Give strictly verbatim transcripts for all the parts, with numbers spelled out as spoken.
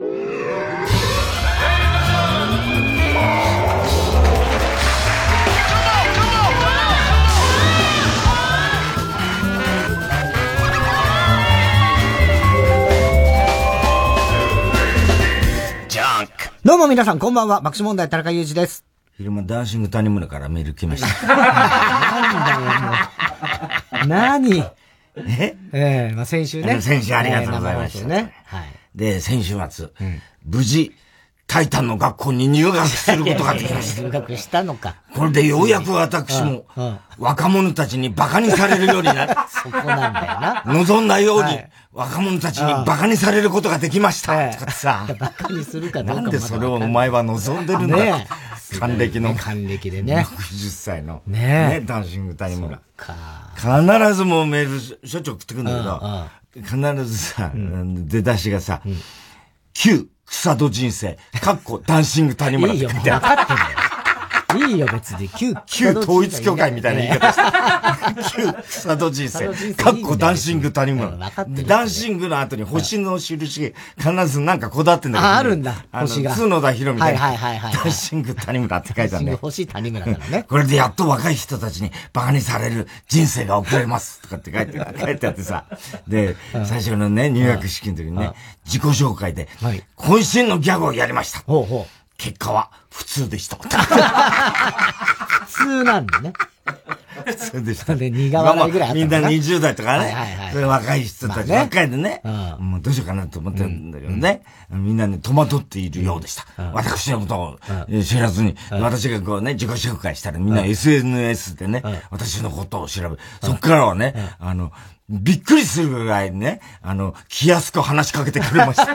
どうも皆さんこんばんは、爆笑問題田中裕二です。 昼間ダンシング谷村からメール来ました。 なんだよ、もう。何えええー、まあ先週ね。 先週ありがとうございました。ね。はい。で、先週末、うん、無事、タイタンの学校に入学することができました。 入学したのか。 これでようやく私も、若者たちに馬鹿にされるようになる。 そこなんだよな。 望んだように、若者たちに馬鹿にされることができました。とかさ。 馬鹿にするかどうか。 なんでそれをお前は望んでるんだ。ね、還暦の。 還暦でね。 ろくじゅっさいの。 ねね、ダンシングタイムが。必ずもうメールしょっちゅう送ってくるんだけど、必ずさ、出だしがさ、旧草戸人生、かっこダンシング谷村って書いてある。 いいよ、分かってんだよ。いいよ、別に。旧、 旧統一教会みたいな言い方して。旧草戸人生、かっこダンシング谷村。ダンシングの後に星の印が必ずなんかこだわってんだけど。 あ、あるんだ。星が。 角田博みたいな。 はいはいはい。 ダンシング谷村って書いてあるんだよ。 星谷村だからね。 これでやっと若い人たちに馬鹿にされる人生が送れます。とかって書いて、書いてあってさ。で、最初のね、入学式の時にね、自己紹介で、渾身のギャグをやりました。 ほうほう。 結果は普通でした。 普通なんだね。 普通でした。 で、苦笑いぐらいあったみんなにじゅう代とかね。 はいはいはい。 若い人たちばっかりでね。もうどうしようかなと思ってるんだけどね。みんなね、戸惑っているようでした。私のことを知らずに、私がこうね、自己紹介したらみんな エスエヌエス でね、私のことを調べ、そっからはね、あの、びっくりするぐらいね、あの、気安く話しかけてくれました。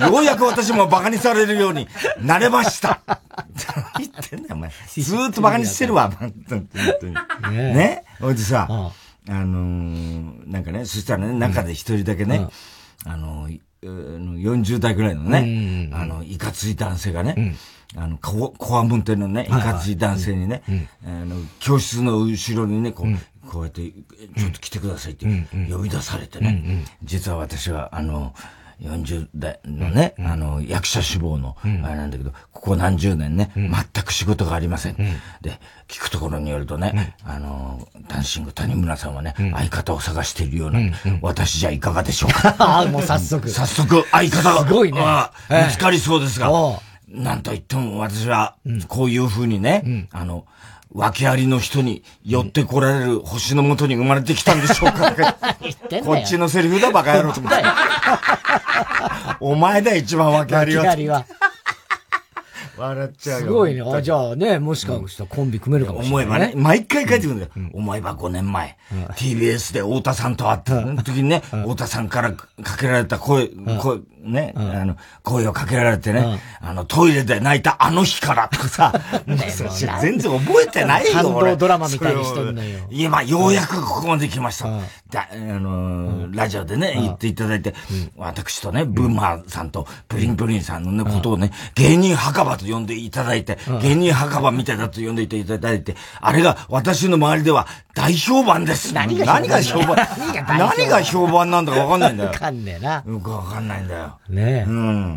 ようやく私も馬鹿にされるようになれました。何言ってんだよ、お前。ずーっと馬鹿にしてるわ、本当に。ね。ね。ほいでさ、あのー、なんかね、そしたらね、中で一人だけね、あの、よんじゅう代ぐらいのね、あの、いかつい男性がね、あの、コアムンテのね、いかつい男性にね、あの、教室の後ろにね、こう、こうやって、ちょっと来てくださいって呼び出されてね、実は私は、あの、よんじゅう代のね、あの、役者志望の、あれなんだけど、ここ何十年ね、全く仕事がありません。で、聞くところによるとね、あの、ダンシング谷村さんはね、相方を探しているような、私じゃいかがでしょうか。 ああ、もう早速。 早速、相方が、 すごいね。 見つかりそうですが、なんといっても私は、こういう風にね、あの、訳ありの人に寄ってこられる星の元に生まれてきたんでしょうか。こっちのセリフだ、バカ野郎と思って。お前だ、一番訳ありは。 訳ありは。 笑っちゃうよ。 すごいね。あ、じゃあね、もしかしたらコンビ組めるかもしれない、 思えばね、毎回書いてくるんだよ。お前はごねんまえ、ティービーエス で太田さんと会った時にね、太田さんからかけられた声、声、ね、あの、声をかけられてね、あの、トイレで泣いたあの日からとかさ、全然覚えてないよ、 感動ドラマみたいにしてるのよ。 今、ようやくここまで来ました。だ、あの、ラジオでね、言っていただいて、私とね、ブーマーさんとプリンプリンさんのね、ことをね、芸人墓場と呼んでいただいて、芸人墓場みたいだと呼んでいただいて、あれが私の周りでは大評判です。 何が評判何が評判なんだかわかんないんだよ。 わかんねえな。 よくわかんないんだよ。 ねえ。 うん。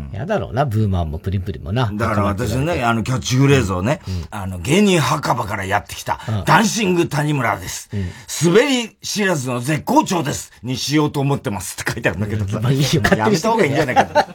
やだろうな、ブーマーもプリンプリンもな。 だから私のね、あの、キャッチフレーズをね、あの、芸人墓場からやってきた、ダンシング谷村です。滑り知らずの絶好調です。にしようと思ってますって書いてあるんだけどさ。 まあいいよ、勝手にしてやめた方がいいんじゃないか。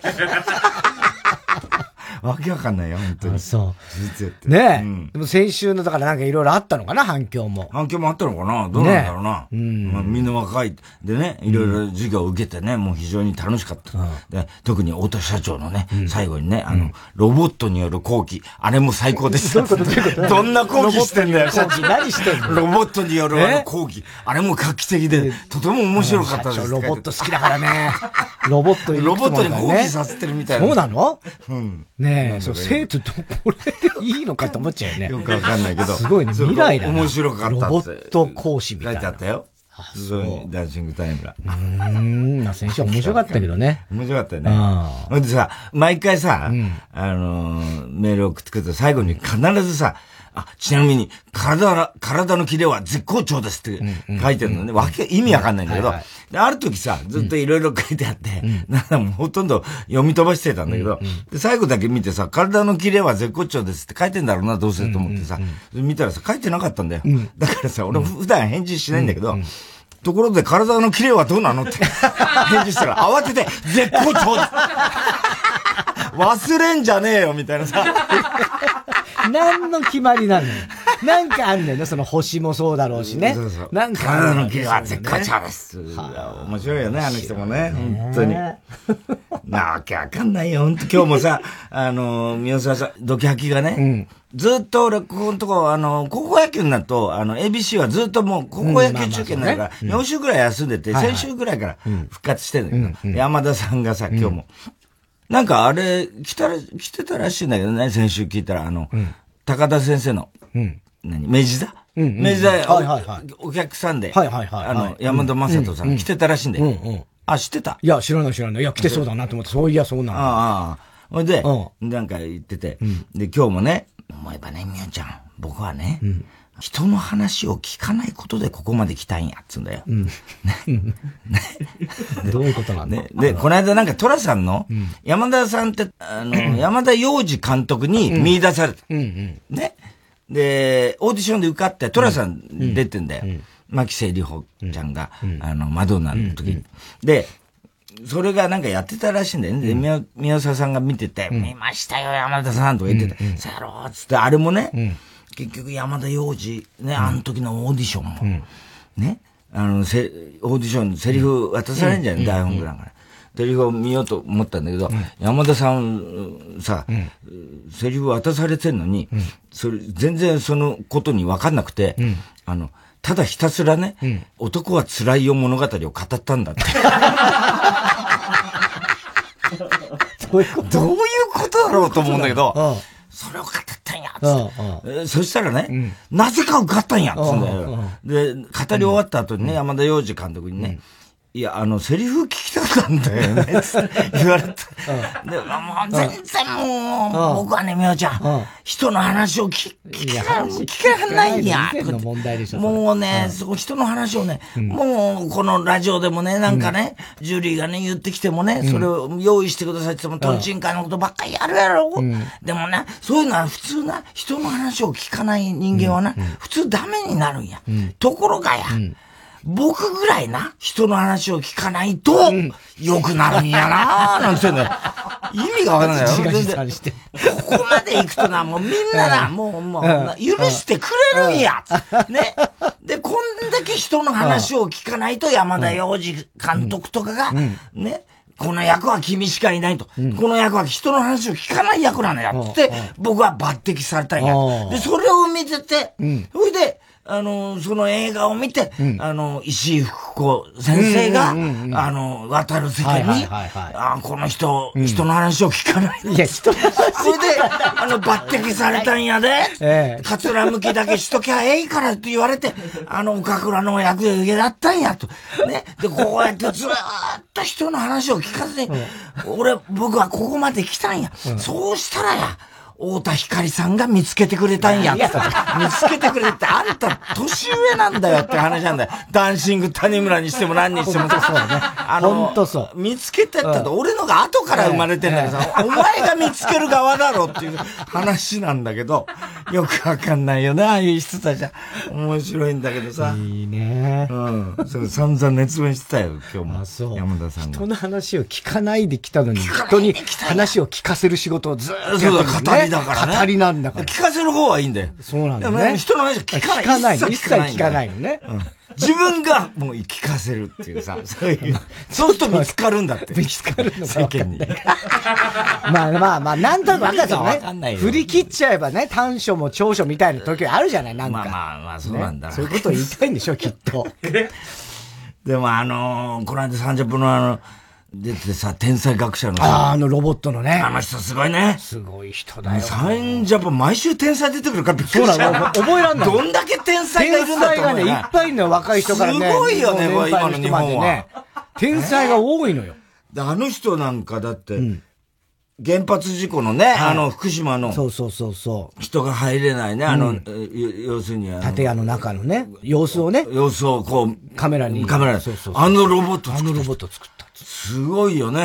わけわかんないよ、本当に。 そう。 実はねえ。うん、でも先週の、だからなんかいろいろあったのかな、反響も。 反響もあったのかなどうなんだろうな。ね、うん、まあ、みんな若い。でね、いろいろ授業を受けてね、もう非常に楽しかった。うん、で特に太田社長のね、うん、最後にね、あの、ロボットによる講義、あれも最高でした。どんな講義してんだよ、 社長。何してんのロボットによるあの講義、あれも画期的で、とても面白かったです。 ロボット好きだからね。ロボットロボットに講義させてるみたいな。 そうなのうん。 ねえ、そう、生徒とこれでいいのかと思っちゃうよね。 よくわかんないけど。 すごいね、未来だな。 面白かった。 ロボット講師みたいな。 書いてあったよ。そう。ダンシングタイムラ。 うーん、まあ先週面白かったけどね。 面白かったよね。ほんでさ、毎回さ、あの、メール送ってくると最後に必ずさ、 あ、ちなみに、体、体のキレは絶好調ですって書いてるのね。わけ、意味わかんないんだけど、である時さ、ずっといろいろ書いてあって、なんかもうほとんど読み飛ばしてたんだけど、で最後だけ見てさ、体のキレは絶好調ですって書いてんだろうな、どうせと思ってさ、見たらさ、書いてなかったんだよ。だからさ、俺普段返事しないんだけど、ところで体のキレはどうなのって返事したら、慌てて、絶好調です忘れんじゃねえよみたいなさ。 何の決まりなのよ。なんかあんだよね、その星もそうだろうしね。そうそう。なんか体のキレは絶好調です。面白いよね、あの人もね。本当に。なわけわかんないよ。本当今日もさ、あの、宮沢さん、ドキハキがね、うん、ずっと俺、ここのとこ、あの、高校野球になると、あの、エービーシー はずっともう、高校野球中継になるから、よん週ぐらい休んでて、先週ぐらいから復活してるんだけど、山田さんがさ、今日も、なんかあれ、来たら、来てたらしいんだけどね、先週聞いたら、あの、高田先生の、何、明治座明治座、お客さんで、あの、山田正人さん来てたらしいんだよ。あ、知ってた？ いや、知らない知らない。いや、来てそうだなと思って、そういや、そうなんだ。 ああ。ほいで、なんか言ってて、で、今日もね、思えばね、みよちゃん、僕はね、人の話を聞かないことでここまで来たんや、っつうんだよ。ね。 どういうことなんだね。で、この間なんかトラさんの、山田さんって、あの、山田洋次監督に見出された。ね。で、オーディションで受かって、トラさん出てんだよ。牧瀬里穂ちゃんが、あの、マドンナの時に。で、それがなんかやってたらしいんだよね。で、宮、宮沢さんが見てて、見ましたよ、山田さんとか言ってた。さやろうつって、あれもね、結局山田洋次、ね、あの時のオーディションも、ね、あの、せ、オーディション、セリフ渡されんじゃん、台本ぐらいから。セリフを見ようと思ったんだけど、山田さん、さ、セリフ渡されてんのに、それ、全然そのことに分かんなくて、あの、ただひたすらね、うん、男は辛いよ物語を語ったんだって。どういうことどういうことだろうと思うんだけど、うん、それを語ったんや、つって、うん。そしたらね、うん、なぜか受かったんや、つうんだよ。で、語り終わった後にね、山田洋次監督にね、いや、あの、セリフ聞きたかったんだよね、つって言われた。で、もう全然もう、僕はね、みおちゃん、人の話を聞けらんないんや。もうね、そこ人の話をね、もうこのラジオでもね、なんかね、ジュリーがね、言ってきてもね、それを用意してくださいって言っても、トンチンカンのことばっかりやるやろ。でもね、そういうのは普通な、人の話を聞かない人間はな、普通ダメになるんや。ところがや、僕ぐらいな、人の話を聞かないと、良くなるんやなーなんて言うんだよ。意味がわからないよ。全然。ここまで行くとな、もうみんなな、もう、もう、許してくれるんや。ね。で、こんだけ人の話を聞かないと、山田洋次監督とかが、ね。この役は君しかいないと。この役は人の話を聞かない役なのや。って、僕は抜擢されたんや。で、それを見てて、それで、あの、その映画を見て、うん、あの、石井福子先生が、うんうんうん、あの、渡る世界に、あこの人、うん、人の話を聞かない。 いや、人の話。 それで、あの、抜擢されたんやで、ええ、カツラ向きだけしときゃええからって言われて、あの、岡倉の役でだったんやと。ね。で、こうやってずーっと人の話を聞かずに、うん、俺、僕はここまで来たんや。うん、そうしたらや、太田光さんが見つけてくれたんやって。見つけてくれて、あんた年上なんだよって話なんだよ。ダンシング谷村にしても何にしても。 そうね。あの、ほんとそう。 見つけてったと、俺のが後から生まれてんだけどさ、お前が見つける側だろっていう話なんだけど、よくわかんないよね、ああいう人たちは。面白いんだけどさ。 いいね。 うん。それ散々熱弁してたよ、今日も。あ、そう。山田さんが。 人の話を聞かないで来たのに、人に話を聞かせる仕事をずーっとやってる、ね。 そうだ、語りだからね。 語りなんだから。 聞かせる方はいいんだよ。 そうなんだね。 人の話を聞かない。 聞かない。一切聞かないのね。 うん。自分がもう聞かせるっていうさ、そういう。そうすると見つかるんだって。 見つかるのか。 世間に。 まあまあまあ、なんとなく分かったよね。わかんないよ。振り切っちゃえばね、短所も長所みたいな時あるじゃない、なんか。 まあまあまあ、そうなんだ、 ね。そういうことを言いたいんでしょ、きっと。 でもあのー、この間サンジャポのあの、出てさ、天才学者のさ。 ああ、あのロボットのね。 あの人すごいね。 すごい人だよ。 サンジャポ毎週天才出てくるからびっくりした。そうなの、 覚えらんない。 どんだけ天才がいるんだと思う。天才がね、 いっぱいいるのよ、若い人からね。 すごいよね、今の日本は。 天才が多いのよ。 で、あの人なんかだって、うん、 原発事故のね、はい、あの、福島の。 そうそうそうそう。 人が入れないね、あの、うん、要するにあの。 建屋の中のね、様子をね。 様子をこう、 カメラに。 カメラに。 そうそうそうあのロボット作った。あのロボット作った。 すごいよね。 うん。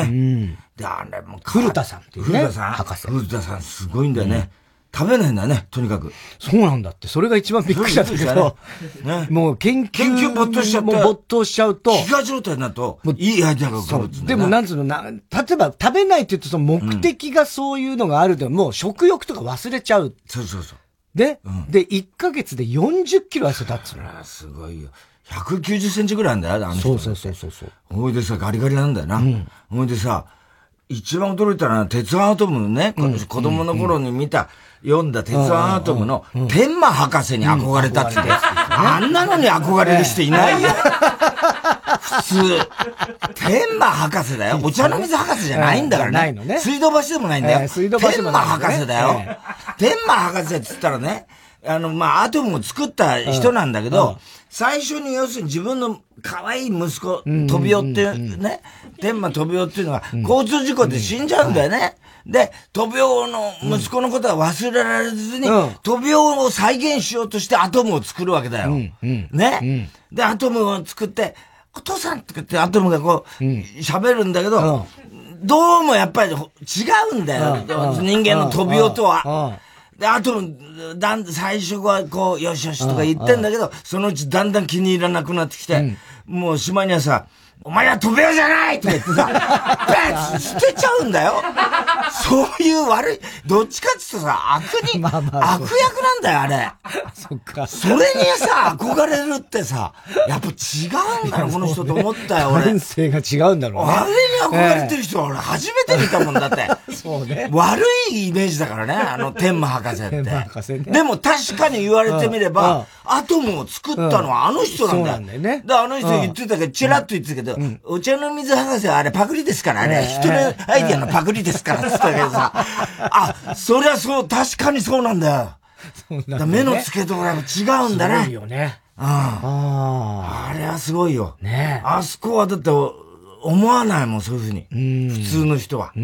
で、あれも古田さんっていうね。 古田さん博士。 古田さんすごいんだよね。うん食べないんだね、とにかく。 そうなんだって。それが一番びっくりしたんだけど。ね、もう研究。 研究没頭しちゃって。もう没頭しちゃうと。 飢餓状態になると、いいアイデアが浮かぶっつうんだよね。 でもなんつうのな、例えば食べないって言うとその目的がそういうのがあるで、うん、もう食欲とか忘れちゃう。 そうそうそう。 で、うん、で、いっかげつでよんじゅっキロ痩せたっつうの。 ああ、すごいよ。ひゃくきゅうじゅっセンチぐらいなんだよ、あの人。 そうそうそうそうそう。 ほいでさ、ガリガリなんだよな。ほ、うん、いでさ、一番驚いたのは、鉄腕アトムのね、うん、子供の頃に見た、うん読んだ鉄腕アトムの天馬博士に憧れたって、うん、あんなのに憧れる人いないよ。普通。天馬博士だよ。お茶の水博士じゃないんだからね。ないのね。水道橋でもないんだよ。えー、水道橋でもない、ね。天馬博士だよ。えー、天馬博士って言ったらね、あの、まあ、アトムを作った人なんだけど、うんうん、最初に要するに自分の可愛い息子、飛び寄ってね、天馬飛び寄っていうのが、交通事故で死んじゃうんだよね。うんはいで、飛び王の息子のことは忘れられずに、うん、飛び王を再現しようとしてアトムを作るわけだよ。うんうん、ね、うん、で、アトムを作って、お父さんって言ってアトムがこう、喋、うん、るんだけど、うん、どうもやっぱり違うんだよ。うん、人間の飛び王とは。で、アトム、だん、最初はこう、よしよしとか言ってんだけど、そのうちだんだん気に入らなくなってきて、うん、もうしまいにはさ、お前は飛べよじゃないとか言ってさ、ベッ捨てちゃうんだよ。そういう悪い、どっちかって言うとさ、悪に、まあまあ悪役なんだよ、あれ。そっか。それにさ、憧れるってさ、やっぱ違うんだよ、この人と思ったよ、俺。 人生が違うんだろうね。 あれに憧れてる人は俺初めて見たもんだって。 そうね。 悪いイメージだからね、あの天馬博士って。 天馬博士ね。 でも確かに言われてみれば、アトムを作ったのはあの人なんだよ。そうなんだよね。で、あの人言ってたけど、チラッと言ってたけど、うん、お茶の水博士はあれパクリですからね。人のアイディアのパクリですからって言ったけどさ。あ、そりゃそう、確かにそうなんだよ。そうなんだ、ね。目の付けどころが違うんだね。 すごいよね。 うん。ああ。あれはすごいよ。 ねあそこはだって思わないもん、そういうふうに。うん普通の人は。うん。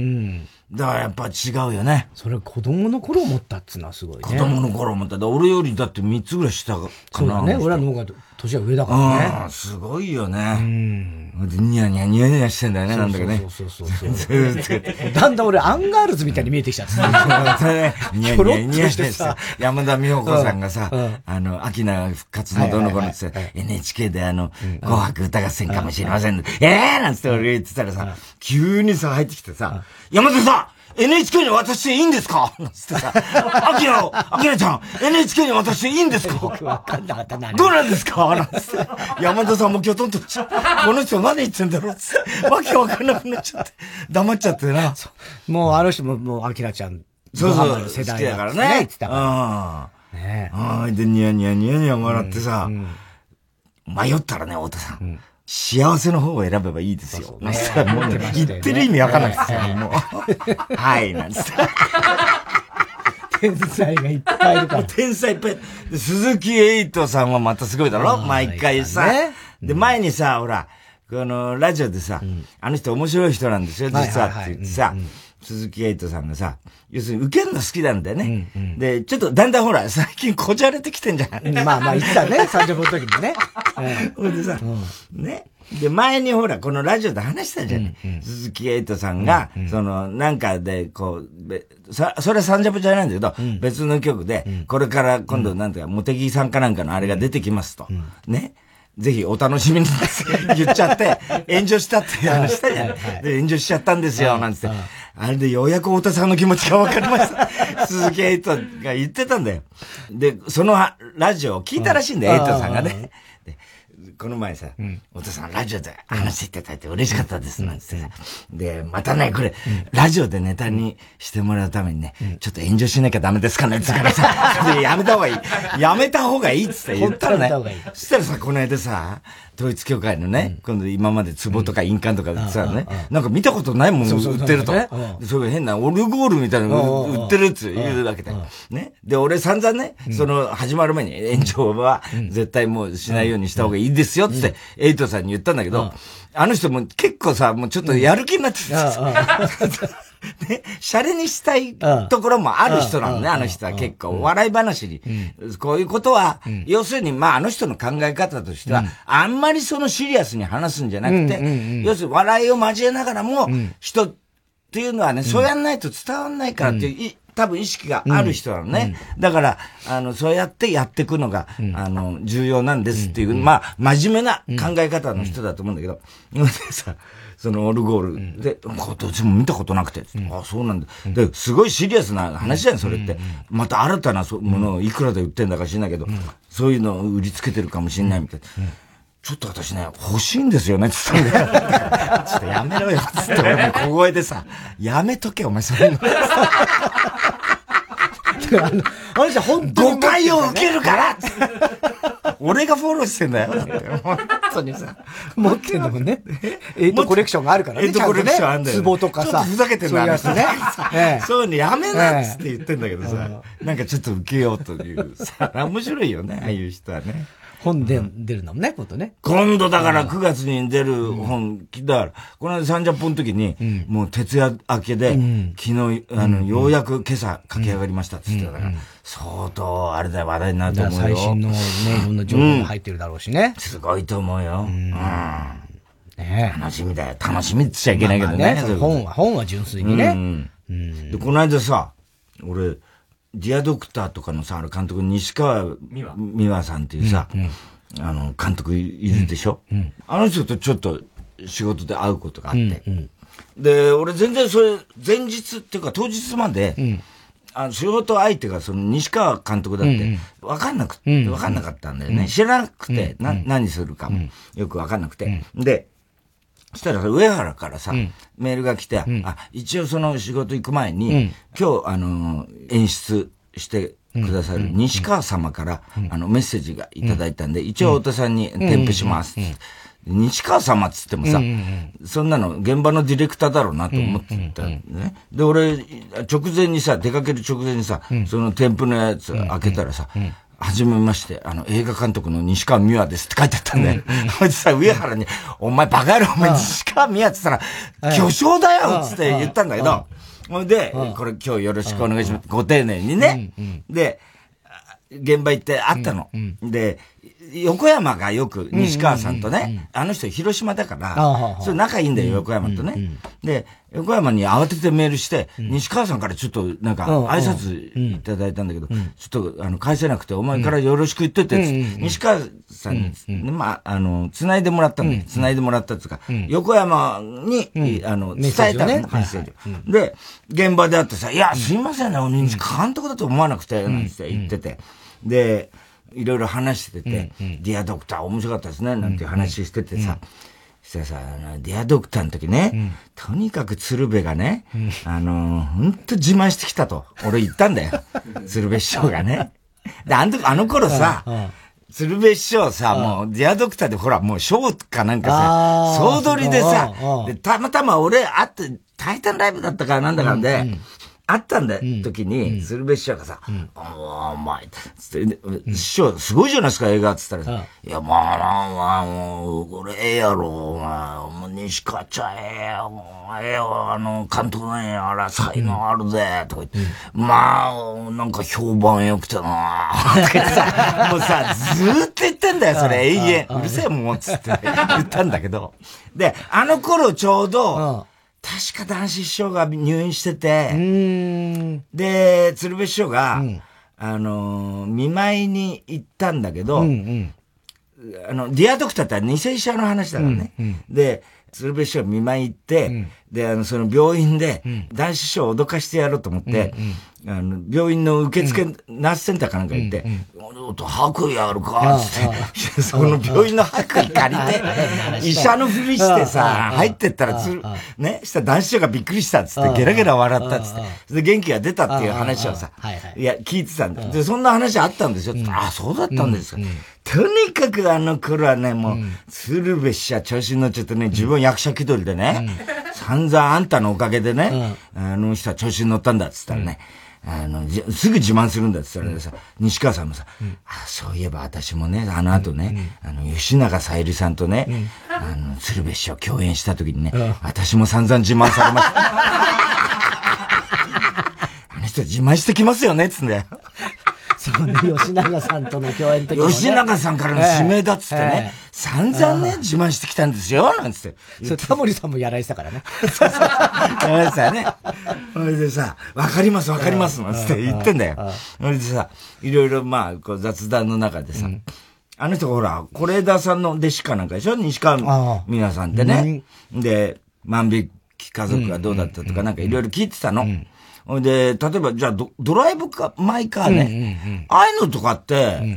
だからやっぱ違うよね。 それ子供の頃思ったっつうのはすごいね。 子供の頃思った。だ俺よりだってみっつぐらい下かな。 そうだね。俺らの方が年は上だからね。 うん、すごいよね。うん。で、ニヤニヤニヤニヤしてんだよね、なんだかね。 そうそうそうそう。だんだん俺アンガールズみたいに見えてきちゃって。 ニヤニヤニヤしてさ、山田美穂子さんがさ、あの、秋名復活のどの子のってさ、エヌエイチケー であの、紅白歌合戦かもしれません。ええなんつって俺言ってたらさ、急にさ、入ってきてさ、山田さんエヌエイチケー に渡していいんですかなんつってさ、アキラを、アキラちゃん、エヌエイチケー に渡していいんですか僕わかんなかったな。 どうなんですかなんつって。山田さんもきょとんとしちゃう。この人何言ってんだろうつって。わけわかんなくなっちゃって。黙っちゃってな。 もうあの人も、もうアキラちゃん、 そうそう、世代だからね。言ってたから。ねえ。で、ニヤニヤニヤニヤ笑ってさ、迷ったらね、太田さん。幸せの方を選べばいいですよ。ね、言ってる意味わかんないですよ。もうはい、なんつって。 天才がいっぱいいるから。 天才いっぱい。鈴木エイトさんはまたすごいだろ毎回さ。で、前にさ、ほら、このラジオでさ、あの人面白い人なんですよ、実はって言ってさ、鈴木エイトさんがさ、要するに受けるの好きなんだよね。うんうん、で、ちょっとだんだんほら、最近こじゃれてきてんじゃん。 まあまあ言ったね、さんじゅっぷんの時にね。 ほんでさ、うん、ね。で、前にほら、このラジオで話したじゃん。うんうん、鈴木エイトさんが、うんうん、その、なんかで、こう、そそれはサンジャポじゃないんだけど、うん、別の曲で、うん、これから今度なんていうか、モテギさんかなんかのあれが出てきますと。うん、ね。ぜひお楽しみに言っちゃって、炎上したって話したじゃん。で、炎上しちゃったんですよ、なんつって。あれでようやく太田さんの気持ちがわかりました。鈴木エイトが言ってたんだよ。で、そのラジオを聞いたらしいんだよ、エイトさんがね。でこの前さ、うん、太田さんラジオで話していただいて嬉しかったです、なんつってさ。で、またね、これ、うん、ラジオでネタにしてもらうためにね、うん、ちょっと炎上しなきゃダメですかねつからさ、で、やめた方がいい。やめた方がいいっつって言ったらね。そしたらさ、この間さ、統一教会のね、うん、今度今まで壺とか印鑑とかさ、ね、うん、なんか見たことないもの売ってると。そういう変なオルゴールみたいなの売ってるって言うわけだよ。ね。で、俺散々ね、うん、その始まる前に炎上は絶対もうしないようにした方がいいですよって、エイトさんに言ったんだけど、あの人も結構さ、もうちょっとやる気になっててさ、 ね、シャレにしたいところもある人なのね、あの人は結構。笑い話に。こういうことは、要するに、まあ、あの人の考え方としては、あんまりそのシリアスに話すんじゃなくて、要するに笑いを交えながらも、人っていうのはね、そうやんないと伝わんないからっていう、多分意識がある人なのね。だから、あの、そうやってやっていくのが、あの、重要なんですっていう、まあ、真面目な考え方の人だと思うんだけど、でさ、そのオルゴールで、こっちも見たことなくて、ああ、そうなんだ。で、すごいシリアスな話じゃん、それって。また新たなものをいくらで売ってんだか知んないけど、そういうのを売りつけてるかもしんないみたいな。ちょっと私ね、欲しいんですよね、つってんだよ。ちょっとやめろよ、つって俺も小声でさ、やめとけ、お前そういうの。 あの、あの人本当に、 誤解を受けるから俺がフォローしてんだよ。本当にさ。 持ってんだもんね。エイトコレクションがあるからね。 エイトコレクションあるんだよ。 壺とかさ。 ちょっとふざけてるそういうやつね。 そういうのやめなっつって言ってんだけどさ。なんかちょっと受けようというさ。面白いよね、ああいう人はね。 本で出るのもね、ことね。 今度だからくがつに出る本、だから、この間さんじゅっぷんの時に、もう徹夜明けで、昨日、あの、ようやく今朝書き上がりましたって言ってたから、相当、あれだよ、話題になると思うよ。 最新のね、いろんな情報が入ってるだろうしね。 すごいと思うよ。うん。 ね楽しみだよ。楽しみって言っちゃいけないけどね。 本は、本は純粋にね。 で、この間さ、俺、ディアドクターとかのさ、あの監督、西川美和さんっていうさ、あの、監督いるでしょ、あの人とちょっと仕事で会うことがあって。で、俺全然それ、前日っていうか当日まで、あの、仕事相手がその西川監督だって、わかんなくて、わかんなかったんだよね。知らなくて、な、何するかも、よくわかんなくて。で、そしたら上原からさ、うん、メールが来て、うん、あ、一応その仕事行く前に、うん、今日、あの、演出してくださる西川様から、うん、あの、メッセージがいただいたんで、うん、一応太田さんに添付します。うんうんうん、西川様っつってもさ、うんうんうん、そんなの現場のディレクターだろうなと思ってたね。うんうんうん、で、俺、直前にさ、出かける直前にさ、うん、その添付のやつ開けたらさ、うんうんうんはじめまして、あの、映画監督の西川美和ですって書いてあったんだよ。ほいでさ、上原に、お前バカ野郎、お前西川美和って言ったら、巨匠だよつって言ったんだけど、ほいで、これ今日よろしくお願いします。ご丁寧にね。で、現場行って会ったの。で、横山がよく西川さんとね、あの人広島だから、それ仲いいんだよ、横山とね。で、横山に慌ててメールして、西川さんからちょっとなんか挨拶いただいたんだけど、ちょっとあの返せなくて、お前からよろしく言っといて、西川さんに、まあ、あの、繋いでもらったんだよ。繋いでもらったっていうか、横山に、あの、伝えたのね、メッセージを。で、現場で会ってさ、いや、すいませんね、西川監督だと思わなくて、なんて言ってて。で、いろいろ話してて、うんうん、ディアドクター面白かったですね、なんていう話しててさ、うんうん、そしたらさ、あのディアドクターの時ね、うん、とにかく鶴瓶がね、うん、あの、ほんと自慢してきたと、俺言ったんだよ。鶴瓶師匠がね。で、あの時、あの頃さ、うんうん鶴瓶師匠さ、もう、ディアドクターでほら、もう、ショーかなんかさ、総取りでさ、で、たまたま俺、会って、タイタンライブだったからなんだかんで、うんうん会ったんだ、うん、時に、鶴瓶師匠がさ、うん、お前、つって、うん、師匠、すごいじゃないですか、映画、つったらさ、うん、いや、まあな、あもう、これええやろ、お前、もう西川ちゃんええや、もうええよ、あの、監督なんや、あら、才能あるぜ、とか言って、うん、まあ、なんか評判良くてな、とか言ってさ、もうさ、ずーっと言ってんだよ、それ、永遠。うるせえもん、つって言ったんだけど。で、あの頃ちょうど、確か男子師匠が入院してて、うーんで、鶴瓶師匠が、うん、あのー、見舞いに行ったんだけど、うんうん、あの、ディアドクターって偽医者の話だからね。うんうん、で、鶴瓶師匠見舞い行って、うん、で、あの、その病院で、男子師匠を脅かしてやろうと思って、うんうん、あの、病院の受付、うん、ナースセンターかなんか行って、うんうん、白衣あるかつって、その病院の白衣借りて、医者のふりしてさ、入ってったらつ、ね、したら男子師匠がびっくりしたっつって、ゲラゲラ笑ったっつって、で、元気が出たっていう話をさ、いや、聞いてたんだ。で、そんな話あったんですよ。あ、そうだったんですか。とにかくあの頃はね、もう、鶴瓶師匠調子に乗っちゃってね、自分役者気取りでね、散々あんたのおかげでね、あの人は調子に乗ったんだっつったらね、あの、すぐ自慢するんだっつったらさ、西川さんもさ、あ、そういえば私もね、あの後ね、あの、吉永小百合さんとね、あの、鶴瓶師匠共演した時にね、私も散々自慢されました。 人自慢してきますよね、つってんだよ。 そうね、吉永さんとの共演の時も、ね。 吉永さんからの指名だっつってね、えー、散々ね、自慢してきたんですよ、なんつって。 それタモリさんもやられてたからね。 そうそう。やられてたね。それでさ、わかりますわかります、なんつって言ってんだよ。それでさ、いろいろまあ、こう雑談の中でさ、うん、あの人ほら、是枝さんの弟子かなんかでしょ、西川美奈さんってね。うん、で、万引き家族がどうだったとかなんかいろいろ聞いてたの。うんうん、で、例えば、じゃあド、ドライブか、マイカーね、うんうんうん。ああいうのとかって、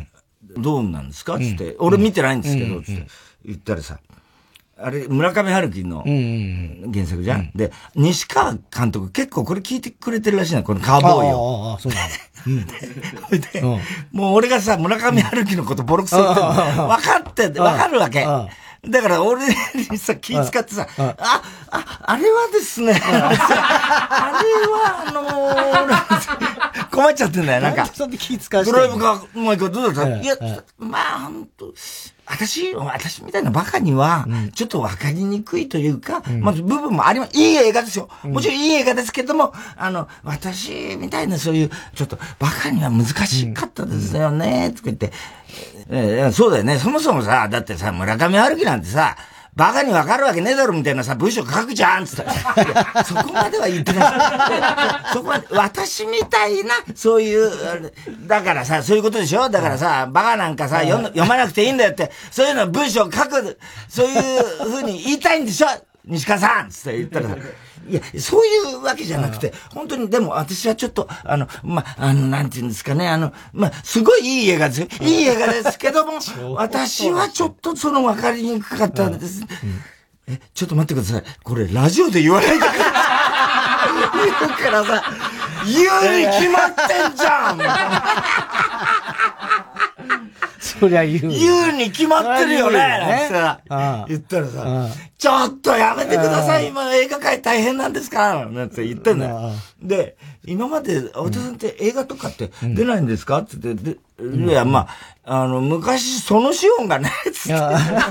どうなんですかつって、うん、俺見てないんですけど、つって言ったらさ、あれ、村上春樹の原作じゃん、うん、で、西川監督結構これ聞いてくれてるらしいな、このカーボーイを。ああ、そうなんだ。うん、で、うん、もう俺がさ、村上春樹のことボロクソ言ってるの分かって、分かるわけ。だから俺にさ、気遣ってさ、あ、あ、あれはですね、あれはあのー、困っちゃってんだよ、なんか。 そんで気遣わして。 ドライブか、うまいかどうだったいや、まあ、ほんと、私、私みたいなバカには、ちょっとわかりにくいというか、うん、まず部分もあります。いい映画ですよ。もちろんいい映画ですけども、あの、私みたいなそういう、ちょっとバカには難しかったですよね、とか言って、えー、そうだよね。そもそもさ、だってさ、村上春樹なんてさ、バカにわかるわけねえだろみたいなさ、文章書くじゃんつって。そこまでは言ってない。そこまで、私みたいな、そういう、だからさ、そういうことでしょだからさ、バカなんかさ、読, 読まなくていいんだよって、そういうの文章書く、そういう風に言いたいんでしょ西川さんつって言ったらさ、いや、そういうわけじゃなくて、本当に、でも私はちょっと、あの、ま、あの、なんていうんですかね、あの、ま、すごいいい映画ですよ。いい映画ですけども、私はちょっとその分かりにくかったんです。うん、え、ちょっと待ってください。これ、ラジオで言わないでください。言うからさ、言うに決まってんじゃんそりゃ言う。 言うに決まってるよねなんてさ、言ったらさ、ちょっとやめてください、今映画界大変なんですからなんて言ってんだよ。で、今まで、青田さんって映画とかって出ないんですかって言って、いや、まあ、あの、昔、そのシオンがね、つって。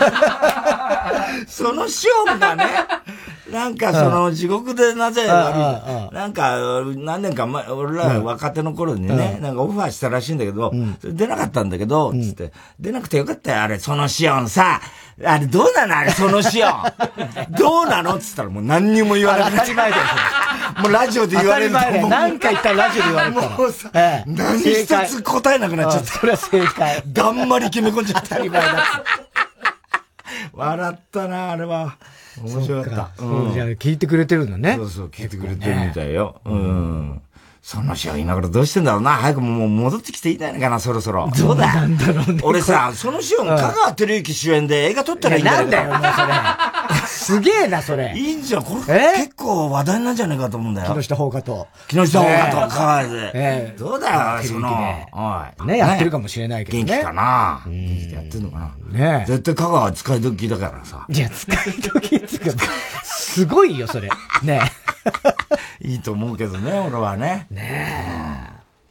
そのシオンがね、なんかその地獄でなぜ悪い、なんか何年か前、俺ら若手の頃にね、なんかオファーしたらしいんだけど、それ出なかったんだけど、つって、出なくてよかったよ、あれ、そのシオンさ、あれどうなのあれ、そのシオン。どうなのつったらもう何にも言わなくなっちゃう。もうラジオで言われると思う。 何回言ったらラジオで言われるから。 もうさ、何一つ答えなくなっちゃった。 それは正解。 だんまり決め込んじゃった。 当たり前だ。 笑ったな、あれは。面白かった。 そう、じゃあ聞いてくれてるのね。 そうそう、聞いてくれてるみたいよ。うん。そのシオン今頃どうしてんだろうな。早くもう戻ってきていいんじゃないかな、そろそろ。 どうなんだろうね。 俺さ、そのシオン、香川照之主演で映画撮ったらいいんだよ。 なんだよ、もうそれ。すげえな、それ。 いいんじゃん、これ。結構話題なんじゃないかと思うんだよ。 木下ほうかと。 木下ほうかと、香川で。どうだよ、その。 おい。ね、やってるかもしれないけどね。 元気かな元気でやってんのかなね絶対香川は使い時だからさ。 いや、使い時っていうか、すごいよ、それ。ねいいと思うけどね、俺はね。 ね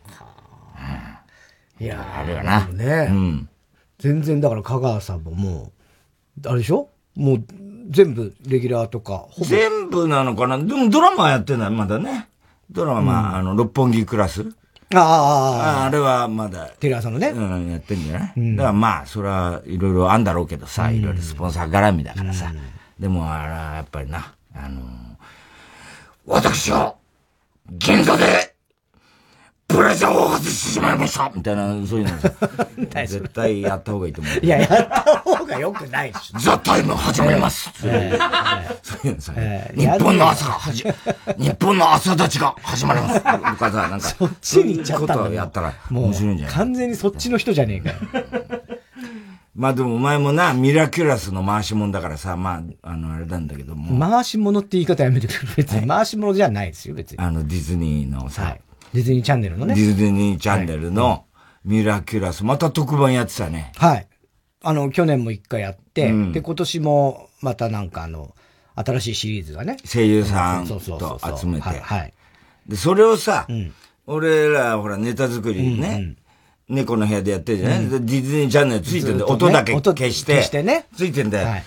え。いやあるよな。 ね、うん。全然だから香川さんももう、あれでしょもう全部レギュラーとか、 ほぼ。全部なのかなでもドラマやってない、まだね。ドラマ、うん、あの、六本木クラス。 ああ、 ああれはまだ。 テレ朝のね。 うん、やってんじゃない、うん、だからまあ、それはいろいろあんだろうけどさ、いろいろスポンサー絡みだからさ。うん、でも、あれはやっぱりな、あのー、私は、銀座で、ブレザーを外してしまいましたみたいな、そういうのさ、絶対やった方がいいと思う。 いや、やった方が良くないでしょ。 ザ・タイム始めます、えー、そういうのさ、えー、日本の朝が始、日本の朝立ちが始まります。とかさ、なんか、 そっちに行っちゃったんだ。 そういうことをやったら面白いんじゃない完全にそっちの人じゃねえかよ。 まあでもお前もな、ミラキュラスの回し物だからさ、まあ、あの、あれなんだけども。 回し物って言い方やめてくれ。別に回し物じゃないですよ、別に。 あの、ディズニーのさ、はい、 ディズニーチャンネルのね。 ディズニーチャンネルのミラキュラス、また特番やってたね。 はい。あの、去年も一回やって、うん、で、今年もまたなんかあの、新しいシリーズがね。 声優さんと集めて。はい。で、それをさ、うん、俺らほらネタ作りね、うんうん猫の部屋でやってるじゃない、うん、ディズニーチャンネルついてんだよ、ね。音だけ消して。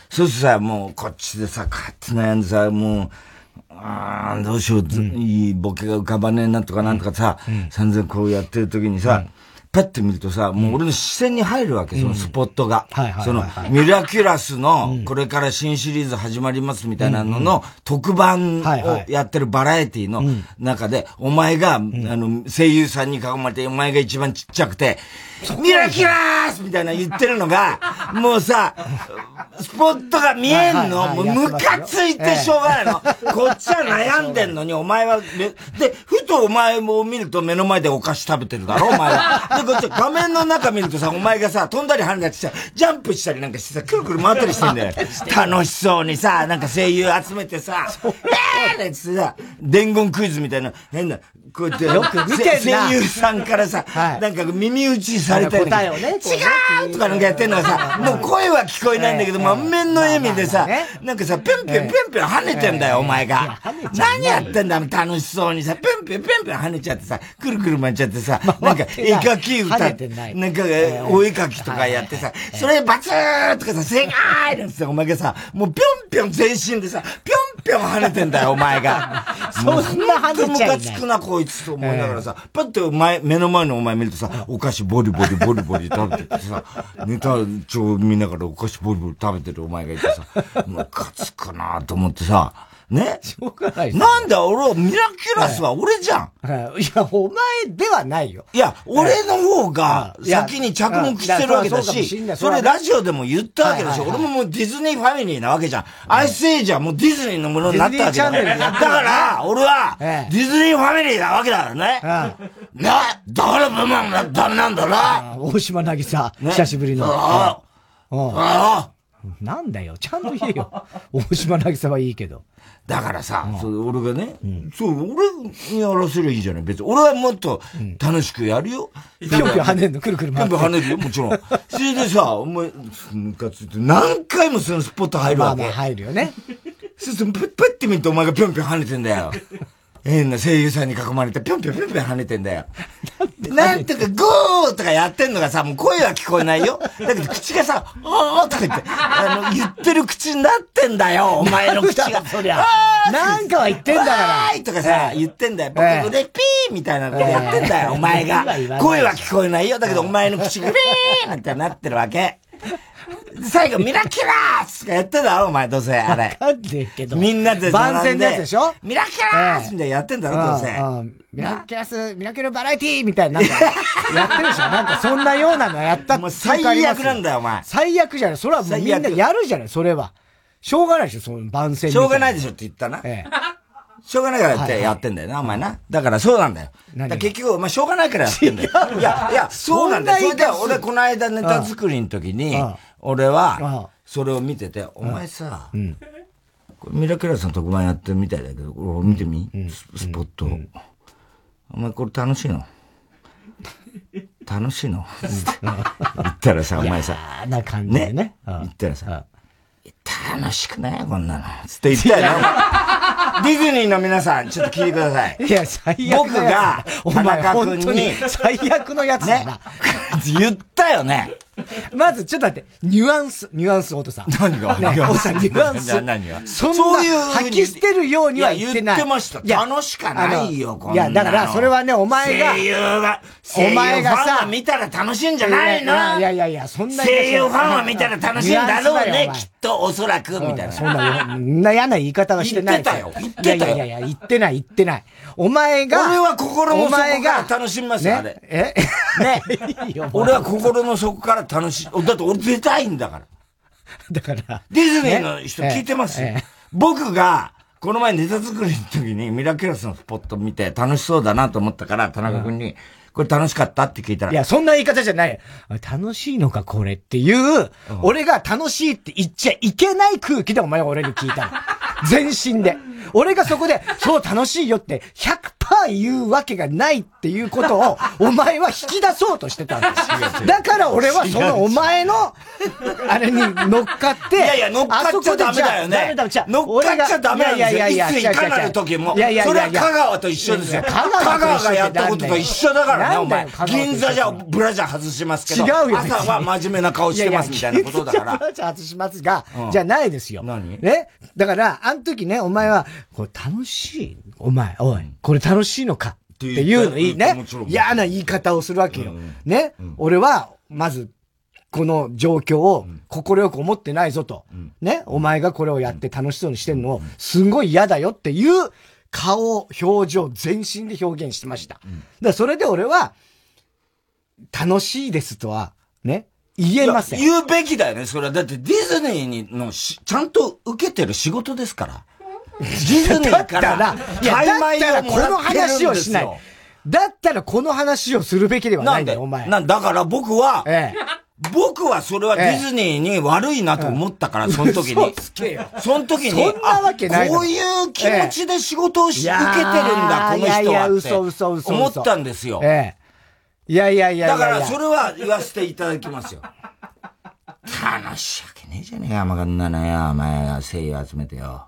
消してね。 ついてんだよ。はい、そうするとさ、もうこっちでさ、こうやって悩んでさ、もう、 あーどうしよう、うん、いいボケが浮かばねえなとかなんとかさ、うん、散々こうやってる時にさ、うんパッて見るとさ、もう俺の視線に入るわけ、そのスポットが。その、ミラキュラスの、これから新シリーズ始まりますみたいなのの、特番をやってるバラエティの中で、お前が、あの、声優さんに囲まれて、お前が一番ちっちゃくて、ミラキュラスみたいな言ってるのが、もうさ、スポットが見えんの、もうムカついてしょうがないの。こっちは悩んでんのに、お前は、で、ふとお前も見ると目の前でお菓子食べてるだろ、お前は。で、こっち画面の中見るとさ、お前がさ、飛んだり跳ねたりしてさ、ジャンプしたりなんかしてさ、くるくる回ったりしてんだよ。楽しそうにさ、なんか声優集めてさ、えーってさ、伝言クイズみたいな、変な、こうやって、よく見てんな声優さんからさ、はい、なんか耳打ちされたり、答えをね、違うとかなんかやってんのがさ、もう声は聞こえないんだけど、満面の笑みでさ、なんかさ、ぴょんぴょんぴょんぴょん跳ねてんだよ、お前が。何やってんだ、楽しそうにさ、ぴょんぴょんぴょんぴょん跳ねちゃってさ、くるくる回っちゃってさ、なんか絵描き歌、なんかお絵描きとかやってさ、それバツーとかさ、正解なんつってお前がさ、もうぴょんぴょん全身でさ、ぴょんぴょん跳ねてんだよ、お前が。 そんな跳ねちゃいない。 ムカつくな、こいつと思いながらさ、パッと前、目の前のお前見るとさ、お菓子ボリボリボリボリ食べててさ、ネタ帳見ながらお菓子ボリボリ食べてるお前がいてさ、ムカつくなと思ってさ、ね。 しょうがない。 なんだ、俺は、ミラキュラスは俺じゃん。 はいはい、いや、お前ではないよ。 いや、俺の方が先に着目してるわけだし、それラジオでも言ったわけだし、俺ももうディズニーファミリーなわけじゃん。アイスエイジはもうディズニーのものになったわけだ。だから、俺は、ディズニーファミリーなわけだからね。な、だから部門がダメなんだな。 大島なぎさ、久しぶりの。ああ。なんだよ、ちゃんと言えよ。大島なぎさはいいけど。 だからさ、うん、それ俺がね、うん、そう、俺にやらせりゃいいじゃない。別に。俺はもっと楽しくやるよ。 ぴょんぴょん跳ねんの、くるくる回って。 ぴょんぴょん跳ねるよ、もちろん。それでさ、お前、ムカついて何回もそのスポット入るわけ。 まあまあ入るよね。 そうすると、プップって見るとお前がぴょんぴょん跳ねてんだよ。変な声優さんに囲まれてぴょんぴょんぴょんぴょん跳ねてんだよ。なんとかゴーとかやってんのがさ、もう声は聞こえないよ。だけど口がさ、おーとか言って、あの、言ってる口になってんだよ、お前の口が。 そりゃ。なんかは言ってんだから。 はーいとかさ、言ってんだよ。僕ここでピーみたいなことやってんだよ、お前が。声は聞こえないよ。だけどお前の口がピーなんてなってるわけ。最後、ミラキュラースとかやってんだろ、お前、どうせ、あれ。 わかんねえけど。 みんなで番宣のやつでしょミラキュラースみたいなやってんだろ、どうせ。 ミラキュラス、ミラキュラバラエティーみたいな、なんか、やってるでしょなんか、そんなようなのやったって。 もう最悪なんだよ、お前。 最悪じゃない。それはもうみんなやるじゃない、それは。しょうがないでしょ、その番宣。 しょうがないでしょって言ったな。ええ。しょうがないからやってやってんだよな、お前な。だからそうなんだよ。だ結局、お前しょうがないからやってんだよ。いや、いや、そうなんだよ。それで俺この間ネタ作りの時に、俺は、それを見てて、お前さ、ミラキュラスの特番やってるみたいだけど、これ見てみ、スポット。お前これ楽しいの楽しいの言ったらさ、お前さ、 な感じでね。 言ったらさ、楽しくないこんなの。つって言ったよ。ディズニーの皆さん、ちょっと聞いてください。 いや、最悪。 僕が、田中君に、 最悪のやつだな。 言ったよね。 まず、ちょっと待って、ニュアンス、ニュアンス、おとさん。 何がね、おとさん、ニュアンス。 何がそんな、吐き捨てるようには言ってない。 言ってました。楽しかないよ、こんなの。いや、だから、それはね、お前が、 声優が、 お前がさ、 見たら楽しいんじゃないのいやいやいや、そんな声優ファンは見たら楽しいんだろうね、きっと、おそらく、みたいな。 そんな、そんな嫌な言い方はしてない。 言ってたよ。言ってたよ。 いやいやいや、言ってない、言ってない。お前が、 俺は心の底から楽しみますよ、あれ。 えね。俺は心の底から楽しい。だって俺出たいんだから。 だから。 ディズニーの人聞いてますよ。僕が、この前ネタ作りの時にミラキュラスのスポット見て楽しそうだなと思ったから、田中君に、これ楽しかったって聞いたら。 いや、そんな言い方じゃない。楽しいのか、これっていう、俺が楽しいって言っちゃいけない空気でお前は俺に聞いたの。全身で。俺がそこで、そう楽しいよってひゃくパは言うわけがないっていうことを、お前は引き出そうとしてたんですよ。だから俺はそのお前の、あれに乗っかって、いやいや、乗っかっちゃダメだよね。 ダメダメ、 乗っかっちゃダメなんですよ。 いやいやいや、 いついかなる時も。 いやいやいや、 それは香川と一緒ですよ。香川がやったことと一緒だからね、お前。銀座じゃブラジャー外しますけど、 違うよ。 朝は真面目な顔してますみたいなことだから。 ブラジャー外しますが、じゃないですよ。 何？ ね。だから、あの時ね、お前は、これ楽しい？お前、おい、これ楽しいのかっていうのいいね。嫌な言い方をするわけよ。ね。俺は、まず、この状況を心よく思ってないぞと。ね。お前がこれをやって楽しそうにしてるのを、すんごい嫌だよっていう顔、表情、全身で表現してました。だからそれで俺は、楽しいですとは、ね。言えません。 言うべきだよね、それは。だってディズニーのし、ちゃんと受けてる仕事ですから。ディズニーから、 いや、だったらこの話をしない。だったらこの話をするべきではないんだよ、お前。 なんだから僕は、ええ、僕はそれはディズニーに悪いなと思ったから、ええ、その時に。その時に、 そんなわけない。 こういう気持ちで仕事をし、ええ、受けてるんだ、この人はって。いやいや、 嘘嘘嘘。 思ったんですよ。 ええ。いやいやいやいや。 だからそれは言わせていただきますよ。楽しいわけねえじゃねえか、まあ、こんなのよ、お前が声優集めてよ。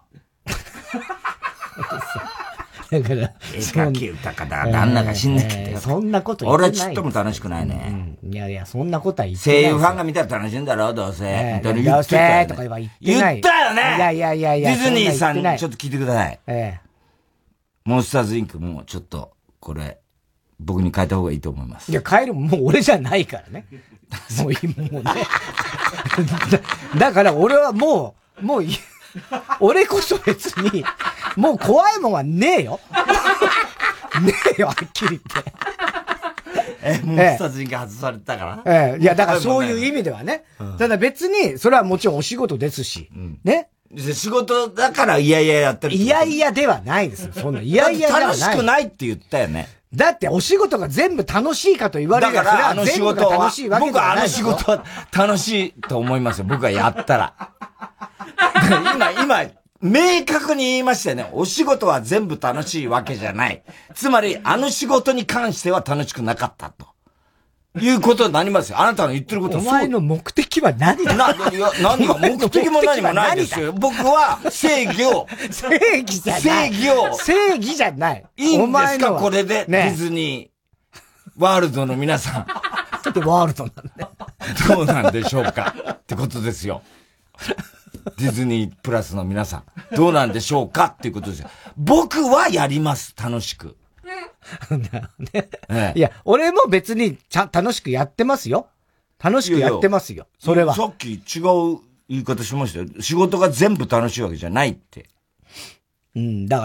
だから、 絵描き歌かだ、なんだか知んないけど、えー、 そんなこと言ってない。 俺はちっとも楽しくないね。 うん、いやいや、そんなことは言ってない。 声優ファンが見たら楽しいんだろ、どうせ。 えー、 みどうせとか言ってない。 言ったよね。 いやいやいやいや。 ディズニーさんにちょっと聞いてください。 えー、モンスターズインクもちょっと、これ、僕に変えた方がいいと思います。 いや、変える、もう俺じゃないからね。もういい、もうね。だ, だから俺はもう、もうい、俺こそ別に、もう怖いもんはねえよ。ねえよ、はっきり言って。 え、モンスターズインク外されたから、 ええ、いや、だからそういう意味ではね。うん、ただ別に、それはもちろんお仕事ですし、うん、ね。 仕事だからいやいややってる。 いやいやではないですよ。そんな、いやいやではない。 楽しくないって言ったよね。 だってお仕事が全部楽しいかと言われるから、だからあの仕事は楽しいわけじゃない。 僕はあの仕事は楽しいと思いますよ。僕はやったら。今、今、明確に言いましたよね。お仕事は全部楽しいわけじゃない。つまり、あの仕事に関しては楽しくなかったと。いうことになりますよ。あなたの言ってることはそう。お前の目的は何だ？ な、いや、何が目的も何もないですよ。僕は正義を。 正義じゃない。 正義を。 正義じゃない。 いいんですかこれで、ね、ディズニー、ワールドの皆さん。 だってワールドなんで。 どうなんでしょうかってことですよ。ディズニープラスの皆さん。どうなんでしょうかっていうことですよ。僕はやります。楽しく。 ねええ、いや、俺も別にちゃ楽しくやってますよ。楽しくやってますよ。いやいやそれは。 さっき違う言い方しましたよ。仕事が全部楽しいわけじゃないって。 うん、だから。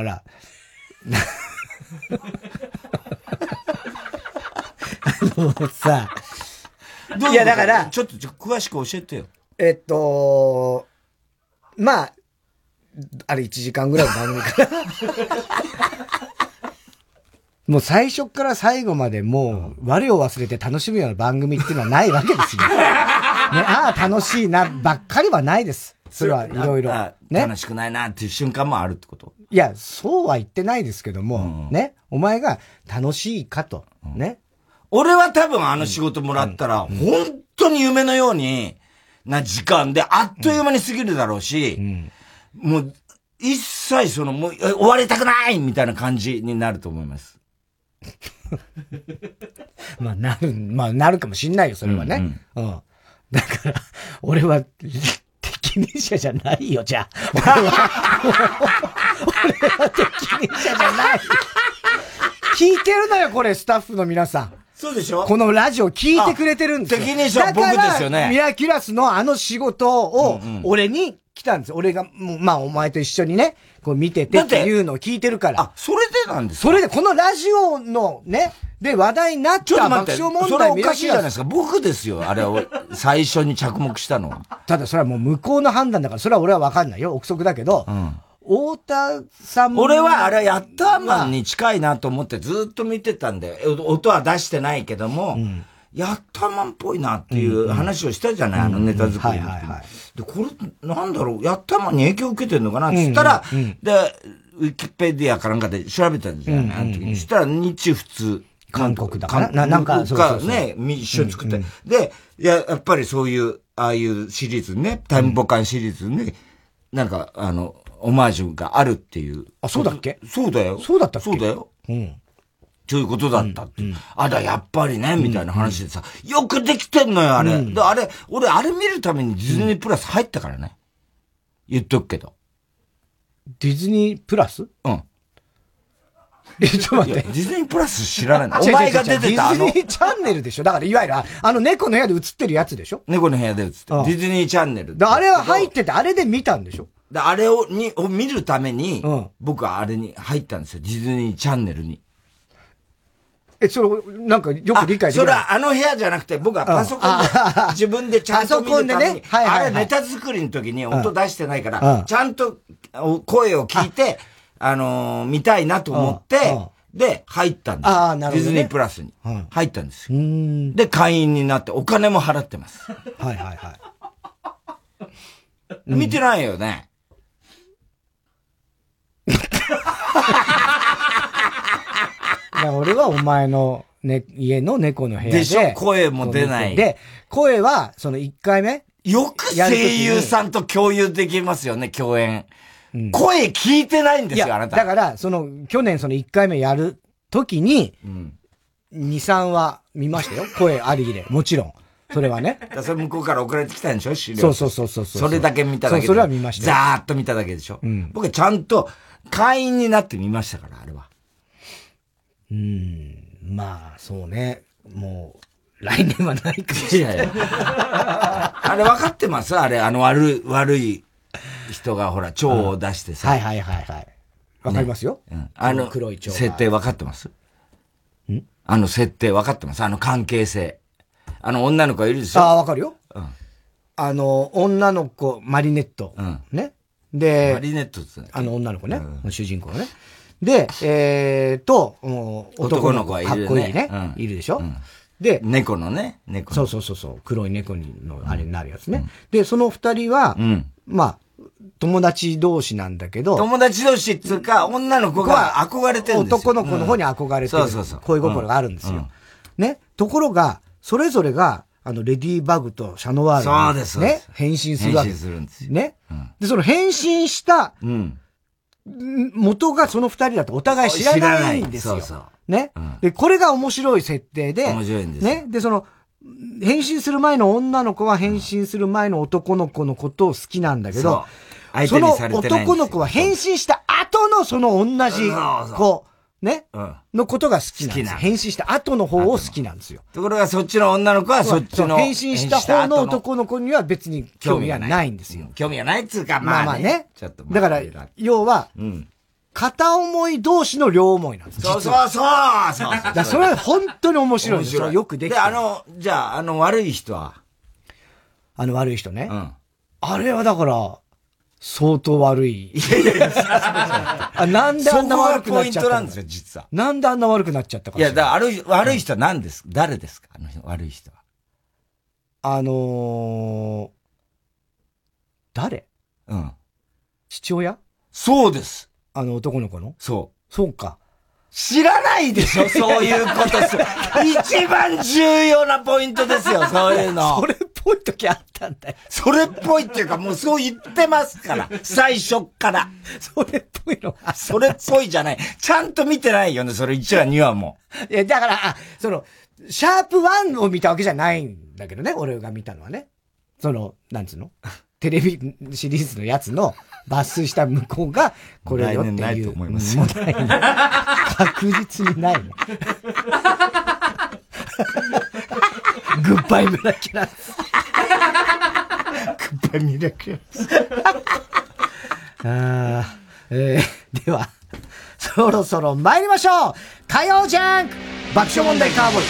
あのさ。 いや、だから。ちょっと詳しく教えてよ。 えっと、まあ、あれいちじかんぐらいの番組から。もう最初から最後までもう、我を忘れて楽しむような番組っていうのはないわけですよ。ね、ああ、楽しいな、ばっかりはないです。それはいろいろ。 ね。楽しくないなっていう瞬間もあるってこと？ いや、そうは言ってないですけども、うん、ね、お前が楽しいかと、うん、ね。 俺は多分あの仕事もらったら、うん、本当に夢のようにな時間で、あっという間に過ぎるだろうし、うん、もう、一切その、もう、終わりたくないみたいな感じになると思います。 まあ、なる、まあ、なるかもしんないよ、それはね。うん、うん。だから、俺は、適任者じゃないよ、じゃあ。俺は、俺は適任者じゃない。聞いてるのよ、これ、スタッフの皆さん。 そうでしょ？ このラジオ聞いてくれてるんですよ。 適任者は僕ですよね。 だから、ミラキュラスのあの仕事を、俺に来たんですよ。俺が、もうまあ、お前と一緒にね、こう見ててっていうのを聞いてるから。 あ、それでなんですか？ それで、このラジオのね、で話題になった爆笑問題。 それおかしいじゃないですか。僕ですよ。あれを最初に着目したのは。 ただそれはもう向こうの判断だから、それは俺は分かんないよ。憶測だけど。うん。太田さんも。 俺はあれヤッターマンに近いなと思ってずっと見てたんで、音は出してないけども、うん、ヤッターマンっぽいなっていう話をしたじゃない、うんうん、あのネタ作りの時に。で、これ、なんだろう、ヤッターマンに影響を受けてるのかなって言ったら、うんうん、で、 ウィキペディアかなんかで調べたんですよね、あの時に。そしたら日仏。 韓国だから。な、なんか、 そうそうそう。ね、一緒に作って。で、いや、やっぱりそういう、ああいうシリーズね、タイムボカンシリーズね、なんか、あの、オマージュがあるっていう。 あ、そうだっけ？ そうだよ。 そうだったっけ？ そうだよ。うん。そういうことだったって。うんうん、あ、だ、やっぱりね、みたいな話でさ、うんうん、よくできてんのよ、あれ。うん、で、あれ、俺、あれ見るためにディズニープラス入ったからね。言っとくけど。 ディズニープラス？ うん。 え、ちょっと待って。 ディズニープラス知らないの？お前が出てたあの。 ディズニーチャンネルでしょ？だから、いわゆる、あの、猫の部屋で映ってるやつでしょ？ 猫の部屋で映ってる。ディズニーチャンネル。 あれは入ってて、あれで見たんでしょ？ で、あれを、に、を見るために、うん、僕はあれに入ったんですよ。ディズニーチャンネルに。 え、それ、なんかよく理解できない。 それはあの部屋じゃなくて、僕はパソコンで、自分でちゃんと見るために、ねはいはいはい、あれネタ作りの時に音出してないから、うん、ちゃんと声を聞いて、あのー、見たいなと思って、で、入ったんです。 ああ、なるほど、ね。 ディズニープラスに。入ったんですよ。うん、で、会員になってお金も払ってます。 はいはいはい。 見てないよね。 俺はお前の、ね、家の猫の部屋で。 でしょ？声も出ない。 で、声は、そのいっかいめよく声優さんと共有できますよね、共演。うん、声聞いてないんですよ、あなた。 だから、その、去年そのいっかいめやるときに、うん、に、さんは見ましたよ。声ありで。もちろん。それはね。 それ向こうから送られてきたんでしょ？資料。 そうそうそうそう。 それだけ見ただけで。 そう、それは見ました。 ざーっと見ただけでしょ？うん、僕はちゃんと会員になって見ましたから、あれは。 うーん、まあ、そうね。もう、来年はないかもしれない。 あれ分かってますあれ、あの悪い、悪い人がほら、蝶を出してさ。 はいはいはいはい。わかりますよ。 ね、うん。あの、黒い蝶。設定分かってますんあの設定分かってますあの関係性。あの女の子がいるでしょ？ ああ、わかるよ。うん。あの、女の子、マリネット。うん。ね。で、 マリネットってあの女の子ね。うん、主人公のね。で、えーと、男の子がかっこいいね。うん、いるでしょ、うん、で、 猫のね、猫の。そうそうそう、黒い猫のあれになるやつね。うん、で、その二人は、うん、まあ、友達同士なんだけど。 友達同士っていうか、女の子が憧れてるんですよ。 男の子の方に憧れてる。うん、そうそうそう。恋心があるんですよ。うん、ね。ところが、それぞれが、あの、レディーバグとシャノワールに、ね、そうです。変身するわけです。 変身するんですよ。 ね。うん、で、その変身した、うん元がその二人だとお互い知らないんですよ。そうそう。ね、うん。で、これが面白い設定で。 面白いんですね。で、その、変身する前の女の子は変身する前の男の子のことを好きなんだけど、そ, その男の子は変身した後のその同じ子、ね、うん、のことが好きなんですよ。変身した後の方を好きなんですよ。 ところがそっちの女の子はそっちの。 変身した方の男の子には別に興味がないんですよ。 興味がないっつうか、まあ、ね、まあまあね。 ちょっとだから、要は、うん、片思い同士の両思いなんです。 そうそうそうそうだからそれは本当に面白いんですよ。よくできてる。 で、あの、じゃあ、あの悪い人はあの悪い人ね。うん。あれはだから、相当悪い。いやいやいや、あ、なんであんな悪くなっちゃったの？そこがポイントなんですよ、実は。なんであんな悪くなっちゃったか。 いや、だから悪い、悪い人は何ですか、うん、誰ですかあの悪い人は。 あのー、誰？うん。父親？ そうです。 あの男の子の？ そう。 そうか。 知らないでしょそういうことす。一番重要なポイントですよ、そういうの。 それっぽい時あったんだよ。 それっぽいっていうか、もうそう言ってますから。最初っから。 それっぽいのが。 それっぽいじゃない。ちゃんと見てないよね、それいちわにわも。 いや、だから、あ、その、シャープワンを見たわけじゃないんだけどね、俺が見たのはね。その、なんつうのテレビシリーズのやつの抜粋した向こうが、これよっていう。 ないと思います。 もうないね。確実にないね。グッバイミラキュラス。グッバイミラキュラス。あえー、では、そろそろ参りましょう。火曜ジャンク爆笑問題カーボーイ。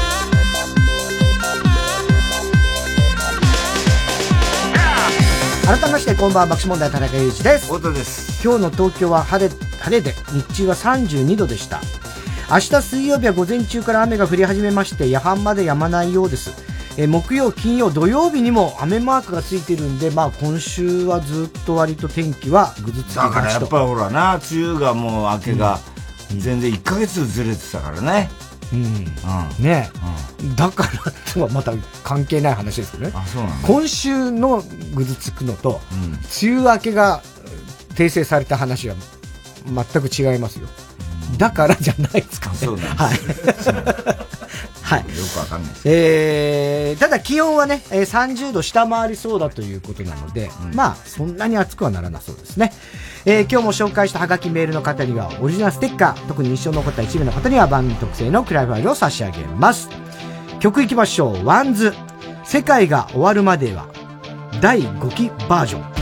改改めましてこんばんは、爆笑問題田中裕二です。 太田です。 今日の東京は晴れ晴れで日中はさんじゅうにどでした。明日水曜日は午前中から雨が降り始めまして、夜半まで止まないようです。え木曜、金曜、土曜日にも雨マークがついてるんで、まあ今週はずっと割と天気はぐずつきがちと。 だからやっぱりほらな、梅雨がもう明けが全然いっかげつずれてたからね。 うん。うん、ねえ、うん。だからとはまた関係ない話ですよね。 あ、そうなの。 今週のぐずつくのと、うん、梅雨明けが訂正された話は全く違いますよ。うん、だからじゃないですかね。 そうなんです。 はい。はい。 よくわかんないです。 えー、ただ気温はね、さんじゅうど下回りそうだということなので、うん、まあ、そんなに暑くはならなそうですね。えー、今日も紹介したハガキメールの方には、オリジナルステッカー、特に印象に残ったいち名の方には番組特製のクライファイルを差し上げます。曲いきましょう。ワンズ。世界が終わるまでは、だいごきバージョン。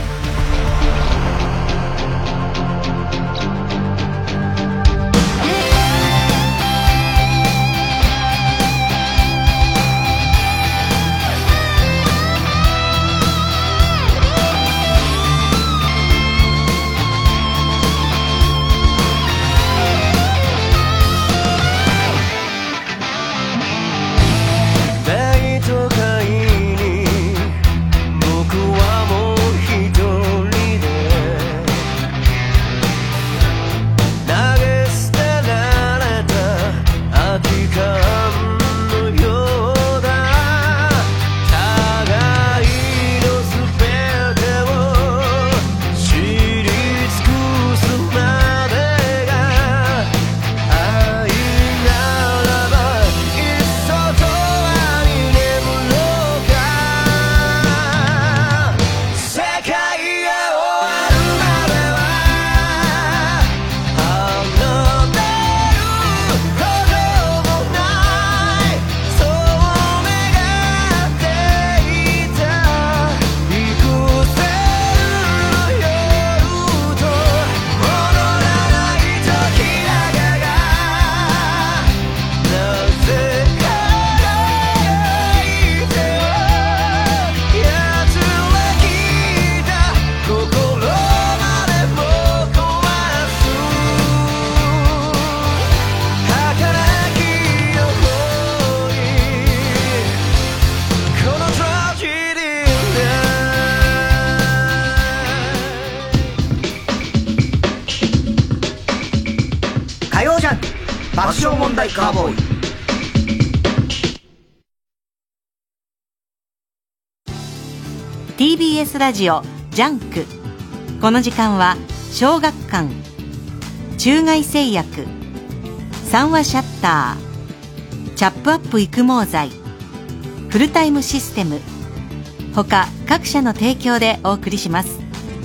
カーボーイ。 ティービーエス ラジオジャンク。この時間は小学館、中外製薬、三話シャッター、チャップアップ育毛剤、フルタイムシステム他各社の提供でお送りします。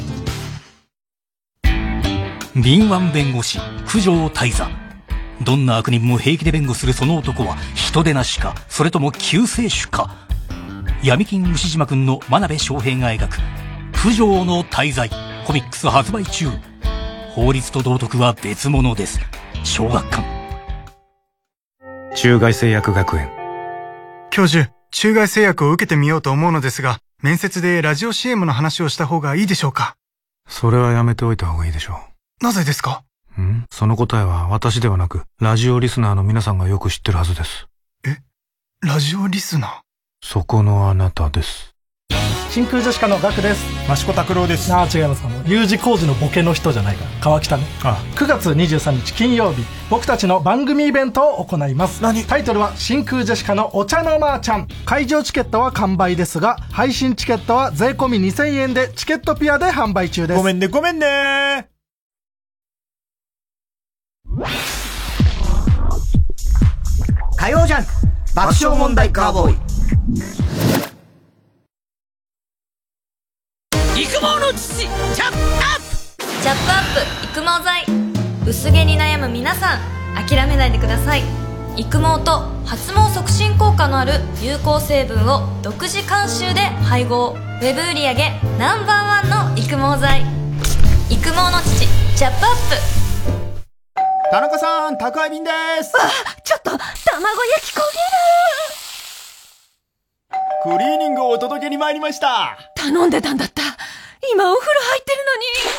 敏腕弁護士九条大座。どんな悪人も平気で弁護するその男は人でなしか、それとも救世主か。闇金牛島くんの真鍋昌平が描く九条の大罪コミックス発売中。法律と道徳は別物です。小学館。 中外製薬学園。 教授、中外製薬を受けてみようと思うのですが、面接でラジオ シーエム の話をした方がいいでしょうか？ それはやめておいた方がいいでしょう。なぜですか？ ん？その答えは私ではなく、ラジオリスナーの皆さんがよく知ってるはずです。 え？ラジオリスナー？ そこのあなたです。 真空ジェシカのガクです。 益子拓郎です。 ああ、違いますか。もう U 字工事のボケの人じゃないから。川北ね。ああ、くがつにじゅうさんにち金曜日、僕たちの番組イベントを行います。 何？ タイトルは真空ジェシカのお茶のまーちゃん。会場チケットは完売ですが、配信チケットは税込みにせんえんでチケットピアで販売中です。 ごめんねごめんね。 火曜ジャンク爆笑問題カーボーイ。 育毛の父チャップアップ。 チャップアップ育毛剤。薄毛に悩む皆さん、諦めないでください。育毛と発毛促進効果のある有効成分を独自監修で配合。ウェブ売上ナンバーワンの育毛剤。育毛の父チャップアップ。 田中さん、宅配便です。 あ、ちょっと卵焼き焦げる。クリーニングをお届けに参りました。 頼んでたんだった。 今お風呂入ってる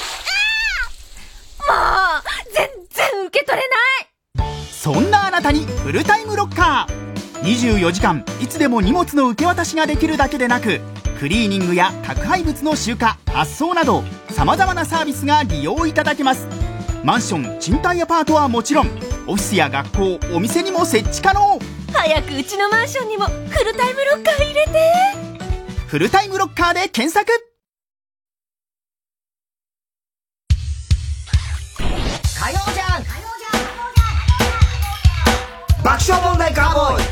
のに。もう、全然受け取れない。 そんなあなたにフルタイムロッカー。にじゅうよじかんいつでも荷物の受け渡しができるだけでなく、クリーニングや宅配物の集荷、発送など様々なサービスが利用いただけます。マンション、賃貸アパートはもちろん、オフィスや学校、お店にも設置可能。 早くうちのマンションにもフルタイムロッカー入れて。 フルタイムロッカーで検索。 火曜じゃん爆笑問題カーボーイ。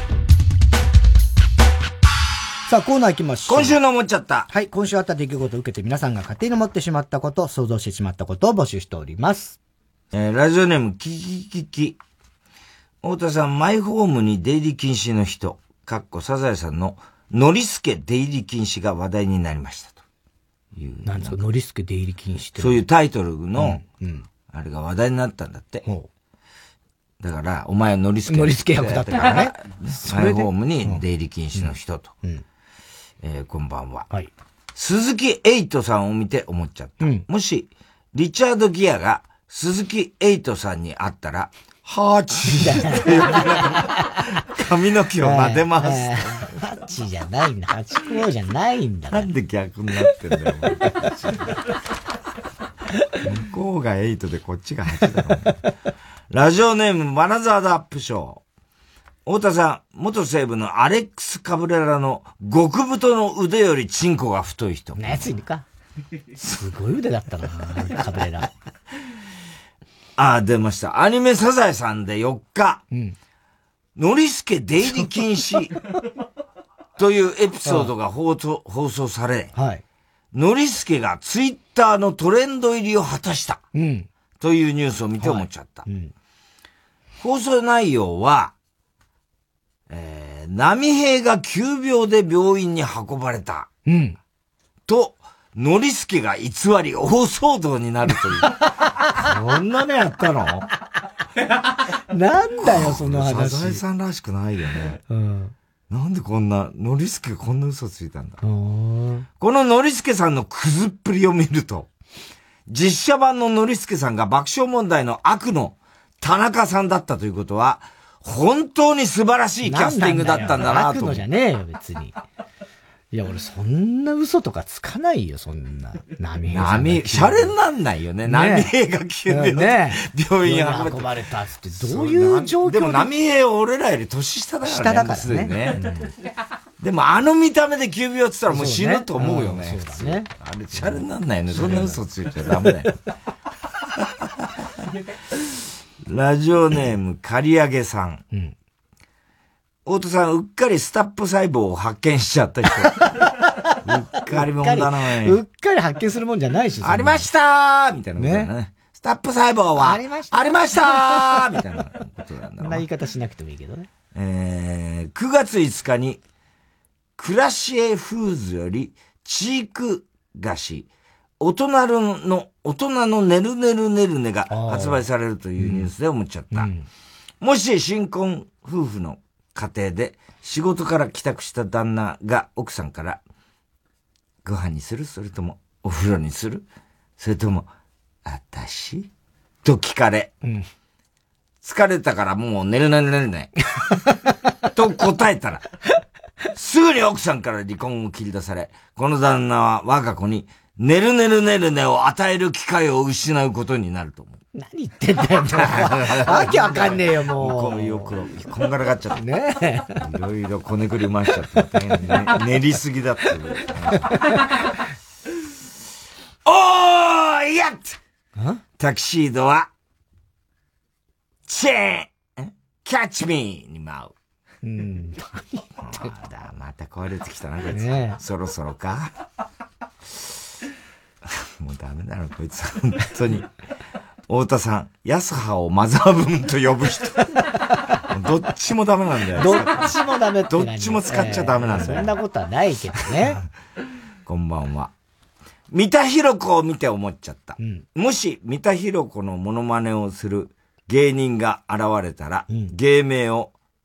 さあ、コーナー行きましょう。 今週の思っちゃった。 はい、今週あった出来事を受けて皆さんが勝手に思ってしまったこと、想像してしまったことを募集しております。 えー、ラジオネーム、キキキキ。太田さん、マイホームに出入り禁止の人、かっこサザエさんのノリスケ出入り禁止が話題になりましたという。 なんですか、ノリスケ出入り禁止って。 そういうタイトルの、 うんうん、 あれが話題になったんだって。だから、お前はノリスケ。 ノリスケ役だったからね。 マイホームに出入り禁止の人と。うんうん、えー、こんばんは。はい。鈴木エイトさんを見て思っちゃった。うん、もし、リチャード・ギアが鈴木エイトさんに会ったら、ハーチーって呼びながら髪の毛を撫でます。 ハッチじゃないんだ。ハチ公じゃないんだ。 なんで逆になってんだよ。向こうがエイトでこっちがハチだろ。ラジオネームマナザードアップショー。太田さん、元西武のアレックス・カブレラの極太の腕よりチンコが太い人。 なやついるか。すごい腕だったな、カブレラ。 ああ、出ました。アニメサザエさんでよっか、うん、ノリスケ出入り禁止というエピソードが放送、放送され、はい、ノリスケがツイッターのトレンド入りを果たした、うん、というニュースを見て思っちゃった。はい、うん、放送内容は、えー、波平が急病で病院に運ばれた、うん、と、ノリスケが偽り大騒動になるという。 そんなのやったのなんだよ、その話。 サザエさんらしくないよね。うん、なんでこんな、ノリスケがこんな嘘ついたんだ。このノリスケさんのクズっぷりを見ると、実写版のノリスケさんが爆笑問題の悪の田中さんだったということは、本当に素晴らしいキャスティングだったんだなと。 悪のじゃねえよ、別に。いや、俺そんな嘘とかつかないよ、そんな。波平。 波、シャレになんないよね。ね、波平が急病で病院に運ばれたっつって、どういう状況でも波平俺らより年下だからね。 下だからね。 ねうん、でもあの見た目で急病って言ったらもう死ぬと思うよね。そう、ねうん、そうだね。あれシャレになんないよね。そんな嘘ついちゃダメだよ。ラジオネーム、刈り上げさん。うん太田さん、うっかりスタップ細胞を発見しちゃった人。うっかりもんだな、 うっかり発見するもんじゃないし。 ありましたーみたいなことだね。ねスタップ細胞は、ありましたーありましたーみたいなことなんだろう。 そんな言い方しなくてもいいけどね。 えー、くがついつかに、クラシエフーズより、チーク菓子、大人の、大人のねるねるねるねが発売されるというニュースで思っちゃった。うん、もし新婚夫婦の家庭で仕事から帰宅した旦那が奥さんからご飯にするそれともお風呂にするそれともあたしと聞かれ、うん、疲れたからもう寝る寝る寝るねと答えたらすぐに奥さんから離婚を切り出されこの旦那は我が子に寝る寝る寝るねを与える機会を失うことになると思う。 何言ってんだよ、わけわかんねえよ、もう。 こうよく、こんがらがっちゃって。ねえ。いろいろこねくり回しちゃって、ね、練りすぎだって。おーいやタキシードは、チェーンキャッチミーに舞う。うん。何だ、また壊れてきたな、こいつ。ね、そろそろかもうダメだろ、こいつ。本当に。太田さん、安葉をマザー分と呼ぶ人。どっちもダメなんだよ。 どっちもダメってどっちも使っちゃダメなんだよ。 えー、そんなことはないけどね。 こんばんは。三田寛子を見て思っちゃった。うん、もし、三田寛子のモノマネをする芸人が現れたら、うん、芸名を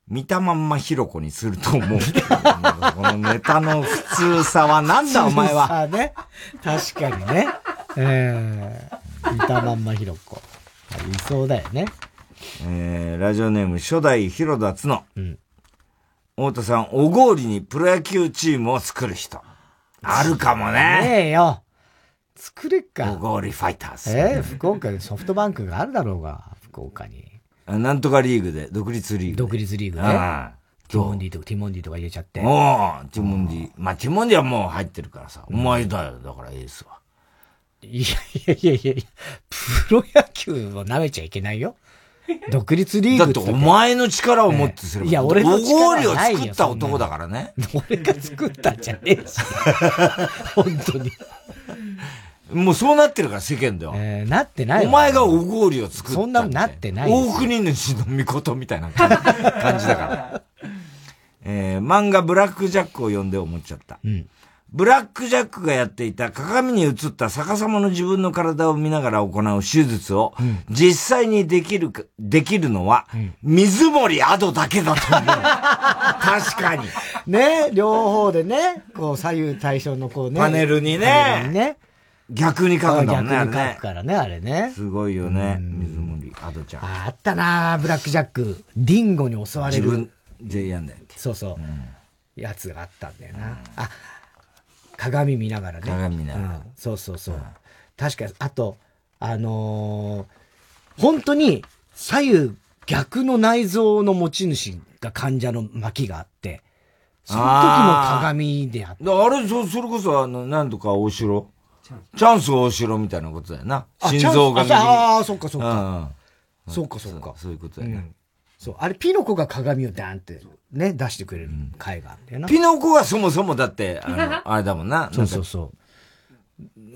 見たまんまひろこにすると思う。このネタの普通さはなんだお前は。 普通さね。確かにね。えー、見たまんまひろこ。いそうだよね。 えー、ラジオネーム初代広田つの。うん。太田さん、小郡にプロ野球チームを作る人。あるかもね。 ねえよ。作れっか。 小郡ファイターズ。 えー、福岡でソフトバンクがあるだろうが、福岡に。 なんとかリーグで、独立リーグ。 独立リーグね。ああティモンディとか、ティモンディとか入れちゃって。 おー、ティモンディ。まあ、ティモンディはもう入ってるからさ。お前だよ、だからエースは。 いやいやいやいやプロ野球を舐めちゃいけないよ。独立リーグだってお前の力を持ってすれば。 いや、俺の力はないよ。 小郡を作った男だからね。 俺が作ったんじゃねえし。本当に。 もうそうなってるから世間では。 えー、なってない。 お前が小郡を作った。 そんななってない。 大国主の御事みたいな感じだから。えー、漫画ブラックジャックを読んで思っちゃった。うん、ブラックジャックがやっていた鏡に映った逆さまの自分の体を見ながら行う手術を、うん、実際にできるか、できるのは、うん、水森アドだけだと思う。確かに。 ね、両方でね、こう左右対称のこうね。 パネルにね。パネルにね。逆に書くんだもんね、 逆に書くからね、あれね。 すごいよね、水森アドちゃん。 あったなブラックジャック。ディンゴに襲われる。 自分でやんだよ。 そうそう。うん、やつがあったんだよな。うん、あ、鏡見ながらね。 鏡見ながら。うん、 そうそうそう。うん、確かに、あと、あのー、本当に左右逆の内臓の持ち主が患者の巻があって、その時も鏡であった。 あれ、そ、それこそ、あの、何とか大城チャンス大城みたいなことだよな。心臓が右。 ああ、そっかそっか。そっかそっか。 そういうことだよね。 そう。あれ、ピノコが鏡をダーンってね、出してくれる回があるんだよな。 ピノコはそもそもだって、あの、あれだもんな。 そうそうそう。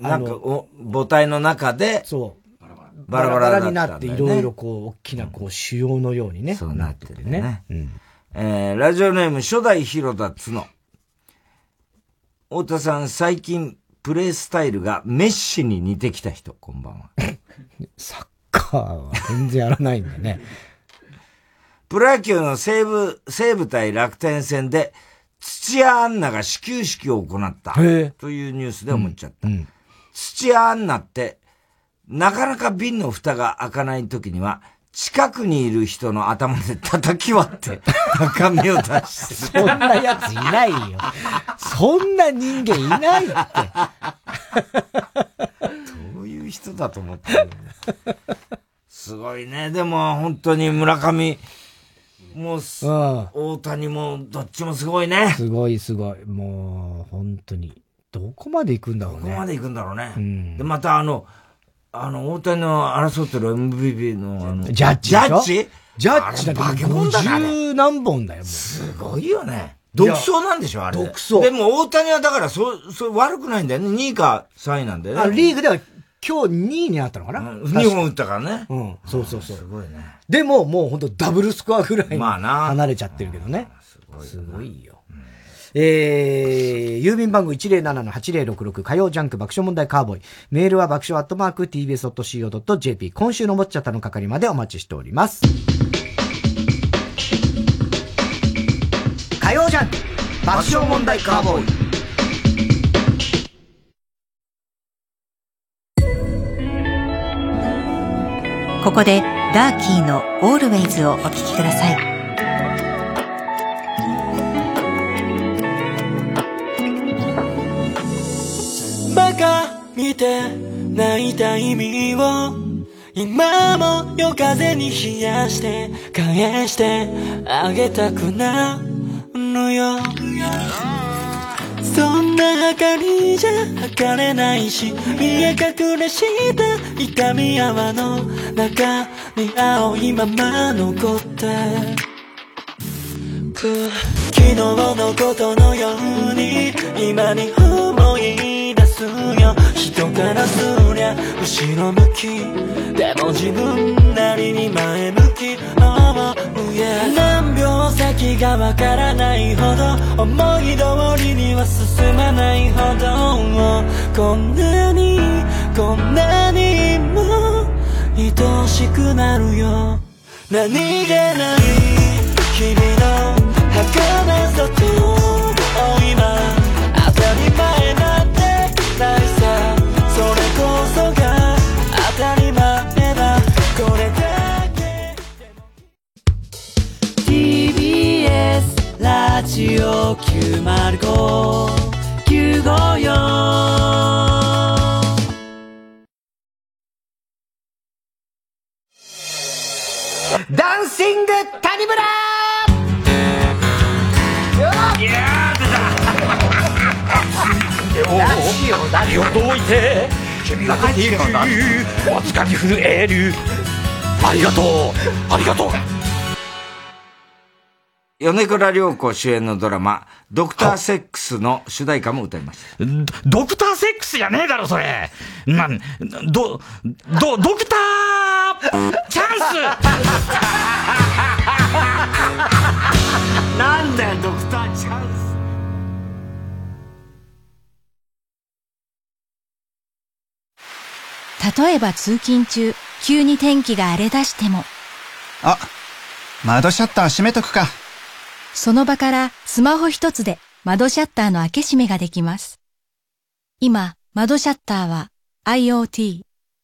なんか、お母体の中で、 そう。 バラバラになって、いろいろこう、大きなこう、腫瘍のようにね。 そうなってるね。えー、ラジオネーム初代広田つの。太田さん、最近、プレースタイルがメッシに似てきた人、こんばんは。 サッカーは全然やらないんだよね。 プロ野球の西武、西武対楽天戦で、土屋アンナが始球式を行った。というニュースで思っちゃった。うんうん、土屋アンナって、なかなか瓶の蓋が開かない時には、近くにいる人の頭で叩き割って、中身を出して。 そんなやついないよ。そんな人間いないって。 どういう人だと思ってるすごいね。でも本当に村上、もう、うん、大谷もどっちもすごいね。 すごいすごい。もう、本当に。どこまで行くんだろうね。 どこまで行くんだろうね。うん、で、またあの、あの、大谷の争ってる エムブイピー のあの、 ジャッジジャッジジャッジだけど、ごじゅう何本だよ、もう。 すごいよね。独走なんでしょ、あれ。 独走。 でも大谷はだから、そう、そう、悪くないんだよね。にいかさんいなんだよね。 あ、リーグでは今日にいになったのかな、うん、 にほん打ったからね。 うん。そうそうそう。 すごいね。 でも、もう本当ダブルスコアぐらいに離れちゃってるけどね。すごい。すごいよ。えー、郵便番号 いちゼロななのはちゼロろくろく 火曜ジャンク爆笑問題カーボーイ。メールは爆笑アットマーク ティービーエスドットシーオードットジェーピー。今週のもっちゃったの係までお待ちしております。火曜ジャンク爆笑問題カーボーイ。 ここでダーキーの Always をお聴きください。 バカ見て泣いた意味を今も夜風に冷やして返してあげたくなるのよ。そんな明かりじゃ測れないし、見え隠れした痛み泡の中に青いまま残ってく。昨日のことのように今に思い出すよ。人からすりゃ後ろ向きでも自分なりに前向き、oh, yeah. 何秒先がわからないほど思い通りには進まないほど、こんなにこんなにも愛しくなるよ。何気ない日々の儚さと今当たり前なんてないさ、それこそが当たり前だ、これだけ ティービーエス ラジオきゅうまるご きゅうごよんダンシング谷村いやー出たラジオだよどいて君が出ていくお疲れ震えるありがとうありがとう米倉涼子主演のドラマドクターセックスの主題歌も歌いました。 ドクターセックスじゃねえだろそれ。なん、ど、ど、ドクターチャンスなんだよドクターチャンス。例えば通勤中、急に天気が荒れ出しても。 あ、窓シャッター閉めとくか。 その場からスマホ一つで窓シャッターの開け閉めができます。今、窓シャッターは IoT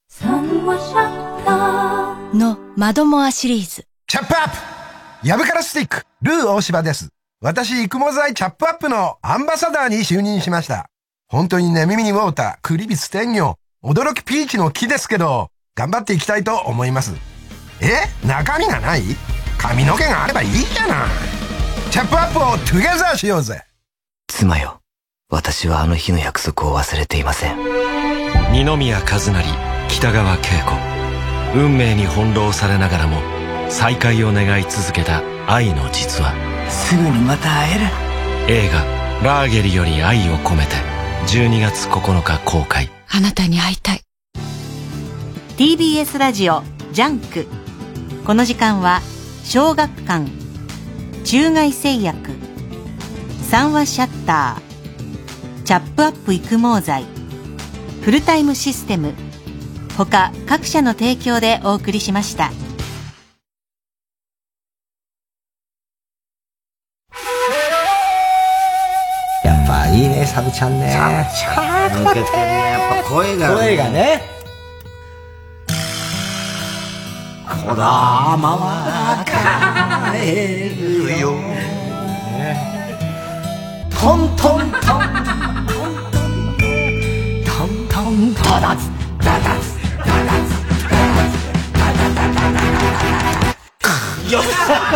の窓モアシリーズ。 チャップアップヤブカラスティックルー大柴です。私、育毛剤チャップアップのアンバサダーに就任しました。本当に寝耳にウォーター、クリビス天魚、驚きピーチの木ですけど、頑張っていきたいと思います。え？中身がない？髪の毛があればいいじゃない。チャップアップをトゥゲザーしようぜ。 妻よ、私はあの日の約束を忘れていません。 二宮和也、北川景子、運命に翻弄されながらも再会を願い続けた愛の実話。 すぐにまた会える。 映画「ラーゲリより愛を込めて」じゅうにがつここのか公開。 あなたに会いたい。 ティービーエス ラジオジャンク。この時間は小学館、中外製薬、三話シャッター、チャップアップ育毛剤、フルタイムシステム他各社の提供でお送りしました。 やっぱいいね、サブちゃんね。 サブちゃん抜けてるね、やっぱ声が、ね、 声がね。 こだまは帰るよ、ね、トントントントントントンダダツダダツダダツダダツダダダダダダダよっ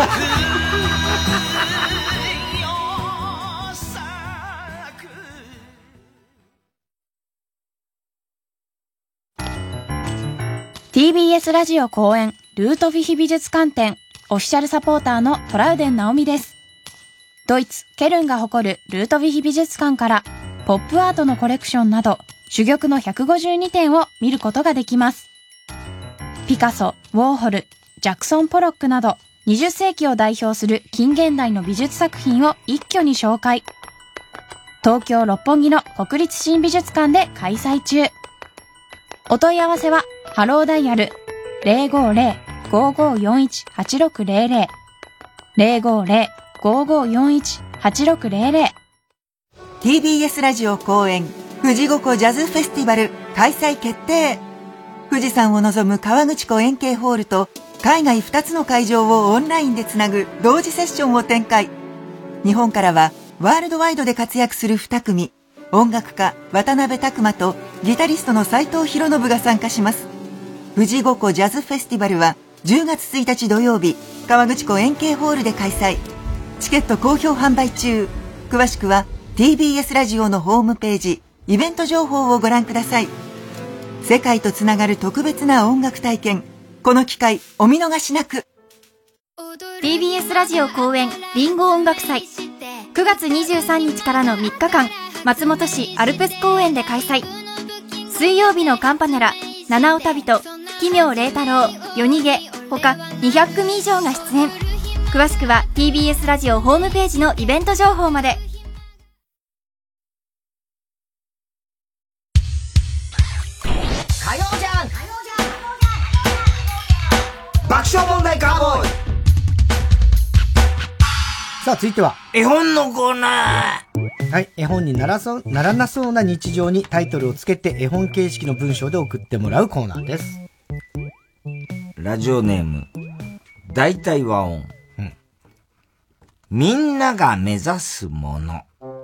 ティービーエス ラジオ公演ルートヴィヒ美術館展オフィシャルサポーターのトラウデン直美です。ドイツケルンが誇るルートヴィヒ美術館からポップアートのコレクションなど珠玉のひゃくごじゅうにてんを見ることができます。ピカソ、ウォーホル、ジャクソン・ポロックなどにじゅっせいきを代表する近現代の美術作品を一挙に紹介。東京六本木の国立新美術館で開催中。お問い合わせはハローダイヤル ゼロごゼロ ごーごーよんいち はちろくゼロゼロ ゼロごゼロ ごーごーよんいち はちろくゼロゼロ。 ティービーエス ラジオ公演富士五湖ジャズフェスティバル開催決定。富士山を望む河口湖円形ホールと海外ふたつの会場をオンラインでつなぐ同時セッションを展開。日本からはワールドワイドで活躍するに組、音楽家渡辺拓馬とギタリストの斉藤博信が参加します。富士五湖ジャズフェスティバルはじゅうがつついたち土曜日、河口湖円形ホールで開催。チケット好評販売中。詳しくは ティービーエス ラジオのホームページ、イベント情報をご覧ください。世界とつながる特別な音楽体験。この機会お見逃しなく。 ティービーエス ラジオ公演リンゴ音楽祭くがつにじゅうさんにちからのみっかかん、松本市アルプス公園で開催。水曜日のカンパネラ、七尾旅人、奇妙麗太郎、夜逃げ他にひゃくくみ以上が出演。詳しくは ティービーエス ラジオホームページのイベント情報まで。 火曜じゃん爆笑問題カーボーイ。 さあ、続いては。 絵本のコーナー。はい。絵本にならそう、ならなそうな日常にタイトルをつけて絵本形式の文章で送ってもらうコーナーです。 ラジオネーム、大体和音。うん。みんなが目指すもの。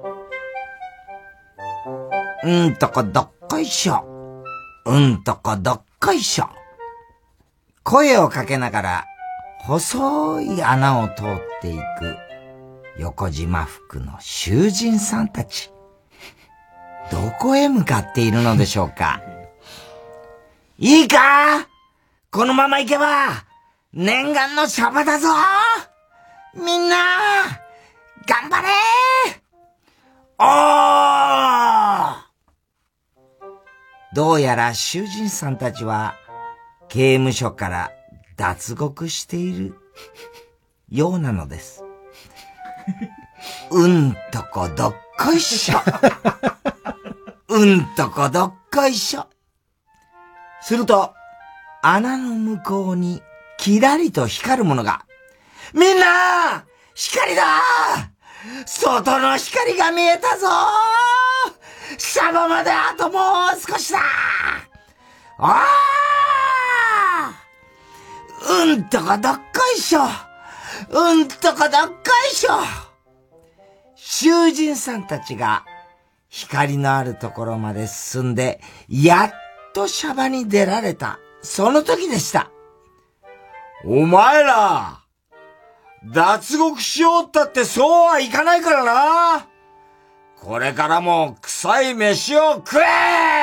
うんとこどっこいしょ。うんとこどっこいしょ。声をかけながら、細い穴を通っていく、横縞服の囚人さんたち。どこへ向かっているのでしょうか。いいか？このまま行けば、念願のシャバだぞ！みんな、頑張れ！おー！どうやら囚人さんたちは、刑務所から脱獄しているようなのです。うんとこどっこいしょ。うんとこどっこいしょ。すると、穴の向こうにキラリと光るものが。みんな！光だ！外の光が見えたぞ！シャバまであともう少しだ！あー！うんとこどっこいしょ！うんとこどっこいしょ！囚人さんたちが光のあるところまで進んで、やっとシャバに出られた。その時でした。お前ら、脱獄しようったってそうはいかないからな。これからも臭い飯を食え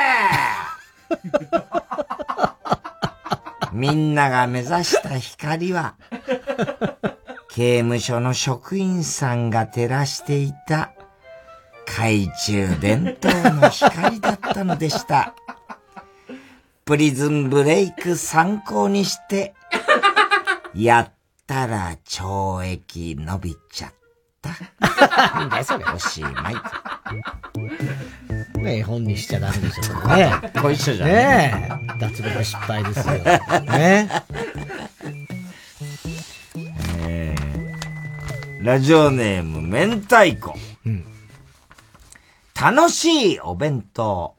みんなが目指した光は、刑務所の職員さんが照らしていた懐中電灯の光だったのでした。プリズンブレイク参考にして、やったら懲役伸びちゃった。 なんだよそれ。 おしまい。 ねえ、本にしちゃダメでしょ。ねえ。こいしょじゃん。 ねえ。脱獄失敗ですよ。ねえ。ラジオネーム、明太子。うん。楽しいお弁当。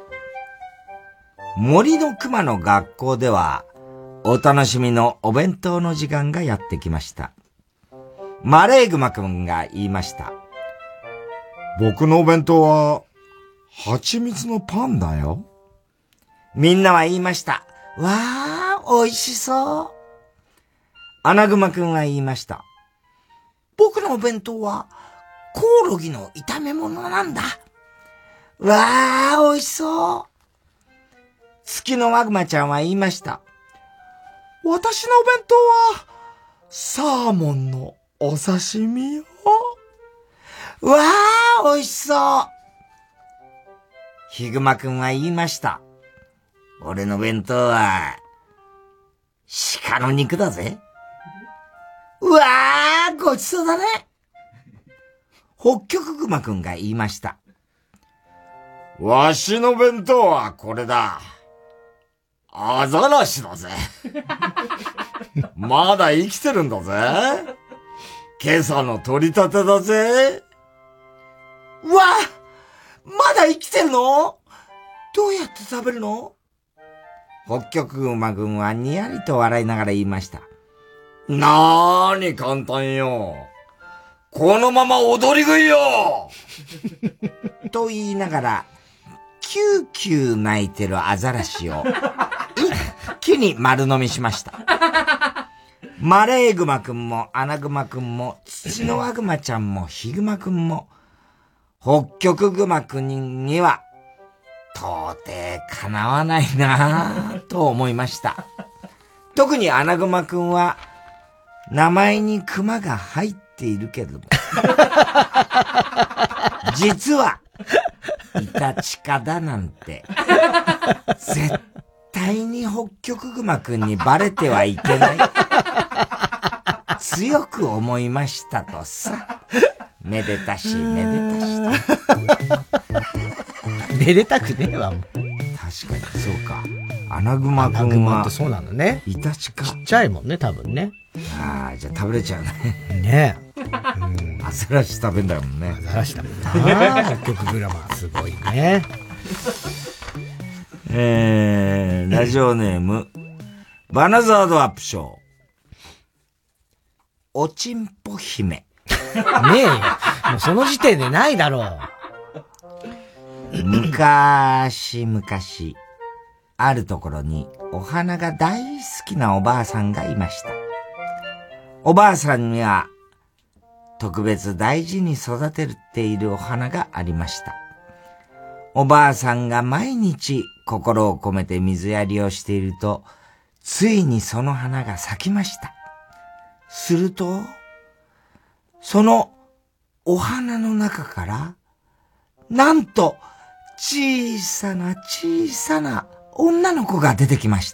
森の熊の学校では、お楽しみのお弁当の時間がやってきました。マレーグマくんが言いました。僕のお弁当は、蜂蜜のパンだよ。みんなは言いました。わー、美味しそう。アナグマくんは言いました。僕のお弁当は、コオロギの炒め物なんだ。わー、美味しそう。月のワグマちゃんは言いました。私のお弁当は、サーモンのお刺身よ。わー、美味しそう。ヒグマくんは言いました。俺の弁当は、鹿の肉だぜ。うわー、ごちそうだね。北極グマくんが言いました。わしの弁当はこれだ。アザラシだぜ。まだ生きてるんだぜ。今朝の取り立てだぜ。うわ、まだ生きてるの？どうやって食べるの？北極馬くんはにやりと笑いながら言いました。なーに簡単よ。このまま踊り食いよと言いながら、キューキュー泣いてるアザラシを一気に丸飲みしました。マレーグマくんもアナグマくんも土のワグマちゃんもヒグマくんも北極グマくんには到底かなわないなぁと思いました。特にアナグマくんは名前にクマが入っているけれども実はイタチカだなんて絶対に北極グマくんにバレてはいけない強く思いましたとさ。めでたしめでたしめでたくねえわもう。 確かにそうか。アナグマくんはアナグマってそうなのね。 イタチカちっちゃいもんね多分ね。 ああ、じゃあ食べれちゃうね。 ねえ。うんアザラシ食べんだもんね。 アザラシだもんな。ホッキョクグラマー、すごいね。 えー、ラジオネーム、バナザードアップショー。おちんぽ姫。 ねえよ。もうその時点でないだろう。昔々、あるところにお花が大好きなおばあさんがいました。おばあさんには特別大事に育てているお花がありました。おばあさんが毎日心を込めて水やりをしていると、ついにその花が咲きました。すると、そのお花の中から、なんと小さな小さな女の子が出てきました。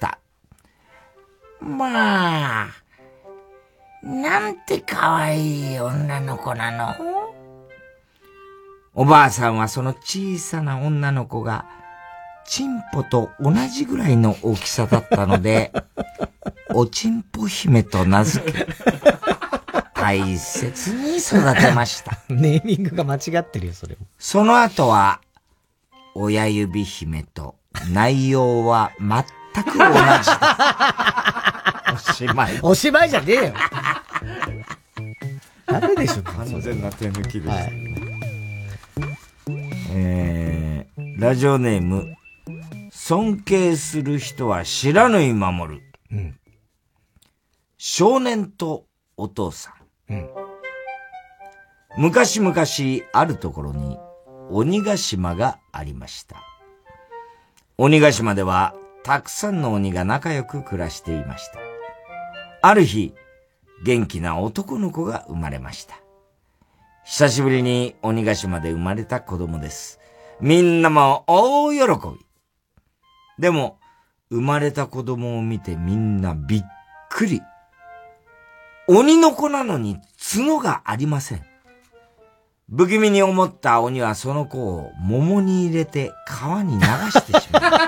まあ、なんて可愛い女の子なの。おばあさんはその小さな女の子がチンポと同じぐらいの大きさだったので、おちんぽ姫と名付け、大切に育てました。 ネーミングが間違ってるよ、それも。 その後は、親指姫と内容は全く同じです。おしまい。 おしまいじゃねえよ。ダメでしょ、 完全な手抜きです。はい、えー、ラジオネーム、尊敬する人は知らぬい守る。うん、少年とお父さん。うん、昔々あるところに鬼ヶ島がありました。鬼ヶ島ではたくさんの鬼が仲良く暮らしていました。ある日、元気な男の子が生まれました。久しぶりに鬼ヶ島で生まれた子供です。みんなも大喜び。でも、生まれた子供を見てみんなびっくり。鬼の子なのに角がありません。不気味に思った鬼はその子を桃に入れて川に流してしまう。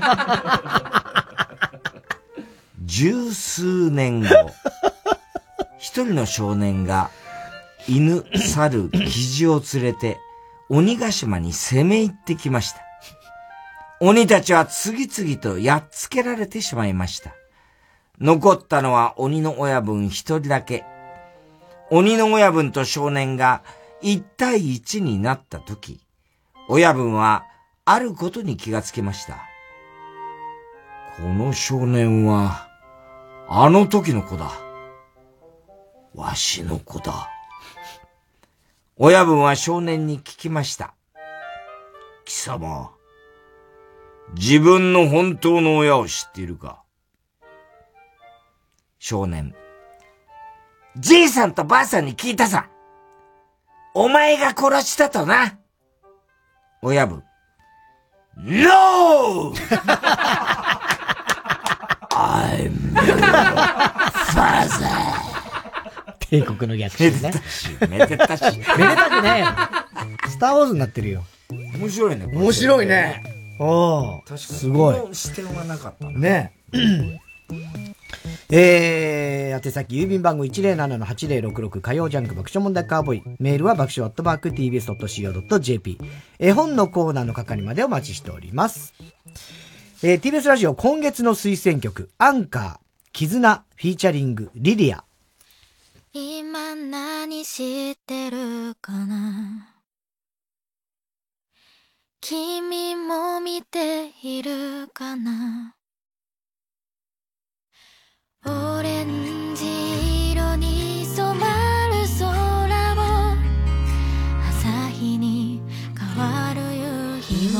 十数年後、一人の少年が犬、猿、キジを連れて鬼ヶ島に攻め入ってきました。鬼たちは次々とやっつけられてしまいました。残ったのは鬼の親分一人だけ。鬼の親分と少年が一対一になったとき、親分はあることに気がつきました。この少年は、あの時の子だ。わしの子だ。親分は少年に聞きました。貴様、自分の本当の親を知っているか？少年、じいさんとばあさんに聞いたさ。お前が殺したとな。親分、ノーI'm your father 帝国の逆襲ね。 めでたし。めでたし。 めでたくねえよ。スターウォーズになってるよ。 面白いね。 面白いね。おー。確かに。すごい。 この視点はなかったね。えー、宛先郵便番号 いちまるななのはちまるろくろく 火曜ジャンク爆笑問題カーボーイ。メールは爆笑アットマーク ティービーエスドットシーオードットジェーピー。絵本のコーナーの係までお待ちしております。えー、ティービーエス ラジオ今月の推薦曲、アンカー、絆、フィーチャリング、リリア。 今何してるかな？君も見ているかな？オレンジ色に染まる空を朝日に変わる夕日を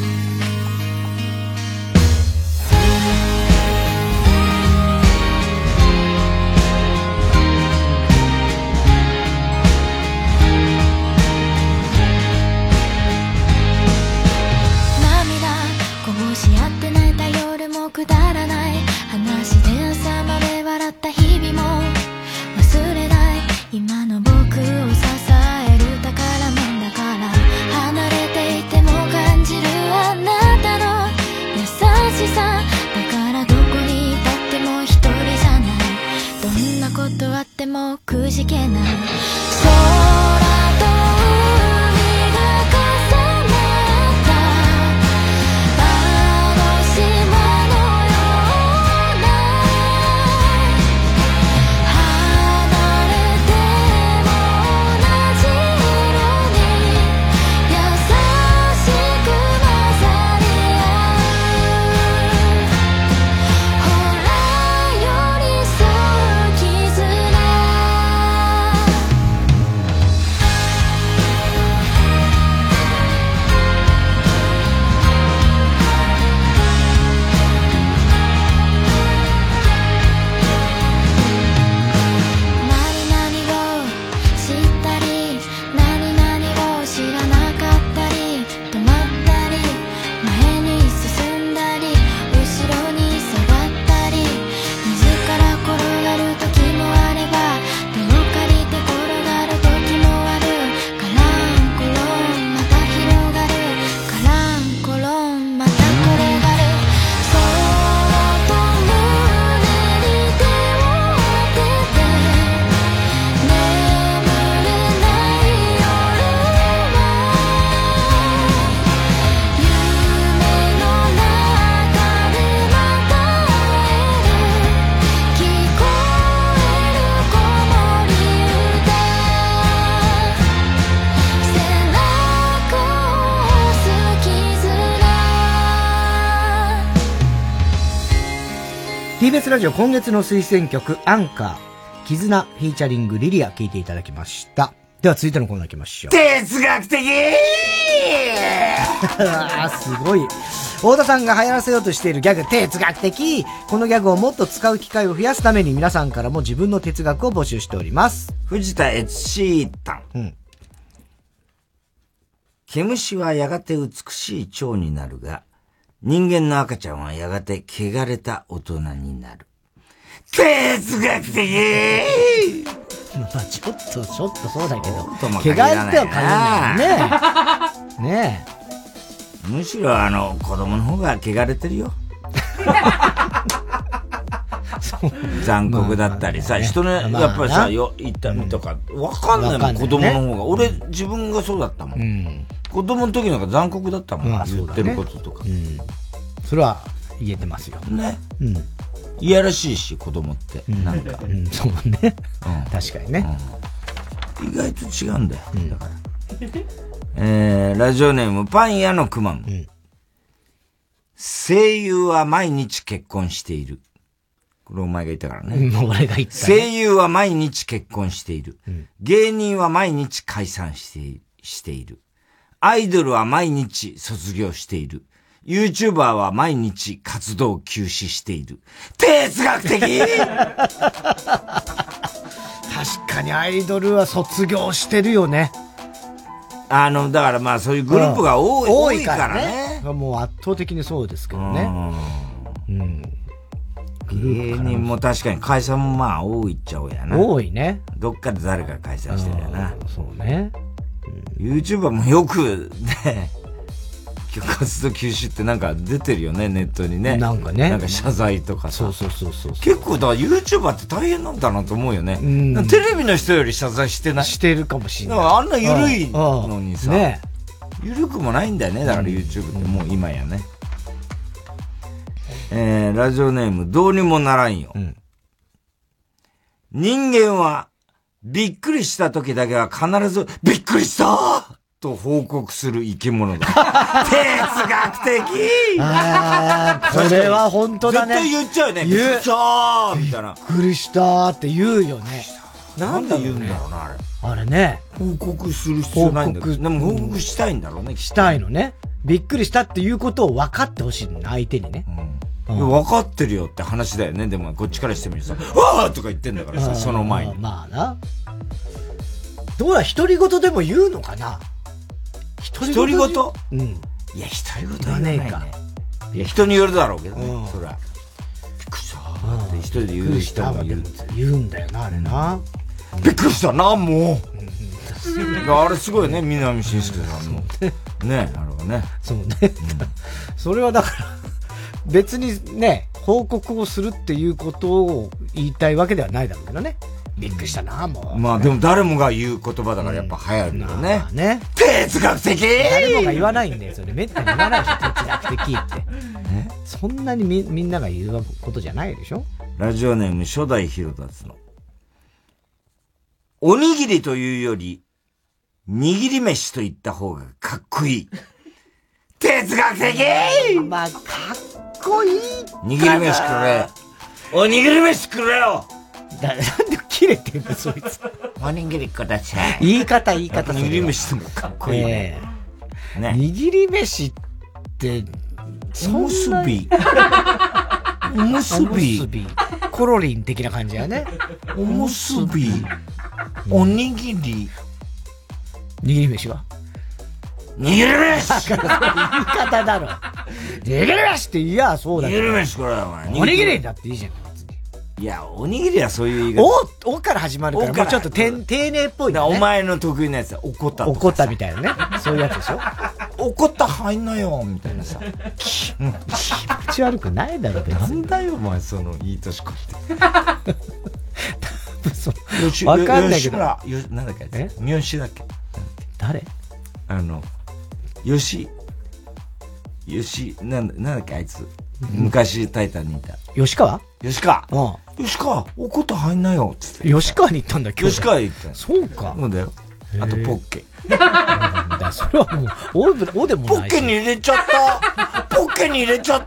こぼし合って泣いた夜もくだらない話で朝まで笑った日々も忘れない今の僕を支える宝物だから離れていても感じるあなたの優しさだからどこにいたっても一人じゃないどんなことあってもくじけないそうービーエス ラジオ今月の推薦曲、アンカー、絆、フィーチャリング、リリア、聴いていただきました。では続いてのコーナー行きましょう。 哲学的あー、すごい。太田さんが流行らせようとしているギャグ、哲学的。このギャグをもっと使う機会を増やすために皆さんからも自分の哲学を募集しております。 藤田悦シータン。うん。毛虫はやがて美しい蝶になるが、人間の赤ちゃんはやがて汚れた大人になる。哲学的まあちょっと、ちょっとそうだけど。 汚れては限らないね。ねえ。むしろあの、子供の方が汚れてるよ。残酷だったりさ、まあね、人の、やっぱりさ、よ、言ったりとか、わかんないもん、子供の方が。俺、自分がそうだったもん。うん、子供の時なんか残酷だったもん、まあ、言ってることとか、 ね。うん。それは言えてますよ。 ね。うん。いやらしいし、子供って。うん、なんか。 うん、そうね。うん、確かにね、 うん。意外と違うんだよ。うん、だから。えー、ラジオネーム、パン屋のくまん。うん、声優は毎日結婚している。これお前が言ったからね。 うん、俺が言った、ね。 声優は毎日結婚している。うん、芸人は毎日解散してしている。アイドルは毎日卒業している。YouTuber は毎日活動休止している。哲学的確かにアイドルは卒業してるよね。 あの、だからまあそういうグループが多い、うん、多いからね。 もう圧倒的にそうですけどね。うん。 芸人も確かに解散もまあ多いっちゃ多いやな。 多いね。 どっかで誰か解散してるやな。 そうね。 うん、YouTuber もよくね、活動休止ってなんか出てるよね、ネットにね。 なんかね。 なんか謝罪とかさ。 そうそうそうそう。 結構だから YouTuber って大変なんだなと思うよね。うん、テレビの人より謝罪してない。 してるかもしれない。 だからあんな緩いのにさ。ね。緩くもないんだよね、だから YouTube ってもう今やね。うん、えー、ラジオネームどうにもならんよ。うん、人間はびっくりした時だけは必ずびっくりしたと報告する生き物だ。哲学的ああ、これは本当だね。 絶対言っちゃうよね。びっくりしたみたいな。 びっくりしたって言うよね。 なんで言うんだろうな、あれ。 あれね。 報告する必要ないんだけど。でも報告したいんだろうね。 したいのね。びっくりしたっていうことを分かってほしいの、相手にね。 うん。分かってるよって話だよね。でもこっちからしてみるとさ、わーとか言ってんだからさ、その前に。 まあな。どうだ、独り言でも言うのかな。 独り言？うん。いや、独り言はねえか。いや、人によるだろうけどね。そりゃ。びっくりしたーって一人で言う人も言う。 言うんだよな、あれな。 びっくりしたな、もう。あれすごいね、南信介さんの。ね、あれはね。 そうね。それはだから、別にね、報告をするっていうことを言いたいわけではないだろうけどね。びっくりしたな、もう。 まあでも誰もが言う言葉だからやっぱ流行るよね。まあね。哲学的誰もが言わないんだよ、それ。めったに言わないでしょ、哲学的って。そんなにみ、みんなが言うことじゃないでしょ。 ラジオネーム初代広達の。おにぎりというより、握り飯と言った方がかっこいい。哲学的まあ、かっこいい。 握り飯くれ。おにぎり飯くれよだ、なんで切れてんだ、そいつ。 おにぎりください。 言い方、言い方。 握り飯もかっこいいね。 えー、ね。握り飯って、 おむすび。おむすび。 コロリン的な感じだね。 おむすび。おにぎり。 握り飯は握り飯言い方だろ。握り飯って言いやそうだけど。 握り飯これお前。 おにぎりだっていいじゃん。 いや、おにぎりはそういう言い方。 お、おから始まるから、もうちょっと丁寧っぽいね。 お前の得意なやつは、おこったとか。 おこったみたいなね。そういうやつでしょ。 おこった入んなよ、みたいなさ。 気持ち悪くないだろ、別に。 なんだよ、お前、その、いい年こって。 わかんないけど。 よ、なんだっけ、え三好だっけ誰あの、よし、よし、なんだ、なんだっけ、あいつ。昔、タイタンにいた。 吉川吉川。うん。吉川、おこと入んなよ、つって。 吉川に行ったんだ、今日。 吉川に行った。 そうか。 そうだよ。あと、ポッケ。 だそれはもう、おでもない。 ポッケに入れちゃった。ポッケに入れちゃった。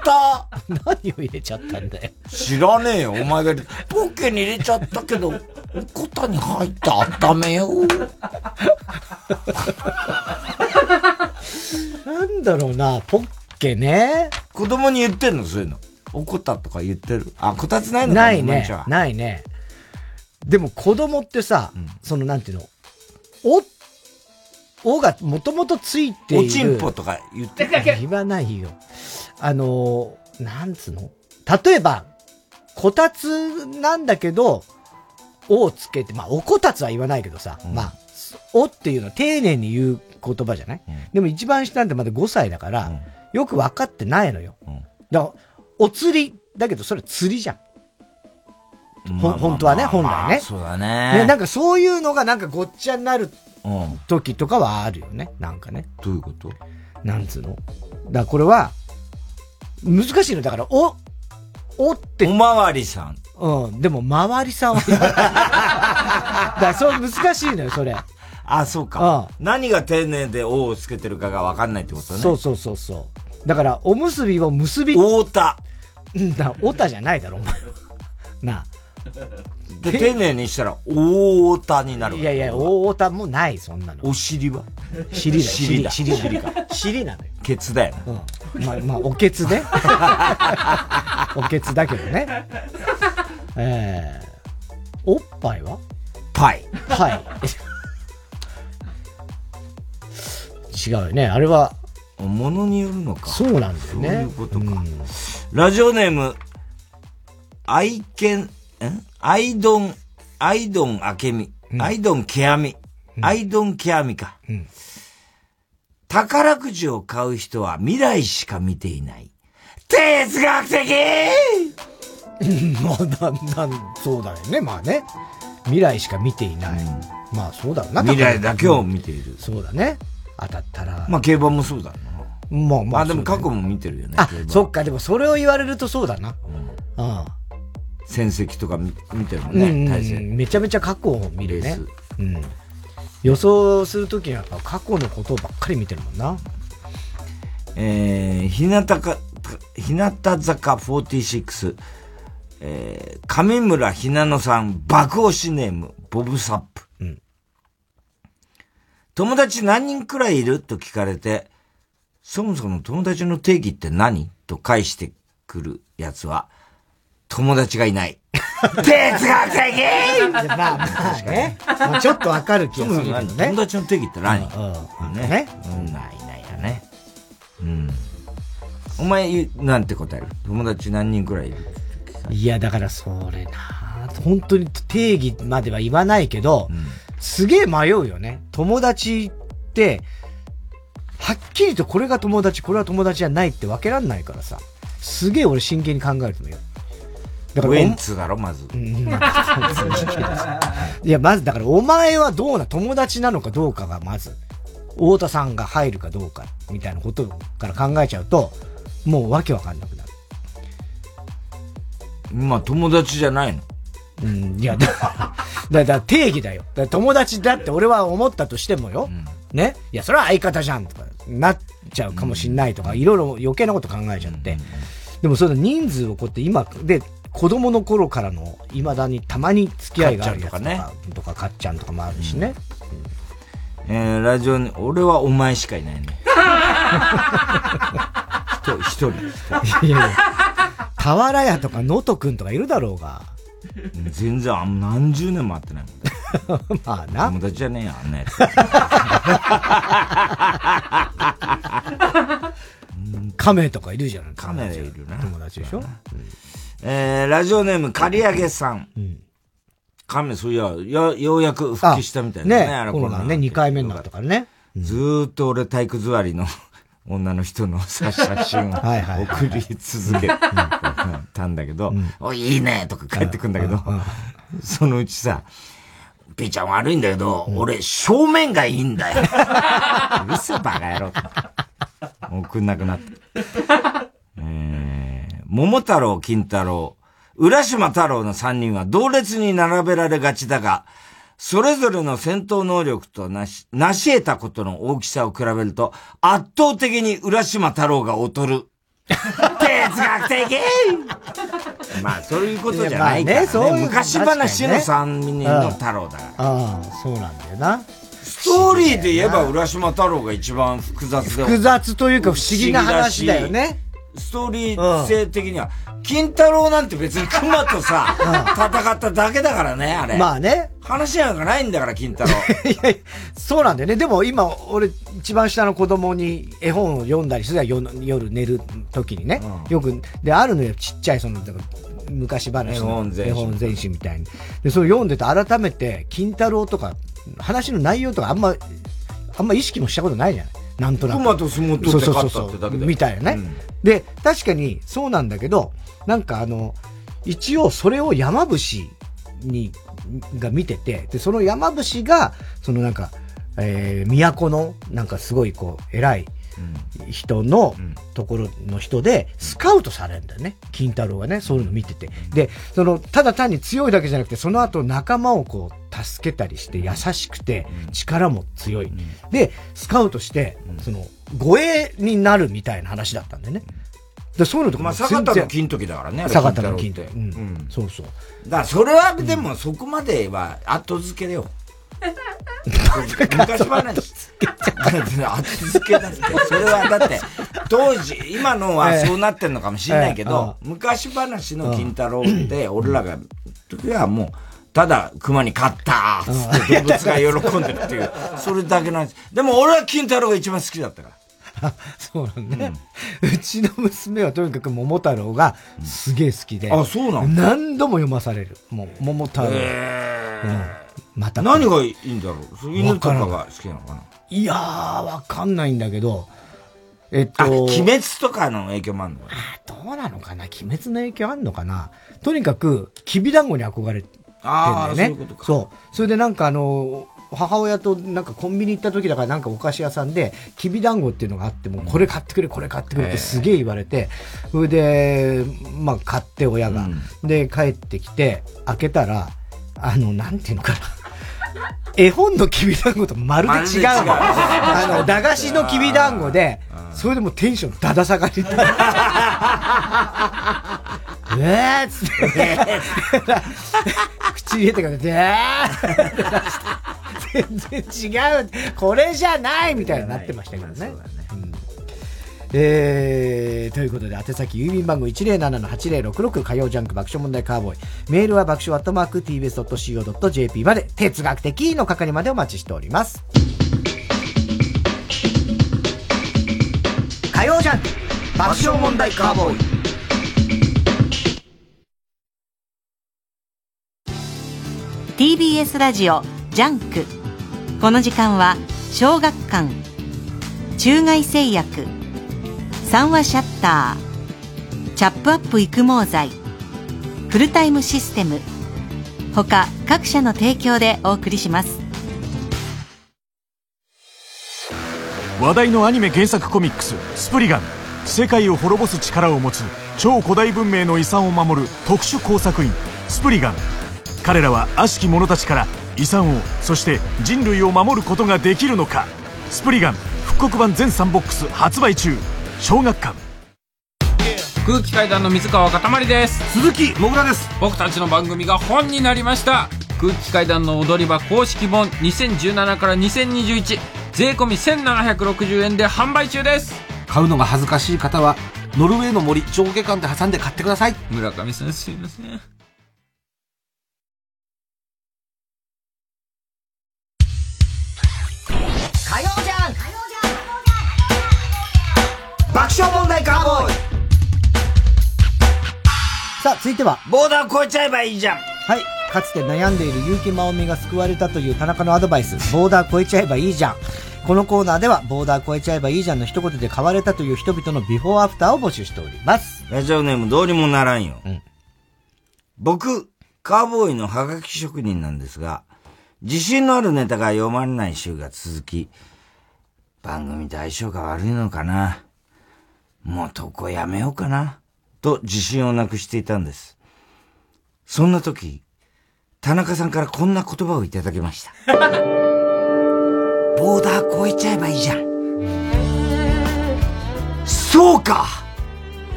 何を入れちゃったんだよ。 知らねえよ、お前が。ポッケに入れちゃったけど、おこたに入って温めよう。 なんだろうな、ポッケね。 子供に言ってんの、そういうの。おこたとか言ってる。あ、こたつないのかないね。ないね。でも子供ってさ、うん、そのなんていうの、お、おがもともとついている。 おちんぽとか言ってる。 言わないよ。あの、なんつうの？例えば、こたつなんだけど、おをつけて、まあ、おこたつは言わないけどさ、うん、まあ、おっていうのは丁寧に言う言葉じゃない、うん、でも一番下なんてまだごさいだから、うん、よく分かってないのよ。うん、だから、お釣り、だけどそれ釣りじゃん。ほ、まあ、本当はね、本来ね、まあ。 そうだね。 ね、なんかそういうのがなんかごっちゃになる時とかはあるよね。なんかね。 どういうこと？ なんつうの？だからこれは、難しいの。だから、お、おって。 おまわりさん。 うん。でも、まわりさんは言わない。だからそう難しいのよ、それ。 あ、そうか。うん。何が丁寧でおをつけてるかが分かんないってことね。 そうそうそうそう。だから、おむすびを結び。 おた。 うんだ、おたじゃないだろ、お前。なあ。 で、丁寧にしたら、おーたになる。 いやいや、おーたもない、そんなの。 お尻は尻だよ。 尻だ。 尻、尻か。尻なのよ。 ケツだよ。 うん。まあ、まあ、おケツね。おケツだけどね。ええー。おっぱいはパイ。 パイ。違うよね。あれは。 ものによるのか。 そうなんだよね。 そういうことか。うん、ラジオネーム、愛犬、んアイドン、アイドン明美、うん、アイドンケアミ、うん、アイドンケアミか、うん。宝くじを買う人は未来しか見ていない。哲学的まあ、だんだん、そうだよね。まあね。未来しか見ていない。うん、まあそうだろうな。 未来だけを見ている。 うん、そうだね。当たったら。 まあ競馬もそうだな。 まあまあ。 あ、でも過去も見てるよね。 あ、そっか。でもそれを言われるとそうだな。うん。ああ。 戦績とか見てるもんね、うん、 対戦。めちゃめちゃ過去を見るね。うん。予想するときには過去のことばっかり見てるもんな。 えー、ひなたか、ひなた坂フォーティーシックス、えー、上村ひなのさん、爆押しネーム、ボブサップ。うん。友達何人くらいいると聞かれて、そもそも友達の定義って何と返してくるやつは、友達がいない。哲学的まあまあね。まあちょっとわかる気がするけどね。 友達の定義って何？ うん。 ね。ね。うん、ないないよね。うん。お前、なんて答える？友達何人くらいいる？ いや、だからそれな、本当に定義までは言わないけど、うん、すげえ迷うよね。友達って、はっきりとこれが友達、これは友達じゃないって分けらんないからさ。すげえ俺真剣に考えると思うよ。 だからウェンツだろ、まず。 いや、まず、だから、お前はどうな、友達なのかどうかが、まず、太田さんが入るかどうか、みたいなことから考えちゃうと、もうわけわかんなくなる。 まあ、友達じゃないの。 うん、いや、だから、だから定義だよ。だから友達だって俺は思ったとしてもよ。うん、ね。いや、それは相方じゃん、とか、なっちゃうかもしんないとか、いろいろ余計なこと考えちゃって。うん、でも、その人数をこうやって今、で、子供の頃からの、未だにたまに付き合いがあるやつとか、ね、とか、かっちゃんとかもあるしね。 うん、えー、ラジオに、俺はお前しかいないね。一人、一人。いやいや、 俵屋とか能登くんとかいるだろうが。 全然、あん何十年も会ってないもん。 まあな。 友達じゃねえよ、あんなやつ。亀とかいるじゃない。 亀いるな。 友達でしょ。 えー、ラジオネーム、刈り上げさん。うん。亀、そういや、や、ようやく復帰したみたいなね。 ね、あれコロナね、にかいめになったからね。 うん、ずーっと俺体育座りの女の人の写真を送り続けたんだけど、うん、おい、いいねとか帰ってくんだけど、うんうん、そのうちさ、ピーちゃん悪いんだけど、うん、俺正面がいいんだよ。嘘バカ野郎。送んなくなった。えー、桃太郎、金太郎、浦島太郎の三人は同列に並べられがちだが、それぞれの戦闘能力となし、成し得たことの大きさを比べると、圧倒的に浦島太郎が劣る。 哲学的まあ、そういうことじゃないからね。 まあねそういう昔話の三人の太郎だから。 ああ、そうなんだよな。 ストーリーで言えば浦島太郎が一番複雑で。 複雑というか不思議な話だよね。 ストーリー性的には。金太郎なんて別に熊とさ、戦っただけだからね、あれ。 まあね。 話なんかないんだから、金太郎。 いやいや、そうなんだよね。でも今、俺、一番下の子供に絵本を読んだりするよ、夜寝る時にね。うん、よく、で、あるのよ、ちっちゃい、その、昔話の絵本全集みたいに。で、それ読んでて改めて、金太郎とか、話の内容とかあんま、あんま意識もしたことないじゃない。なんとなく。 熊と相撲取って勝ったってだけで。 みたいなね、うん。で、確かにそうなんだけど、なんかあの、一応それを山伏に、が見てて、で、その山伏が、そのなんか、えー、都の、なんかすごいこう、偉い人のところの人で、スカウトされるんだよね。金太郎がね、そういうの見てて。で、その、ただ単に強いだけじゃなくて、その後仲間をこう、助けたりして、優しくて、力も強い。で、スカウトして、その、護衛になるみたいな話だったんだよね。で、そういうのとかまあ、坂田の金時だからね。 坂田の金時。うん。うん。そうそう。 だから、それは、でも、そこまでは、後付けだよ。昔話。後付けだって。それは、だって、当時、今のはそうなってんのかもしれないけど、昔話の金太郎って、俺らが、時はもう、ただ、熊に勝ったーって動物が喜んでるっていう、それだけなんです。でも、俺は金太郎が一番好きだったから。 そうなんね、うん。うちの娘はとにかく桃太郎がすげえ好きで。 うん、あ、そうなの？ 何度も読まされる。もう、桃太郎。えーうん、また。何がいいんだろう？犬とかが好きなのかな？ いやー、わかんないんだけど。えっと。 鬼滅とかの影響もあるのかな？ あ、どうなのかな？鬼滅の影響あんのかな？とにかく、きびだんごに憧れてんだよね。 ああ、そういうことか。 そう。それでなんかあの、母親となんかコンビニ行った時だからなんかお菓子屋さんで、きびだんごっていうのがあって、もうこれ買ってくれ、これ買ってくれってすげえ言われて、それで、まあ買って親が。うん、で、帰ってきて、開けたら、あの、なんていうのかな。絵本のきびだんごとまるで違うの。あの、駄菓子のきびだんごで、それでもテンションだだ下がりになる。えーっつって、口入れてから、でー全然違う、これじゃないみたいになってましたけどね。うん、えー、ということで、宛先郵便番号 いちまるななのはちまるろくろく 火曜ジャンク爆笑問題カーボーイ。メールは爆笑アットマーク ティービーエスドットシーオードットジェーピー まで、哲学的の係までお待ちしております。火曜ジャンク爆笑問題カーボーイ。 ティービーエス ラジオジャンク。この時間は小学館、中外製薬、三話シャッター、チャップアップ育毛剤、フルタイムシステム他各社の提供でお送りします。 話題のアニメ原作コミックススプリガン。世界を滅ぼす力を持つ超古代文明の遺産を守る特殊工作員スプリガン。彼らは悪しき者たちから遺産を、そして人類を守ることができるのか。スプリガン復刻版全さんボックス発売中。小学館。 空気階段の水川かたまりです。 鈴木もぐらです。 僕たちの番組が本になりました。空気階段の踊り場公式本にせんじゅうななからにせんにじゅういち、税込みせんななひゃくろくじゅうえんで販売中です。 買うのが恥ずかしい方はノルウェーの森上下巻で挟んで買ってください。 村上さんすいません。 火曜じゃん爆笑問題カーボーイ。さあ続いてはボーダー越えちゃえばいいじゃん。 はい、かつて悩んでいる結城まおみが救われたという田中のアドバイス、ボーダー越えちゃえばいいじゃん。このコーナーではボーダー越えちゃえばいいじゃんの一言で変われたという人々のビフォーアフターを募集しております。 ラジオネームどうにもならんよ、うん、僕カーボーイのハガキ職人なんですが、自信のあるネタが読まれない週が続き、番組と相性が悪いのかな、もう投稿やめようかなと自信をなくしていたんです。そんな時、田中さんからこんな言葉をいただきました。ボーダー越えちゃえばいいじゃん。そうか、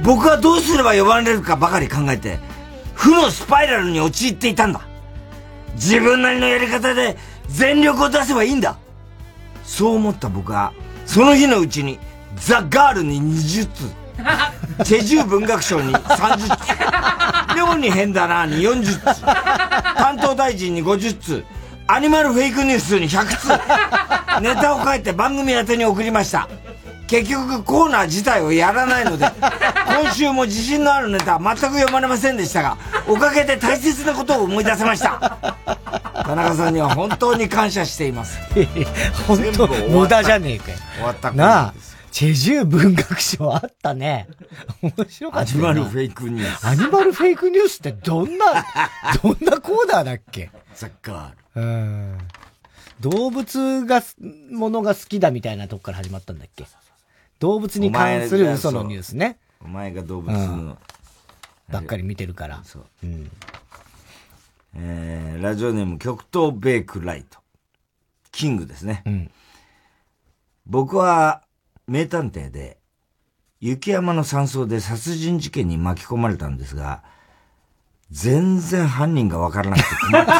僕はどうすれば呼ばれるかばかり考えて、負のスパイラルに陥っていたんだ。自分なりのやり方で全力を出せばいいんだ。そう思った僕は、その日のうちに、ザ・ガールににじゅっつ、チェジュ文学賞にさんじゅっつ、妙に変だなによんじゅっつ、担当大臣にごじゅっつ、アニマルフェイクニュースにひゃくつ、ネタを書いて番組宛てに送りました。結局コーナー自体をやらないので、今週も自信のあるネタは全く読まれませんでしたが、おかげで大切なことを思い出せました。田中さんには本当に感謝しています。 本当無駄じゃねえかよ。 終わったなあ、チェジュ文学賞あったね。面白かった。 アニマルフェイクニュース。 アニマルフェイクニュースってどんな、どんなコーナーだっけ？ ザッカール。うん。動物が、ものが好きだみたいなとこから始まったんだっけ？動物に関する嘘のニュースね。 お前が動物の、うん、 ばっかり見てるから。 そう。 うん。 えー、ラジオネーム極東ベイクライト。キングですね。 うん。 僕は名探偵で、雪山の山荘で殺人事件に巻き込まれたんですが、全然犯人がわからなくて困った。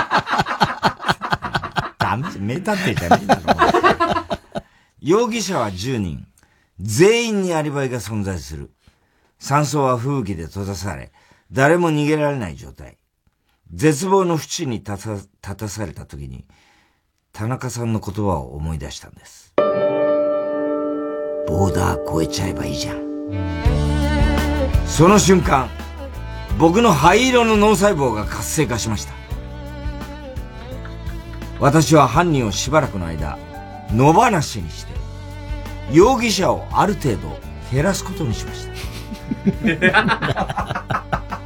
ダメじゃん、名探偵じゃねえだろ。容疑者はじゅうにん。全員にアリバイが存在する。山荘は吹雪で閉ざされ、誰も逃げられない状態。絶望の淵に立た、立たされた時に、田中さんの言葉を思い出したんです。ボーダー越えちゃえばいいじゃん。その瞬間、僕の灰色の脳細胞が活性化しました。私は犯人をしばらくの間、野放しにして、容疑者をある程度減らすことにしました。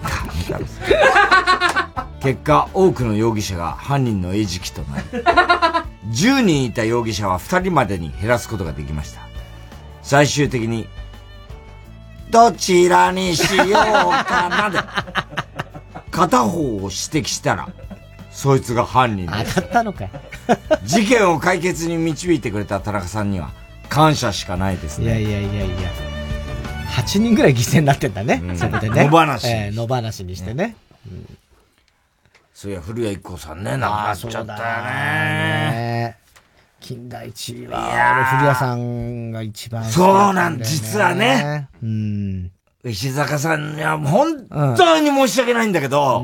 結果、多くの容疑者が犯人の餌食となり、じゅうにんいた容疑者はふたりまでに減らすことができました。最終的に、どちらにしようかなで、片方を指摘したら、そいつが犯人です。 当たったのかい。 事件を解決に導いてくれた田中さんには、感謝しかないですね。 いやいやいやいや。はちにんぐらい犠牲になってんだね。うん、そこでね。 野放し。 えー、野放しにしてね。うん、 そういや、古谷一行さんね、亡くなっちゃったよね。 金田一は、俺古谷さんが一番好きだ、 ね。そうなん、実はね。 うん。 石坂さんには本当に申し訳ないんだけど、うん、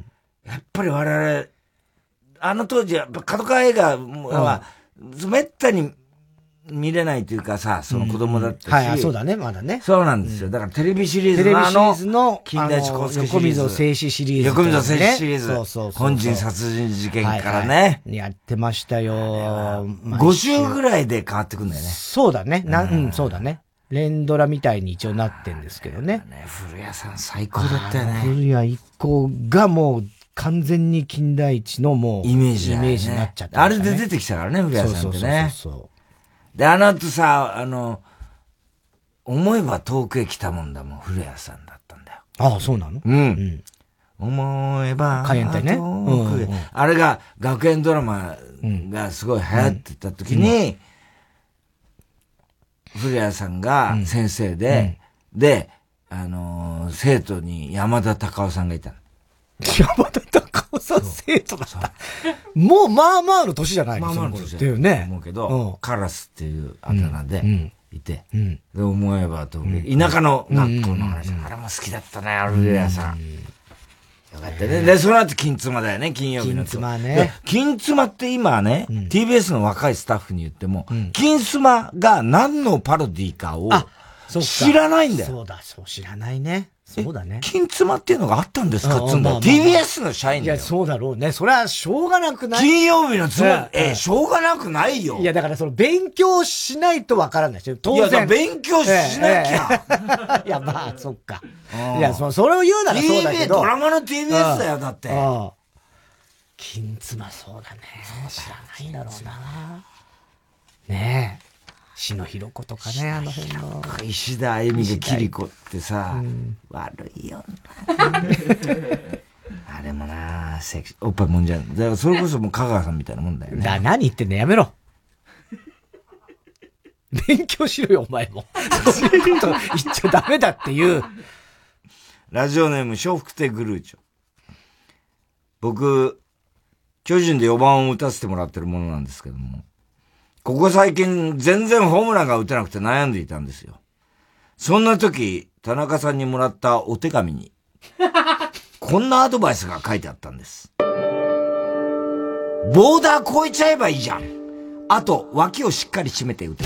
やっぱり我々、あの当時は、角川映画は、うん、めったに見れないというかさ、その子供だったし、うん、 はい、そうだね、まだね。 そうなんですよ。だからテレビシリーズの、 テレビシリーズの、 金田一耕助シリーズ。 横溝静止シリーズ、ね。 横溝静止シリーズ。 そうそうそう。 本人殺人事件からね。 はいはい、やってましたよ。 ご週ぐらいで変わってくんだよね。 そうだね。な、うん、そうだね。連ドラみたいに一応なってんですけどね。 ね、古谷さん最高だったよね。 古谷一行がもう、完全に金田一のもう、 イメージ、 ね、イメージになっちゃった、 ね。あれで出てきたからね、古谷さんってね。そうそうそうそう。で、あの後さ、あの、思えば遠くへ来たもんだもん、古谷さんだったんだよ。 ああ、そうなの？ うん。うん、思えば、 火炎ってね、 うんうん。あれが学園ドラマがすごい流行ってた時に、うん、古谷さんが先生で、うん、で、あのー、生徒に山田隆夫さんがいたの。 山田隆夫さん生徒だった。もうまあまあの年じゃないの？ まあまあの年だよね。 思うけど、うん、カラスっていうあだ名でいて、うん、で思えばと、うん、田舎の学校の話、うん、あれも好きだったね、アルフレアさん。よかったね。で、その後金妻だよね、金曜日の。 金妻ね。 金妻って今ね、うん、ティービーエス の若いスタッフに言っても、うん、金妻が何のパロディかを知らないんだよ。 そうだ、そう知らないね。そうだね。 金妻っていうのがあったんですかっつうんだよ。ティービーエス の社員だよ。 いや、そうだろうね。それはしょうがなくない？ 金曜日の妻、え、しょうがなくないよ。 いや、だからその勉強しないとわからないし、当然。 いや、勉強しなきゃ。 いや、まあ、そっか。いや、そ、それを言うならそうだけど。 ドラマの ティービーエス だよ、だって。 金妻そうだね。知らないんだろうな。ねえ。篠弘子とかね、あの辺の。 石田あゆみがキリコってさ、うん、悪いよな。あれもな、セクシー、おっぱいもんじゃん。だからそれこそもう香川さんみたいなもんだよね。 だ、何言ってんのやめろ。 勉強しろよ、お前も。そういうこと言っちゃダメだっていう。 ラジオネーム、笑福亭グルーチョ。僕、巨人でよばんを打たせてもらってるものなんですけども、ここ最近全然ホームランが打てなくて悩んでいたんですよ。そんな時、田中さんにもらったお手紙に、こんなアドバイスが書いてあったんです。ボーダー越えちゃえばいいじゃん。あと、脇をしっかり締めて打て。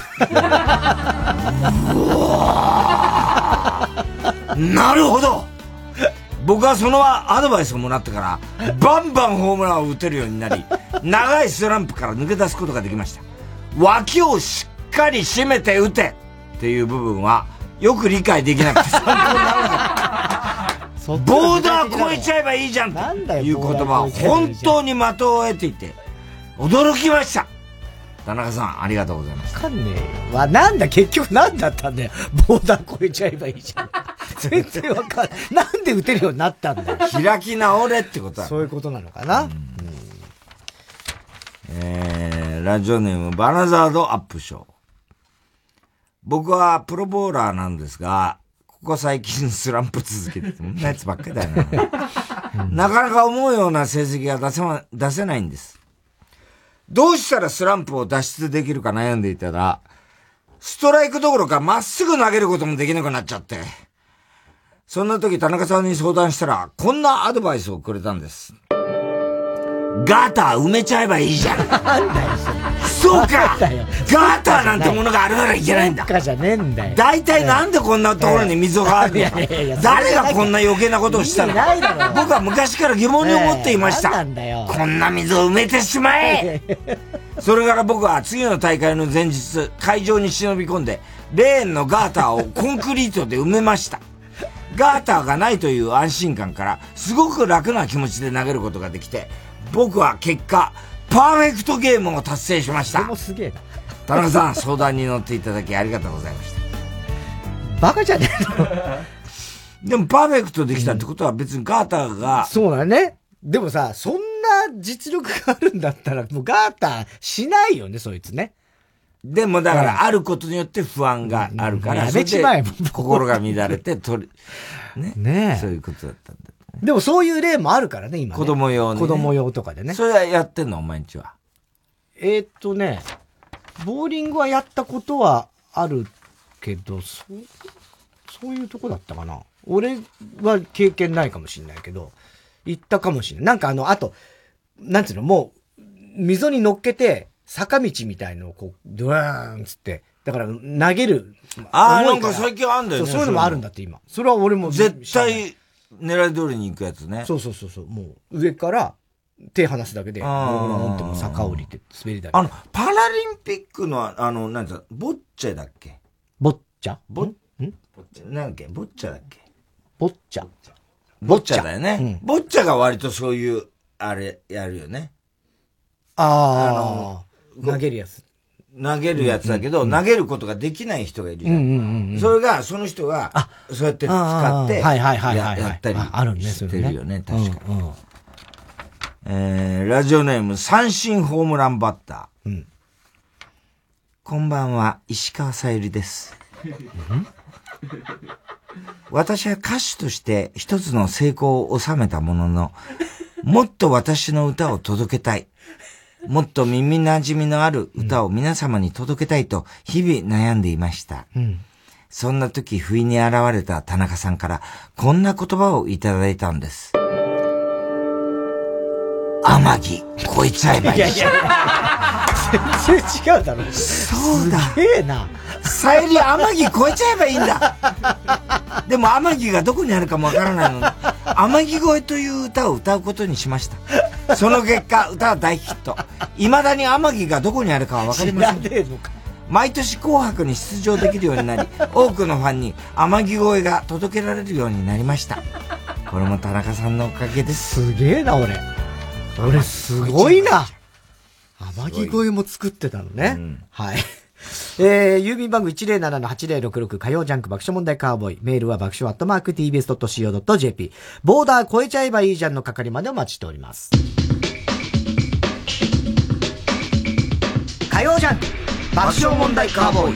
なるほど。僕はそのアドバイスをもらってから、バンバンホームランを打てるようになり、長いスランプから抜け出すことができました。脇をしっかり締めて打てっていう部分は、よく理解できなくて参考にならなかった。ボーダー越えちゃえばいいじゃんという言葉は本当に的を得ていて、驚きました。田中さん、ありがとうございます。 わかんねえよ。わ、なんだ、結局なんだったんだよ。ボーダー越えちゃえばいいじゃん。全然わかんない。なんで打てるようになったんだよ。 開き直れってことだ。 そういうことなのかな。うんうん、 えー、ラジオネーム、バナザードアップショー。僕はプロボーラーなんですが、ここ最近スランプ続けてて、こんなやつばっかりだよな。なかなか思うような成績が出せま、出せないんです。どうしたらスランプを脱出できるか悩んでいたら、ストライクどころかまっすぐ投げることもできなくなっちゃって。そんな時田中さんに相談したら、こんなアドバイスをくれたんです。ガーター埋めちゃえばいいじゃん。なんだよ、そうかガーターなんてものがあるからいけないんだ。 ガーターじゃねえんだよ。 大体なんでこんなところに溝があるのか。誰がこんな余計なことをしたのか。僕は昔から疑問に思っていました。こんな溝を埋めてしまえそれから僕は次の大会の前日、会場に忍び込んで、レーンのガーターをコンクリートで埋めました。ガーターがないという安心感から、すごく楽な気持ちで投げることができて、僕は結果、パーフェクトゲームを達成しました。 でもすげえな。 田中さん、相談に乗っていただきありがとうございました。 バカじゃねえのでもパーフェクトできたってことは別にガーターが、 うん、そうだね。でもさ、そんな実力があるんだったら、もうガーターしないよね、そいつね。 でもだから、あることによって不安があるから、 やめちまえ、 心が乱れて、取り、ね。 ねえ。 そういうことだったんだ。 でもそういう例もあるからね、今ね。 子供用ね。 子供用とかでね。 それはやってんのお前んちは。 えー、っとね、ボーリングはやったことはあるけど、そう、そういうとこだったかな。俺は経験ないかもしれないけど、行ったかもしれない。なんかあの、あと、なんつうの、もう、溝に乗っけて、坂道みたいのをこう、ドワーンつって、だから投げる。 ああ、なんか最近あんだよね。 そう、そういうのもあるんだって今。それは俺も絶対、狙い通りに行くやつね。 そうそうそうそう。もう、上から手離すだけで、ボーンっても坂降りて滑り台。 あの、パラリンピックの、あの、なんつうの、ボッチャだっけボッチャボッ、んなんだっけボッチャだっけボッチャボッチャだよね。ボッチャが割とそういう、あれ、やるよね。 ああ、投げるやつ。 投げるやつだけど、投げることができない人がいるじゃん。それが、その人が、そうやって使って、やったりしてるよね、確かに。えー、ラジオネーム、三振ホームランバッター。うん、こんばんは、石川さゆりです。私は歌手として一つの成功を収めたものの、もっと私の歌を届けたい。もっと耳馴染みのある歌を皆様に届けたいと日々悩んでいました。うん、そんな時不意に現れた田中さんからこんな言葉をいただいたんです。天城越えちゃえばいい。いやいや全然違うだろ。 そうだ。 すげえな。 さゆり天城越えちゃえばいいんだ。でも天城がどこにあるかもわからないので、天城越えという歌を歌うことにしました。その結果、歌は大ヒット。未だに天城がどこにあるかはわかりません。 知らねえのか。 毎年紅白に出場できるようになり、多くのファンに天城越えが届けられるようになりました。これも田中さんのおかげです。 すげえな、俺。俺すごいな。天城越えも作ってたのね。うん、はい。えー、郵便番号 いちゼロななのはちゼロろくろく 火曜ジャンク爆笑問題カーボーイ。メールは爆笑アットマーク ティービーエスドットシーオードットジェーピー。ボーダー越えちゃえばいいじゃんの係までお待ちしております。火曜ジャンク爆笑問題カーボーイ。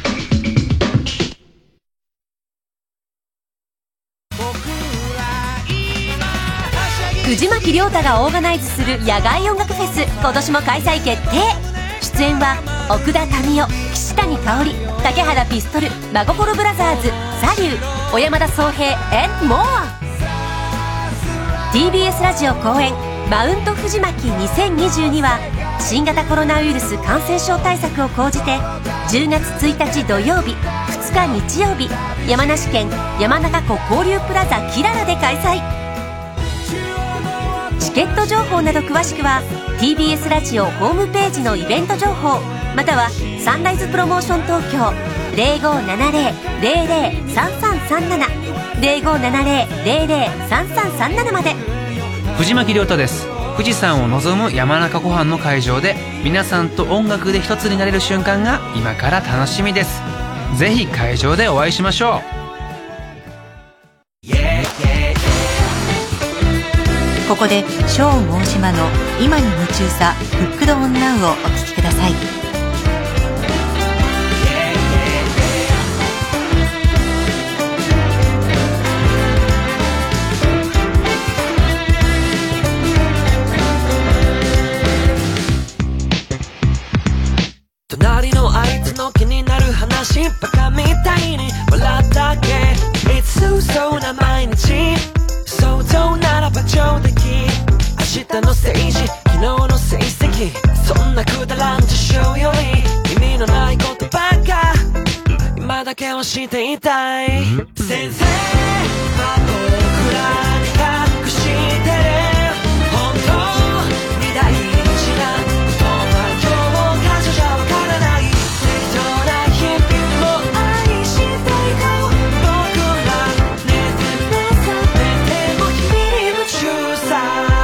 藤巻亮太がオーガナイズする野外音楽フェス、今年も開催決定。出演は奥田民生、岸谷香織、竹原ピストル、真心ブラザーズ、サリュー、小山田宗平 and more。 ティービーエス ラジオ公演マウント藤巻にせんにじゅうには新型コロナウイルス感染症対策を講じてじゅうがつついたち土曜日、ふつか日曜日、山梨県山中湖交流プラザキララで開催。チケット情報など詳しくは ティービーエス ラジオホームページのイベント情報、またはサンライズプロモーション東京 ゼロごーななゼロ ゼロゼロ さんさんさんなな ゼロごーななゼロ ゼロゼロ さんさんさんななまで。 藤巻亮太です。富士山を望む山中湖畔の会場で皆さんと音楽で一つになれる瞬間が今から楽しみです。ぜひ会場でお会いしましょう。 ここでショーン大島の今に夢中さフックドオンナウをお聴きください。 隣のあいつの気になる話バカみたいに笑ったっけ。いつそうそうな毎日想像ならば上出来。明日のステージ昨日の成績そんなくだらん事象より意味のないことばっか今だけをしていたい。先生は僕らに隠してる本当に大事なことは今日感謝じゃわからない。適当な日々も愛していこう。僕ら寝ても覚めても君に夢中さ。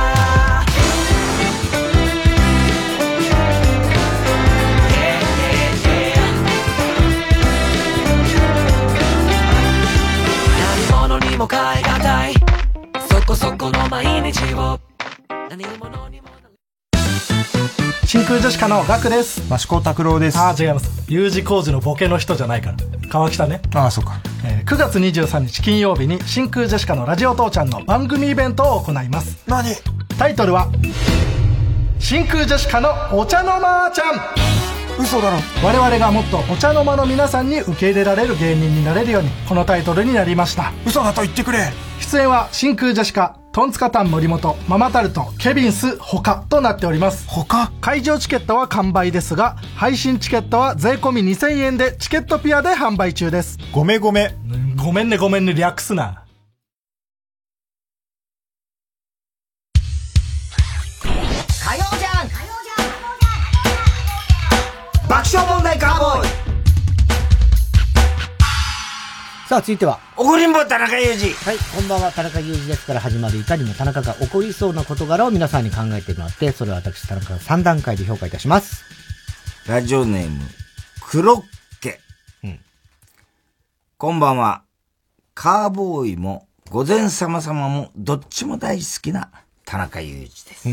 何者にも変えがたいそこそこの毎日を何者にも。 真空ジェシカのガクです。 益子拓郎です。 ああ違います。 U 字工事のボケの人じゃないから。川北ね。 ああそうか、 えー、くがつにじゅうさんにち金曜日に真空ジェシカのラジオ父ちゃんの番組イベントを行います。 何？ タイトルは真空ジェシカのお茶の間ちゃん。 嘘だろ。 我々がもっとお茶の間の皆さんに受け入れられる芸人になれるようにこのタイトルになりました。 嘘だと言ってくれ。 出演は真空ジェシカ、トンツカタン森本、ママタルト、ケビンス他となっております。 他？ 会場チケットは完売ですが配信チケットは税込みにせんえんでチケットピアで販売中です。 ごめごめ。 ごめんねごめんね略すな。 火曜じゃん爆笑問題カーボーイ。 さあ続いては怒りんぼ田中裕二。 はい、こんばんは。田中裕二ですから始まるいかにも田中が起こりそうな事柄を皆さんに考えてもらって、それを私田中がさん段階で評価いたします。 ラジオネームクロッケ、うん、こんばんは。カーボーイも御前様様もどっちも大好きな田中裕二です、うん、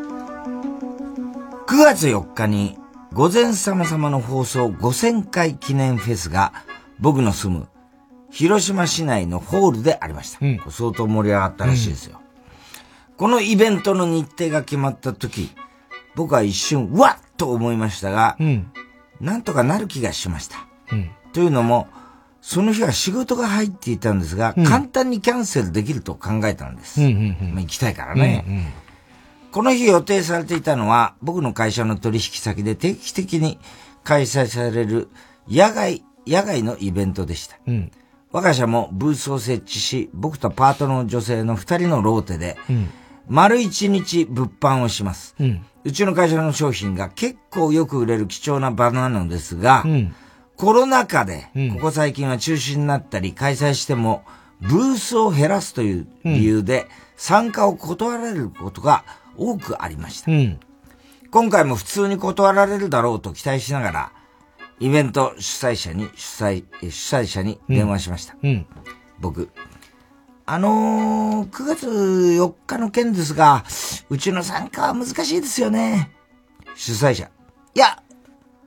くがつよっかに御前様様の放送ごせんかい記念フェスが僕の住む広島市内のホールでありました、うん、相当盛り上がったらしいですよ、うん、このイベントの日程が決まった時僕は一瞬うわっと思いましたが、うん、なんとかなる気がしました、うん、というのもその日は仕事が入っていたんですが、うん、簡単にキャンセルできると考えたんです、うんうんうんまあ、行きたいからね、うんうん、この日予定されていたのは僕の会社の取引先で定期的に開催される野外野外のイベントでした、うん、我が社もブースを設置し僕とパートの女性の二人のローテで、うん、丸一日物販をします、うん、うちの会社の商品が結構よく売れる貴重な場なのですが、うんコロナ禍で、ここ最近は中止になったり、開催しても、ブースを減らすという理由で、参加を断られることが多くありました。うん、今回も普通に断られるだろうと期待しながら、イベント主催者に、主催、主催者に電話しました。うんうん、僕、あのー、くがつよっかの件ですが、うちの参加は難しいですよね。主催者。いや、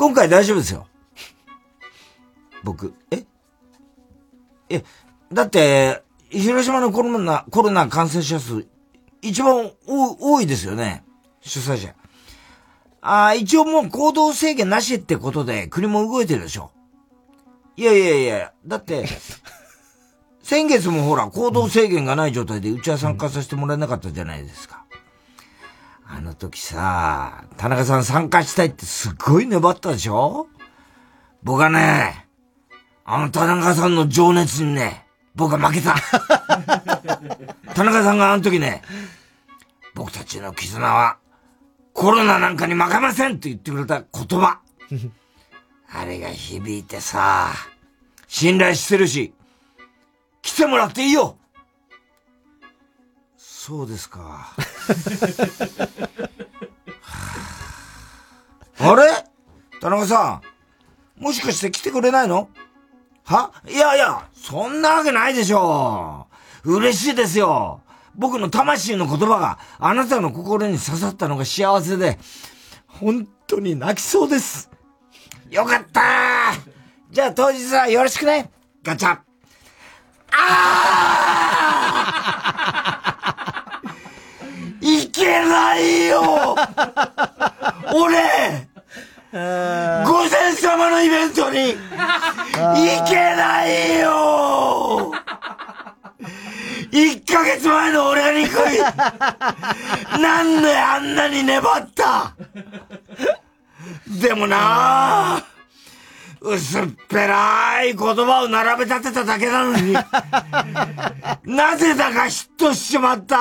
今回大丈夫ですよ。僕、ええ、だって、広島のコロナ、コロナ感染者数、一番多いですよね。主催者。ああ、一応もう行動制限なしってことで国も動いてるでしょ。いやいやいや、だって、先月もほら、行動制限がない状態でうちは参加させてもらえなかったじゃないですか。あの時さ、田中さん参加したいってすっごい粘ったでしょ。僕はね、あの田中さんの情熱にね、僕は負けた。田中さんがあの時ね、僕たちの絆はコロナなんかに負けませんって言ってくれた言葉。あれが響いてさ、信頼してるし、来てもらっていいよ。そうですか。あれ田中さん、もしかして来てくれないの？はいやいや、そんなわけないでしょう。嬉しいですよ。僕の魂の言葉があなたの心に刺さったのが幸せで、本当に泣きそうです。よかったー。じゃあ当日はよろしくね。ガチャ。あーいけないよ俺御前様のイベントに行けないよいっかげつまえの俺が憎いなんであんなに粘ったでもなぁ薄っぺらい言葉を並べ立てただけなのになぜだかヒットしちまった。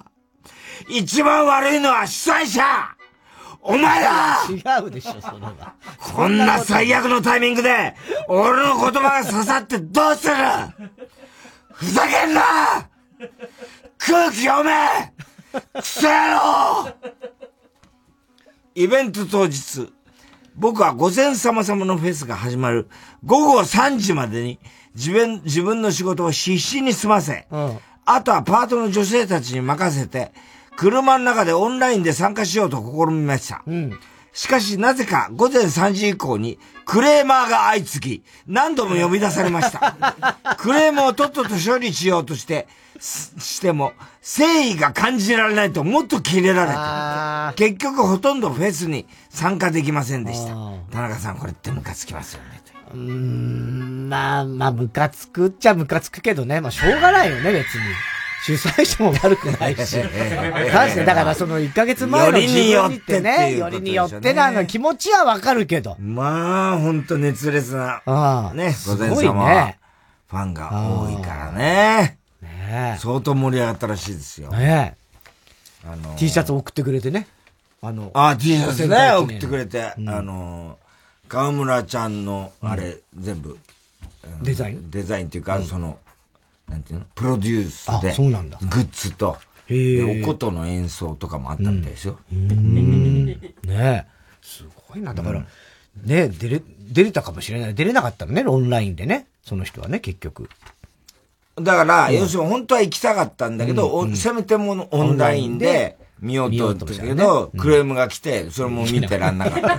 一番悪いのは主催者お前だ。 違うでしょそれは。 こんな最悪のタイミングで俺の言葉が刺さってどうする。ふざけんな空気読めクソ野郎。イベント当日、僕は御前様様のフェスが始まるごごさんじまでに自分、自分の仕事を必死に済ませ、うん、あとはパートの女性たちに任せて、車の中でオンラインで参加しようと試みました。うん、しかしなぜかごぜんさんじ以降にクレーマーが相次ぎ、何度も呼び出されました。クレームをとっとと処理しようとして、しても、誠意が感じられないともっとキレられて、結局ほとんどフェスに参加できませんでした。田中さん、これってムカつきますよね。 うーん、まあ、まあ、ムカつくっちゃムカつくけどね。まあ、しょうがないよね、別に。主催者も悪くないし。確かに、だからそのいっかげつまえの自分にってね、よりによってなの気持ちはわかるけど。 まあ、ほんと熱烈な、ね、御前様はファンが多いからね。ね相当盛り上がったらしいですよ。 ねあのー、T シャツ送ってくれてね。 あの、あ、T シャツね、送ってくれて、うん、あのー、川村ちゃんの、あれ、うん、全部、 デザインデザインっていうか、うん、その、なんていうのプロデュースで、 あ、そうなんだ。 グッズと、お琴の演奏とかもあったみたいですよ。 うん、うんねえ。すごいな。だから、うん、ね出れ、出れたかもしれない。出れなかったのね、オンラインでね。その人はね、結局。 だから、うん、要するに本当は行きたかったんだけど、うんうん、せめてもオンラインで見ようと思ったけど、ね、クレームが来て、それも見てらんなかった。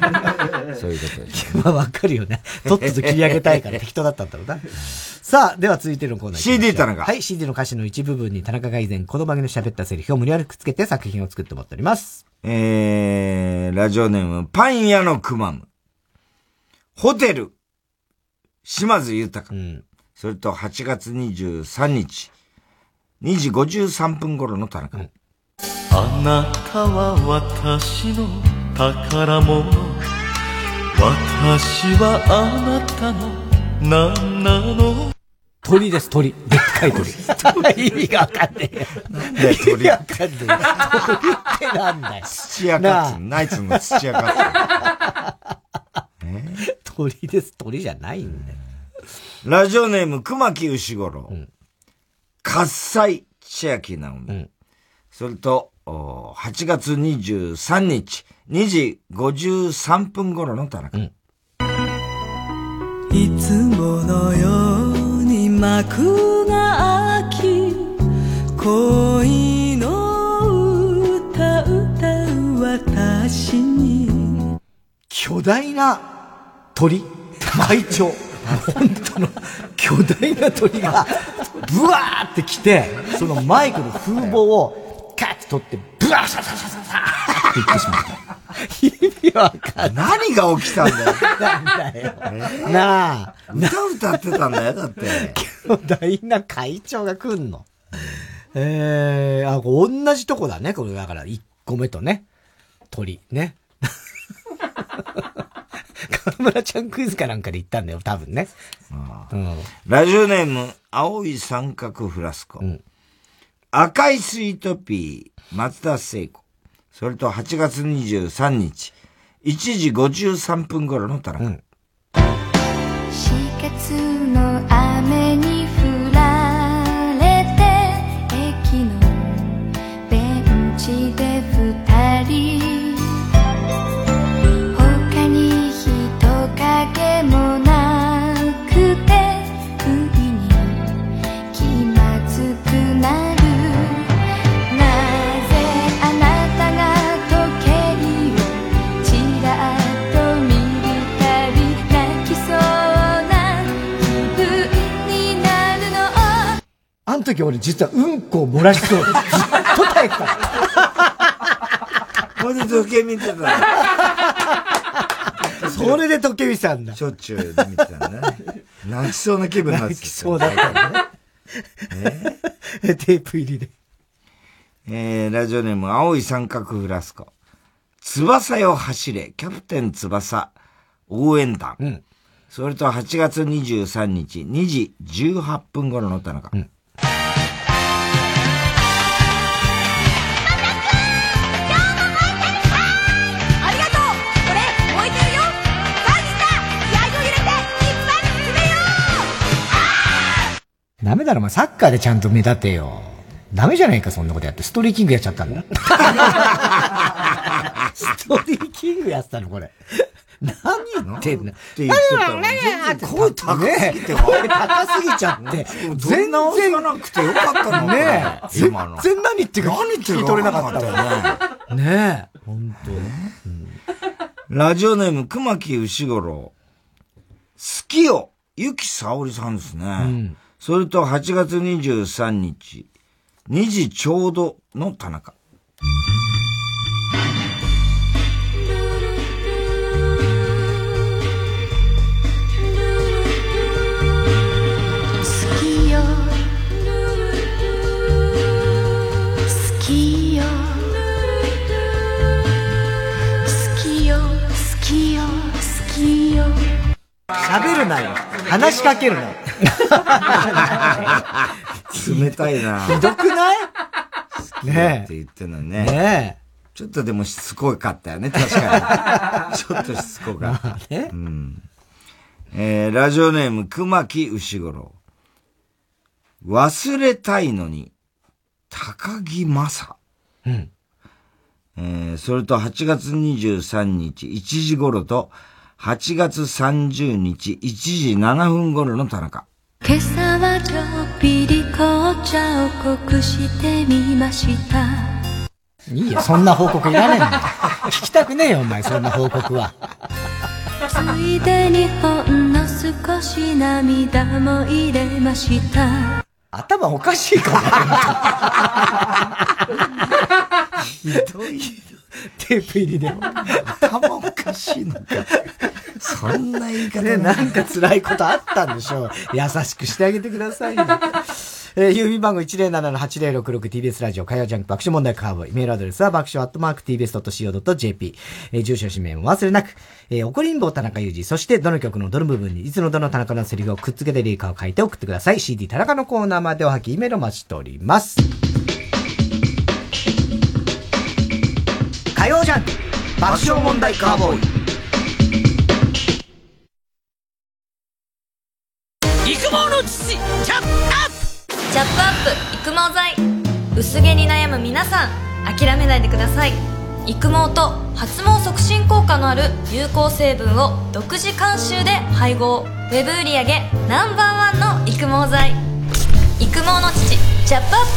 そういうことです。 まあわかるよね。とっとと切り上げたいから適当だったんだろうな。さあ、では続いてのコーナー。 シーディー 田中。 はい、シーディー の歌詞の一部分に田中が以前、この番組で喋ったセリフを無理やりくっつけて作品を作ってもらっております。 えー、ラジオネーム、パン屋のくまむ。ホテル、島津豊。うんそれとはちがつにじゅうさんにち、にじごじゅうさんぷん頃の田中。うん、 あなたは私の宝物。私はあなたの何なの。 鳥です、鳥。でっかい鳥。意味がわかんねえよ。 なんだよ、鳥。 意味わかんねえよ。鳥ってなんだよ。 土屋カツ、ナイツの土屋カツ。え鳥です、鳥じゃないんだよ。 ラジオネーム、熊木牛五郎。うん、喝采、千秋直美。うん、それと、はちがつにじゅうさんにち、にじごじゅうさんぷん頃の田中。うん、 いつものように幕が開き、恋の歌歌う私に。 巨大な鳥会長本当の巨大な鳥がブワーって来て、そのマイクの風貌をカッと取ってブワーサササササーって言ってしまった。意味わかんない。 何が起きたんだよ。 なんだよ。なあ。 歌歌ってたんだよ、だって。 巨大な会長が来んの。えー、あ、同じとこだね、これだからいっこめとね。鳥、ね。河村ちゃんクイズかなんかで言ったんだよ、多分ね。 ああうん、ラジオネーム、青い三角フラスコ。うん、赤いスイートピー、松田聖子。それとはちがつにじゅうさんにち、いちじごじゅうさんぷん頃の田中。うん、 四月の雨に降られて、駅のベンチで二人。影もなくて不意に気まずくなる。なぜあなたが時計をちらっと見るたび泣きそうな気分になるの。 あの時俺実はうんこを漏らしそうずっと耐えた。 これで時計見てた。 それで時計見てたんだ。 しょっちゅう見てたんだね。泣きそうな気分になって泣きそうだったんだね。えテープ入りで。 えー、ラジオネーム、青い三角フラスコ。翼よ走れ、キャプテン翼応援団。うん、それとはちがつにじゅうさんにち、にじじゅうはっぷん頃の田中。うん、 ダメだろ、お前サッカーでちゃんと目立てよ。ダメじゃないか、そんなことやって。ストリーキングやっちゃったんだ。ストリーキングやってたの、これ。何言ってんのって言ってたの。全然声高すぎて、声高すぎちゃって。全然直さなくてよかったのね。全然何言ってるか聞き取れなかったよね。ねえ。ほんとね。 ラジオネーム、熊木牛五郎。好きよ、ゆきさおりさんですね。うんそれとはちがつにじゅうさんにち、にじちょうどの田中。 好きよ好きよ好きよ好きよ好きよ喋るなよ。話しかけるなよ。 冷たいな。 ひどくないねえ。って言ってんのね。 ねえ。 ちょっとでもしつこかったよね、確かに。ちょっとしつこかった。まあね。うん。えー、ラジオネーム、熊木牛五郎。忘れたいのに、高木正。うん。えー、それとはちがつにじゅうさんにち、いちじ頃と、はちがつさんじゅうにち、いちじななふん頃の田中。 今朝はちょっぴり紅茶を濃くしてみました。 いいよ、そんな報告いらねえんだよ。聞きたくねえよ、お前、そんな報告は。 ついでにほんの少し涙も入れました。 頭おかしいかな。ひどい。テープ入りで。 頭おかしいのか。そんな言い方ね、なんか辛いことあったんでしょう。優しくしてあげてくださいよ。えー、郵便番号 いちゼロななのはちゼロろくろく ティービーエス ラジオ火曜ジャンク爆笑問題カーボーイ。メールアドレスは爆笑アットマーク ティービーエスドットシーオードットジェーピー。えー、住所氏名も忘れなく。えー、怒りんぼう田中裕二。そしてどの曲のどの部分にいつのどの田中のセリフをくっつけてリーカーを書いて送ってください。シーディー 田中のコーナーまでおはき、メールを待ちしております。火曜ジャンク爆笑問題カーボーイ。 育毛の父、チャップアップチャップアップ育毛剤。薄毛に悩む皆さん、諦めないでください。育毛と発毛促進効果のある有効成分を独自監修で配合。ウェブ売上ナンバーワンの育毛剤。育毛の父、チャップアッ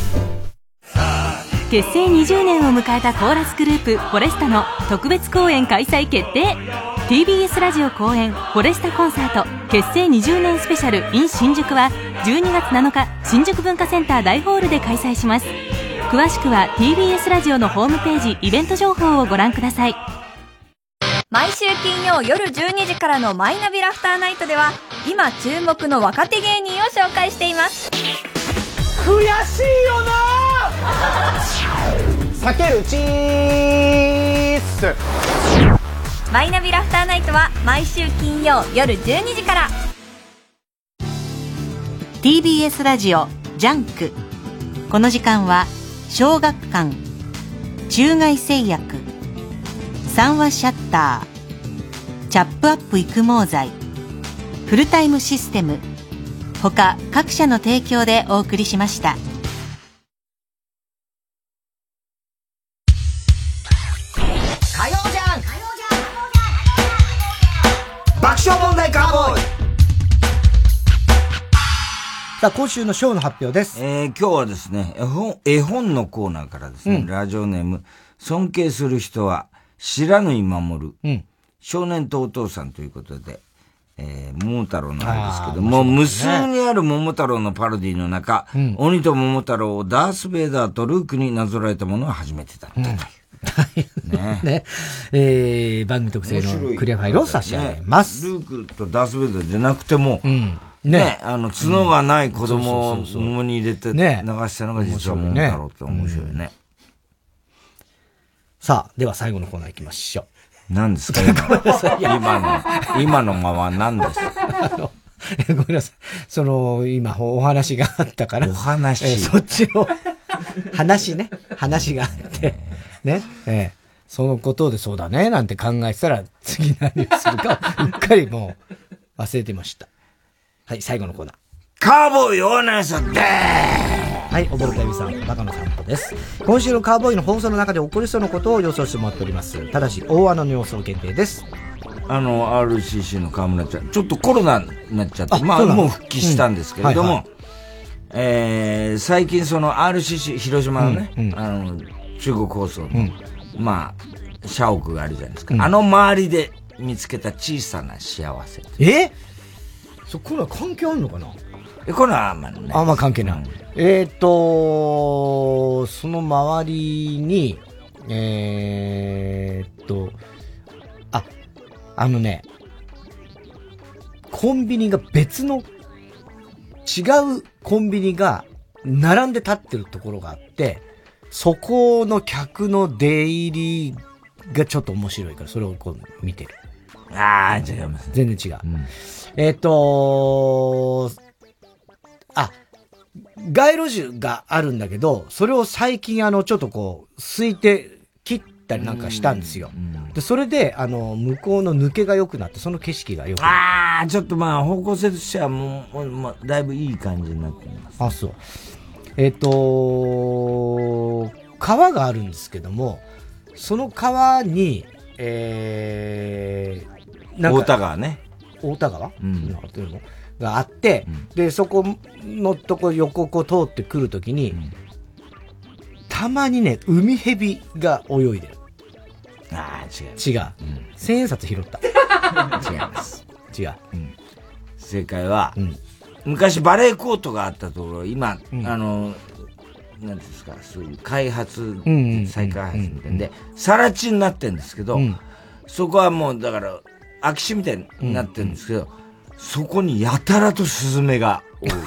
プ。結成にじゅうねんを迎えたコーラスグループフォレスタの特別公演開催決定。 ティービーエス ラジオ公演フォレスタコンサート結成にじゅうねんスペシャル in 新宿はじゅうにがつなのか新宿文化センター大ホールで開催します。詳しくは ティービーエス ラジオのホームページイベント情報をご覧ください。 毎週金曜夜じゅうにじからのマイナビラフターナイトでは今注目の若手芸人を紹介しています。 悔しいよな避けるチース。 マイナビラフターナイトは毎週金曜夜じゅうにじから。 ティービーエス ラジオジャンク。この時間は小学館、中外製薬、三話シャッター、チャップアップ育毛剤、フルタイムシステム他各社の提供でお送りしました。 火曜じゃん爆笑問題カーボーイ。さあ、今週のショーの発表です。 えー、今日はですね、絵本、絵本のコーナーからですね、うん、ラジオネーム、尊敬する人は知らぬい守る、うん、少年とお父さんということで、えー、桃太郎なんですけども、ね、無数にある桃太郎のパロディの中、うん、鬼と桃太郎をダース・ベイダーとルークになぞらえたものは初めてだったという。うんねねえー、番組特製のクリアファイルを差し上げます。 ね、ルークとダース・ベイダーじゃなくても、うんね, ね、あの、角がない子供を桃に入れて流したのが実は桃太郎って面白いね。ね、 さあ、では最後のコーナー行きましょう。何ですか今の、今のまま何ですかごめんなさい。その、今お話があったから。 お話、 えー、そっちの話ね。話があって。ね。えー、そのことでそうだね、なんて考えてたら、次何をするかをうっかりもう忘れてました。はい、最後のコーナー。 カーボーイオーナーさんでーはい、おぼろたびさん、バカの散歩です。今週のカーボーイの放送の中で起こりそうなことを予想してもらっております。ただし、大穴の予想限定です。 あの、アールシーシー の河村ちゃん、ちょっとコロナになっちゃって、まあ、もう復帰したんですけれども、うんはいはい、えー、最近その アールシーシー、広島のね、うんうん、あの、中国放送の、うん、まあ、社屋があるじゃないですか。うん、あの周りで見つけた小さな幸せ。 えそこら関係あるのかな。 え、これはあんまりね。 あんま関係ない。うん、えっ、ー、と、その周りに、えー、っと、あ、あのね、コンビニが別の、違うコンビニが並んで立ってるところがあって、そこの客の出入りがちょっと面白いから、それをこう見てる。 ああ、違います、ね。 全然違う。うん、えっ、ー、とあ、街路樹があるんだけど、それを最近あの、ちょっとこう、すいて切ったりなんかしたんですよ。うんうん、で、それで、あの、向こうの抜けが良くなって、その景色が良くなって。 ああ、ちょっとまあ、方向性としてはもう、まあ、だいぶいい感じになっています。 あ、そう。えっ、ー、と川があるんですけども、その川に、えー、 なんか。大田川ね。 大田川、うん、なんていうのがあって、うん、で、そこのとこ横を通ってくるときに、うん、たまにね、海蛇が泳いでる。 ああ、違う。 違う。うん、千円札拾った。 違います。 違う。うん、 正解は、うん、昔バレーコートがあったところ、今、うん、あの、なんですか、そういう開発、うん、再開発みたいで、更地になってるんですけど、うん、そこはもう、だから、空き地みたいになってるんですけど、うん、そこにやたらとスズメが多い。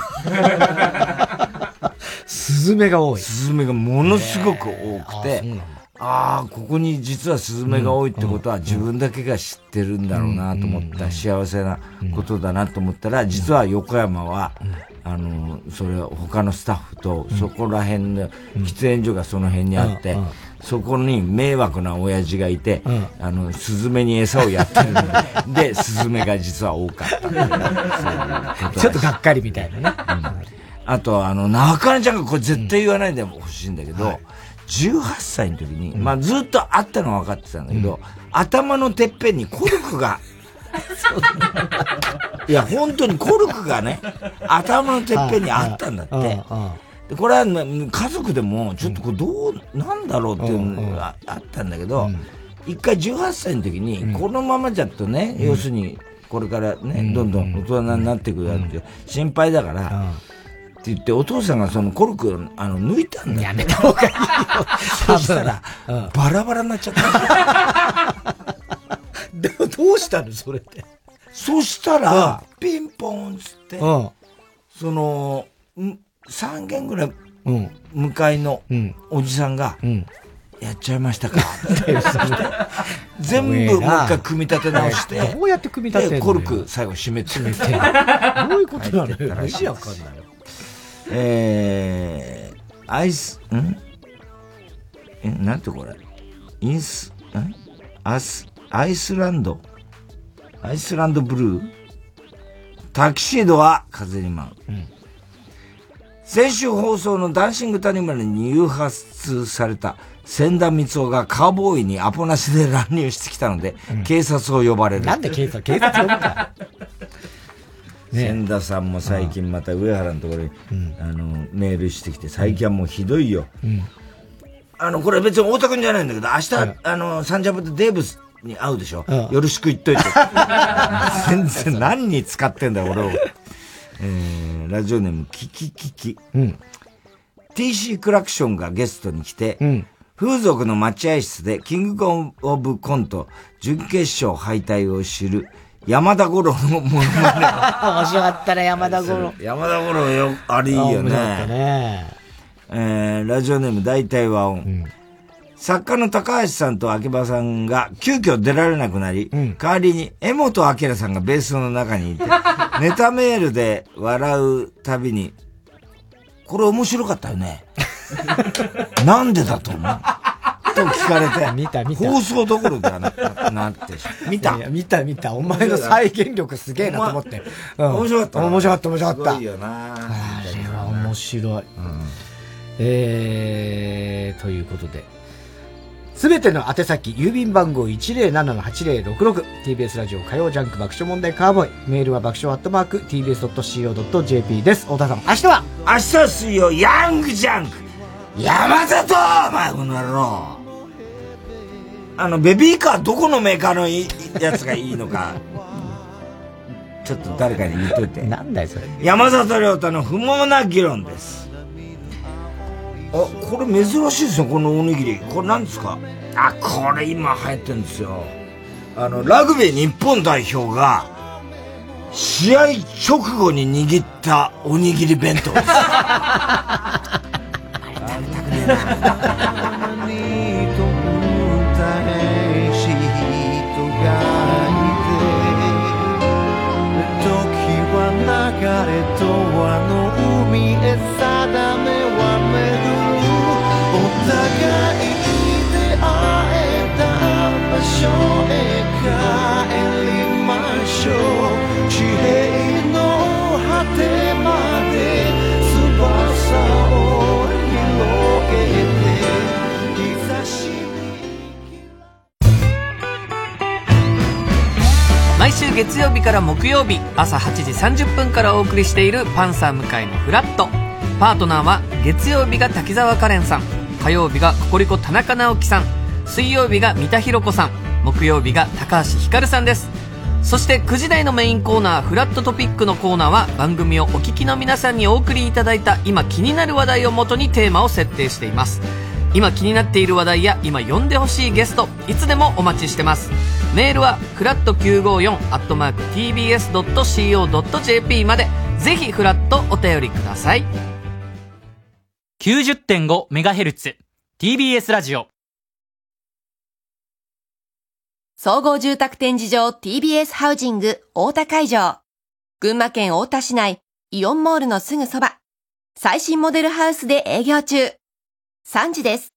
スズメが多い。 スズメがものすごく多くて、ああ、ここに実はスズメが多いってことは自分だけが知ってるんだろうなと思った、幸せなことだなと思ったら、実は横山は、あの、それ他のスタッフとそこら辺の喫煙所がその辺にあって、そこに迷惑な親父がいて、あの、スズメに餌をやってるので、で、スズメが実は多かった。 ちょっとがっかりみたいなね。 あと、あの、中根ちゃんがこれ絶対言わないでほしいんだけど、じゅうはっさいの時に、まあずっとあったのは分かってたんだけど、頭のてっぺんにコルクが、いや、本当にコルクがね、頭のてっぺんにあったんだって。でこれは家族でも、ちょっとこれどう、なんだろうっていうのがあったんだけど、 一回じゅうはっさいの時に、このままじゃとね、要するに、これからね、どんどん大人になっていくやつ、心配だから、って言って、お父さんがそのコルク、あの、抜いたんだ。 やめた方がいいよ。 そしたら、バラバラになっちゃった。 でもどうしたのそれって。 そしたら、ピンポンつって、その、さん軒ぐらい、向かいのおじさんが、やっちゃいましたかって全部もう一回組み立て直して、 どうやって組み立てるのコルク最後閉めて。 閉めて。どういうことなのよ。意味わかんないよ。 えー、アイス、んえ、なんてこれインス、んアス、アイスランドアイスランドブルータキシードは風に舞う。うん、先週放送のダンシング谷村に誘発された千田光雄がカウボーイにアポなしで乱入してきたので、うん、警察を呼ばれる。 なんで警察、警察呼ぶか。 ね、千田さんも最近また上原のところに、うん、あの、メールしてきて、最近はもうひどいよ。うん、あの、これ別に太田くんじゃないんだけど、明日、うん、あの、サンジャポでデーブスに会うでしょ。うん、よろしく言っといて。全然何に使ってんだよ、俺を。えー、ラジオネーム、キキキキ。うん、ティーシー クラクションがゲストに来て、うん、風俗の待合室でキングオブコント準決勝敗退を知る山田五郎のものまね。 面白かったね、山田五郎。 山田五郎よ、あれいいよね。ねえー、ラジオネーム大体和音。うん、作家の高橋さんと秋葉さんが急遽出られなくなり、うん、代わりに江本明さんがベースの中にいて、ネタメールで笑うたびに、これ面白かったよね。なんでだと思うと聞かれて、 見た見た。 放送どころではななって、見たいや見た見た。お前の再現力すげえなと思って。 うん、面白かった。 面白かった、面白かった。 すごいよな。 あれは面白い。うん、えー、ということで。すべての宛先、郵便番号 いちまるななのはちまるろくろく、ティービーエス ラジオ火曜ジャンク爆笑問題カーボーイ、メールは爆笑アットマーク ティービーエスドットシーオードットジェーピー です。太田さん、明日は明日は水曜、ヤングジャンク山里お前この野郎あの、ベビーカーどこのメーカーのいいやつがいいのか、ちょっと誰かに言っといて。 なんだよそれ。 山里亮太の不毛な議論です。あ、これ珍しいですよ、このおにぎり。これ何ですか？あ、これ今流行ってるんですよ。あの、ラグビー日本代表が、試合直後に握ったおにぎり弁当です。あれ食べたくねえな。流れとあの海へ定めは巡るお互い出会えた場所へ帰りましょう地平の果てまで翼を広げて日差し毎週月曜日から木曜日朝はちじさんじゅっぷんからお送りしているパンサー向井のフラット。パートナーは月曜日が滝沢カレンさん、火曜日がココリコ田中直樹さん、水曜日が三田寛子さん、木曜日が高橋ひかるさんです。そしてくじ台のメインコーナーフラットトピックのコーナーは番組をお聞きの皆さんにお送りいただいた今気になる話題をもとにテーマを設定しています。今気になっている話題や今呼んでほしいゲストいつでもお待ちしてます。メールはフラットきゅうごよんアットマーク ティービーエスドットシーオードットジェーピー までぜひフラットお便りください。 きゅうじゅってんごメガヘルツ ティービーエス ラジオ総合住宅展示場 ティービーエス ハウジング大田会場。群馬県太田市内イオンモールのすぐそば。最新モデルハウスで営業中。さんじです。